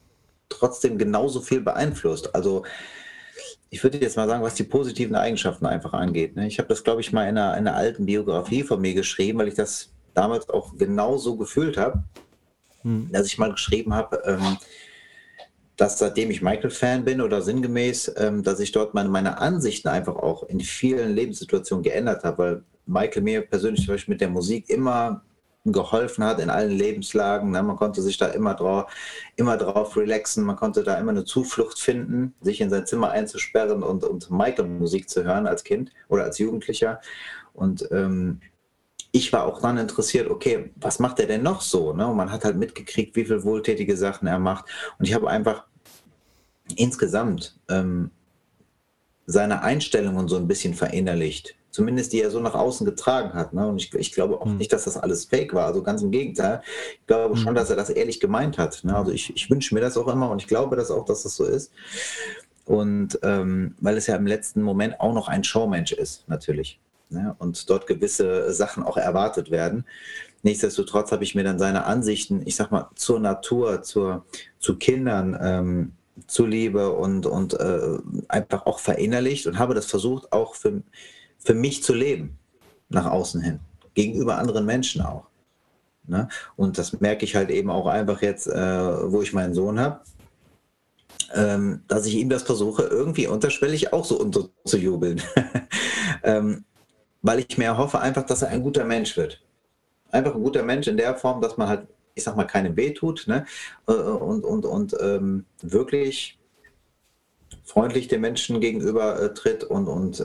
trotzdem genauso viel beeinflusst. Also ich würde jetzt mal sagen, was die positiven Eigenschaften einfach angeht. Ne? Ich habe das, glaube ich, mal in einer alten Biografie von mir geschrieben, weil ich das damals auch genauso gefühlt habe, dass ich mal geschrieben habe, dass seitdem ich Michael-Fan bin oder sinngemäß, dass ich dort meine Ansichten einfach auch in vielen Lebenssituationen geändert habe, weil Michael mir persönlich zum Beispiel mit der Musik immer geholfen hat in allen Lebenslagen. Ne? Man konnte sich da immer drauf relaxen, man konnte da immer eine Zuflucht finden, sich in sein Zimmer einzusperren und Michael-Musik zu hören als Kind oder als Jugendlicher. Und ich war auch dann interessiert, okay, was macht er denn noch so? Ne? Und man hat halt mitgekriegt, wie viel wohltätige Sachen er macht. Und ich habe einfach insgesamt seine Einstellungen so ein bisschen verinnerlicht. Zumindest die er so nach außen getragen hat. Ne? Und ich glaube auch nicht, dass das alles fake war. Also ganz im Gegenteil. Ich glaube schon, dass er das ehrlich gemeint hat. Ne? Also ich wünsche mir das auch immer und ich glaube das auch, dass das so ist. Und weil es ja im letzten Moment auch noch ein Showmensch ist, natürlich. Ne? Und dort gewisse Sachen auch erwartet werden. Nichtsdestotrotz habe ich mir dann seine Ansichten, ich sag mal, zur Natur, zu Kindern, zu Liebe und einfach auch verinnerlicht und habe das versucht, auch für mich zu leben, nach außen hin, gegenüber anderen Menschen auch. Ne? Und das merke ich halt eben auch einfach jetzt, wo ich meinen Sohn habe, dass ich ihm das versuche, irgendwie unterschwellig auch so unterzujubeln. Weil ich mir erhoffe einfach, dass er ein guter Mensch wird. Einfach ein guter Mensch in der Form, dass man halt, ich sag mal, keinem wehtut, ne? Und wirklich freundlich den Menschen gegenüber tritt und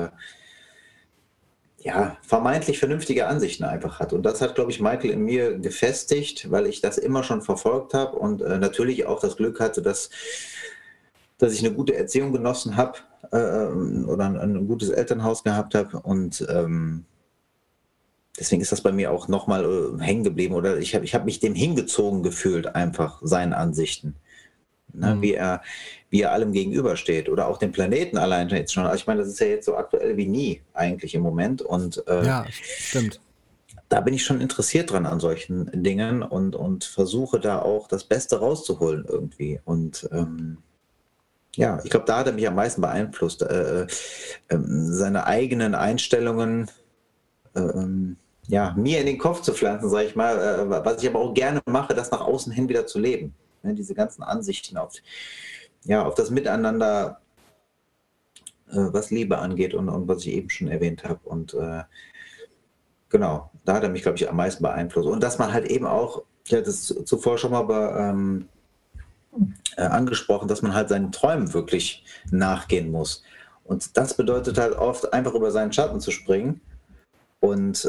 ja, vermeintlich vernünftige Ansichten einfach hat. Und das hat, glaube ich, Michael in mir gefestigt, weil ich das immer schon verfolgt habe und natürlich auch das Glück hatte, dass ich eine gute Erziehung genossen habe oder ein gutes Elternhaus gehabt habe. Und deswegen ist das bei mir auch nochmal hängen geblieben. Oder ich hab mich dem hingezogen gefühlt, einfach seinen Ansichten. Ne, wie er allem gegenübersteht oder auch dem Planeten allein jetzt schon. Also ich meine, das ist ja jetzt so aktuell wie nie eigentlich im Moment und ja, stimmt. Da bin ich schon interessiert dran an solchen Dingen und versuche da auch das Beste rauszuholen irgendwie und ja, ich glaube, da hat er mich am meisten beeinflusst, seine eigenen Einstellungen ja, mir in den Kopf zu pflanzen, sage ich mal, was ich aber auch gerne mache, das nach außen hin wieder zu leben. Ne, diese ganzen Ansichten auf das Miteinander, was Liebe angeht und was ich eben schon erwähnt habe. Und genau, da hat er mich, glaube ich, am meisten beeinflusst. Und dass man halt eben auch, ich hatte es zuvor schon mal angesprochen, dass man halt seinen Träumen wirklich nachgehen muss. Und das bedeutet halt oft, einfach über seinen Schatten zu springen und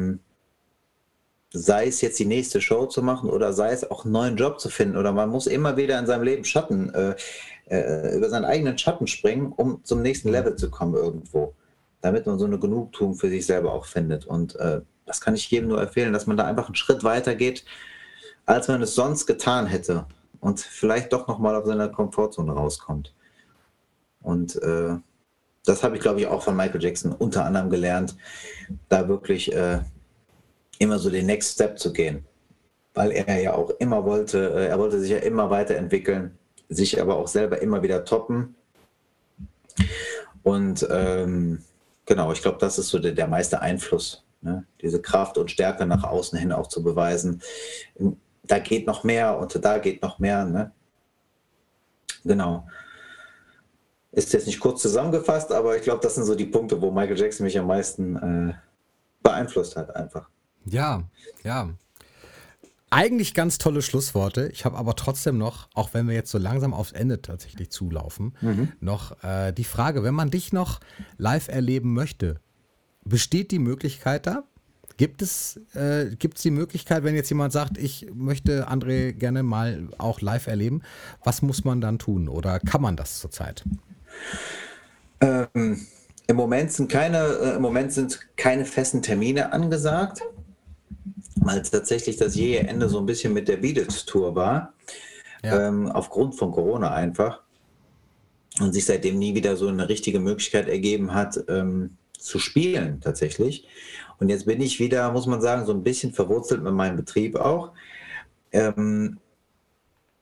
sei es jetzt die nächste Show zu machen oder sei es auch einen neuen Job zu finden oder man muss immer wieder in seinem Leben über seinen eigenen Schatten springen, um zum nächsten Level zu kommen irgendwo, damit man so eine Genugtuung für sich selber auch findet und das kann ich jedem nur empfehlen, dass man da einfach einen Schritt weiter geht, als man es sonst getan hätte und vielleicht doch nochmal auf seiner Komfortzone rauskommt und das habe ich, glaube ich, auch von Michael Jackson unter anderem gelernt, da wirklich immer so den Next Step zu gehen, weil er ja auch immer er wollte sich ja immer weiterentwickeln, sich aber auch selber immer wieder toppen und genau, ich glaube, das ist so der meiste Einfluss, ne? Diese Kraft und Stärke nach außen hin auch zu beweisen, da geht noch mehr und da geht noch mehr, ne? Genau. Ist jetzt nicht kurz zusammengefasst, aber ich glaube, das sind so die Punkte, wo Michael Jackson mich am meisten beeinflusst hat einfach. Ja, ja. Eigentlich ganz tolle Schlussworte. Ich habe aber trotzdem noch, auch wenn wir jetzt so langsam aufs Ende tatsächlich zulaufen, noch die Frage, wenn man dich noch live erleben möchte, besteht die Möglichkeit da? Gibt es die Möglichkeit, wenn jetzt jemand sagt, ich möchte André gerne mal auch live erleben, was muss man dann tun oder kann man das zurzeit? Im Moment sind keine festen Termine angesagt, weil tatsächlich das jähe Ende so ein bisschen mit der Beat It Tour war, aufgrund von Corona einfach und sich seitdem nie wieder so eine richtige Möglichkeit ergeben hat, zu spielen tatsächlich. Und jetzt bin ich wieder, muss man sagen, so ein bisschen verwurzelt mit meinem Betrieb auch, weil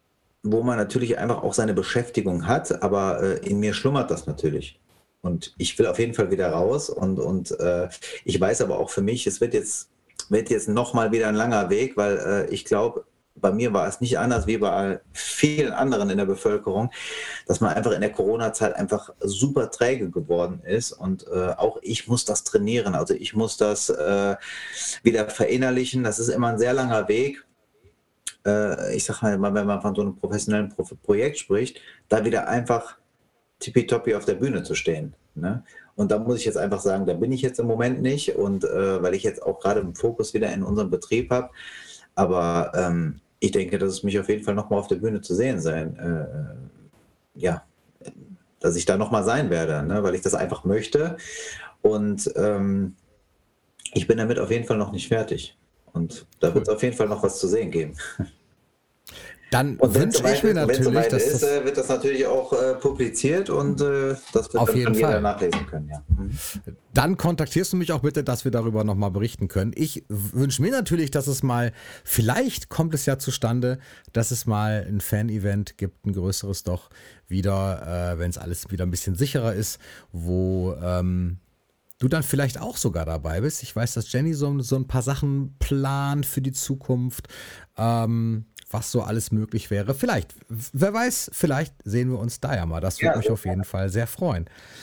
wo man natürlich einfach auch seine Beschäftigung hat, aber in mir schlummert das natürlich. Und ich will auf jeden Fall wieder raus und ich weiß aber auch für mich, es wird jetzt nochmal wieder ein langer Weg, weil ich glaube, bei mir war es nicht anders wie bei vielen anderen in der Bevölkerung, dass man einfach in der Corona-Zeit einfach super träge geworden ist und auch ich muss das trainieren, also ich muss das wieder verinnerlichen, das ist immer ein sehr langer Weg. Ich sag mal, wenn man von so einem professionellen Projekt spricht, da wieder einfach tippitoppi auf der Bühne zu stehen. Ne? Und da muss ich jetzt einfach sagen, da bin ich jetzt im Moment nicht und weil ich jetzt auch gerade im Fokus wieder in unserem Betrieb habe. Aber ich denke, dass es mich auf jeden Fall nochmal auf der Bühne zu sehen sein. Ja, dass ich da nochmal sein werde, ne? Weil ich das einfach möchte. Und ich bin damit auf jeden Fall noch nicht fertig. Und da wird es auf jeden Fall noch was zu sehen geben. Dann wünsche ich mir natürlich, dass ist, wird das natürlich auch publiziert und das wird auf jeden jeder Fall nachlesen können. Ja. Dann kontaktierst du mich auch bitte, dass wir darüber nochmal berichten können. Ich wünsche mir natürlich, dass es mal, vielleicht kommt es ja zustande, dass es mal ein Fan-Event gibt, ein größeres doch wieder, wenn es alles wieder ein bisschen sicherer ist, wo du dann vielleicht auch sogar dabei bist. Ich weiß, dass Jenny so ein paar Sachen plant für die Zukunft, was so alles möglich wäre. Vielleicht, wer weiß, vielleicht sehen wir uns da ja mal. Das würde mich auf jeden Fall sehr freuen.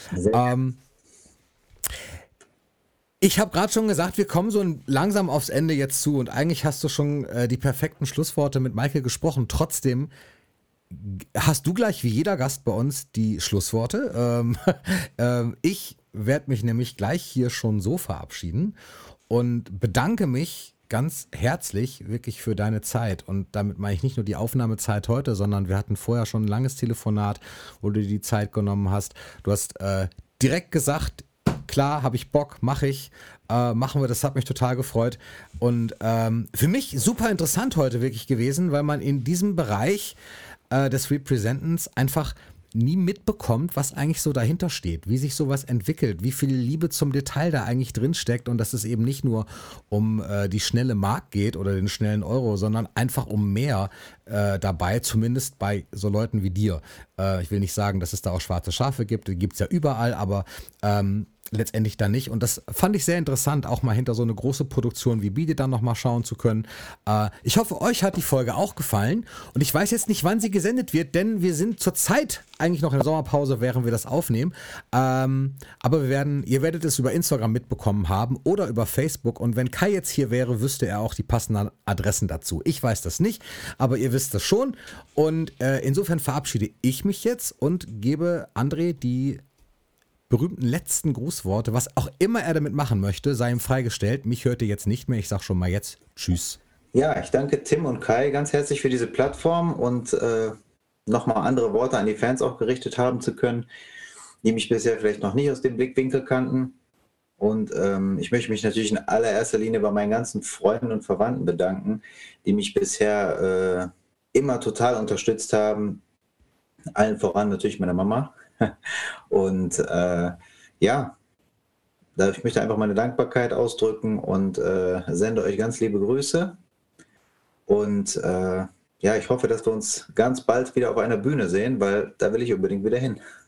Ich habe gerade schon gesagt, wir kommen so langsam aufs Ende jetzt zu und eigentlich hast du schon die perfekten Schlussworte mit Michael gesprochen. Trotzdem hast du gleich wie jeder Gast bei uns die Schlussworte. Ich werde mich nämlich gleich hier schon so verabschieden und bedanke mich ganz herzlich wirklich für deine Zeit und damit meine ich nicht nur die Aufnahmezeit heute, sondern wir hatten vorher schon ein langes Telefonat, wo du dir die Zeit genommen hast. Du hast direkt gesagt, klar, habe ich Bock, mache ich, machen wir, das hat mich total gefreut und für mich super interessant heute wirklich gewesen, weil man in diesem Bereich des Representens einfach nie mitbekommt, was eigentlich so dahinter steht, wie sich sowas entwickelt, wie viel Liebe zum Detail da eigentlich drinsteckt und dass es eben nicht nur um die schnelle Mark geht oder den schnellen Euro, sondern einfach um mehr dabei, zumindest bei so Leuten wie dir. Ich will nicht sagen, dass es da auch schwarze Schafe gibt, die gibt es ja überall, aber letztendlich dann nicht. Und das fand ich sehr interessant, auch mal hinter so eine große Produktion wie Beat It dann nochmal schauen zu können. Ich hoffe, euch hat die Folge auch gefallen. Und ich weiß jetzt nicht, wann sie gesendet wird, denn wir sind zurzeit eigentlich noch in der Sommerpause, während wir das aufnehmen. Aber ihr werdet es über Instagram mitbekommen haben oder über Facebook. Und wenn Kai jetzt hier wäre, wüsste er auch die passenden Adressen dazu. Ich weiß das nicht, aber ihr wisst das schon. Und insofern verabschiede ich mich jetzt und gebe André die berühmten letzten Grußworte, was auch immer er damit machen möchte, sei ihm freigestellt. Mich hört ihr jetzt nicht mehr. Ich sage schon mal jetzt Tschüss. Ja, ich danke Tim und Kai ganz herzlich für diese Plattform und nochmal andere Worte an die Fans auch gerichtet haben zu können, die mich bisher vielleicht noch nicht aus dem Blickwinkel kannten. Und ich möchte mich natürlich in allererster Linie bei meinen ganzen Freunden und Verwandten bedanken, die mich bisher immer total unterstützt haben. Allen voran natürlich meine Mama. Und ja, ich möchte einfach meine Dankbarkeit ausdrücken und sende euch ganz liebe Grüße. Und ja, ich hoffe, dass wir uns ganz bald wieder auf einer Bühne sehen, weil da will ich unbedingt wieder hin.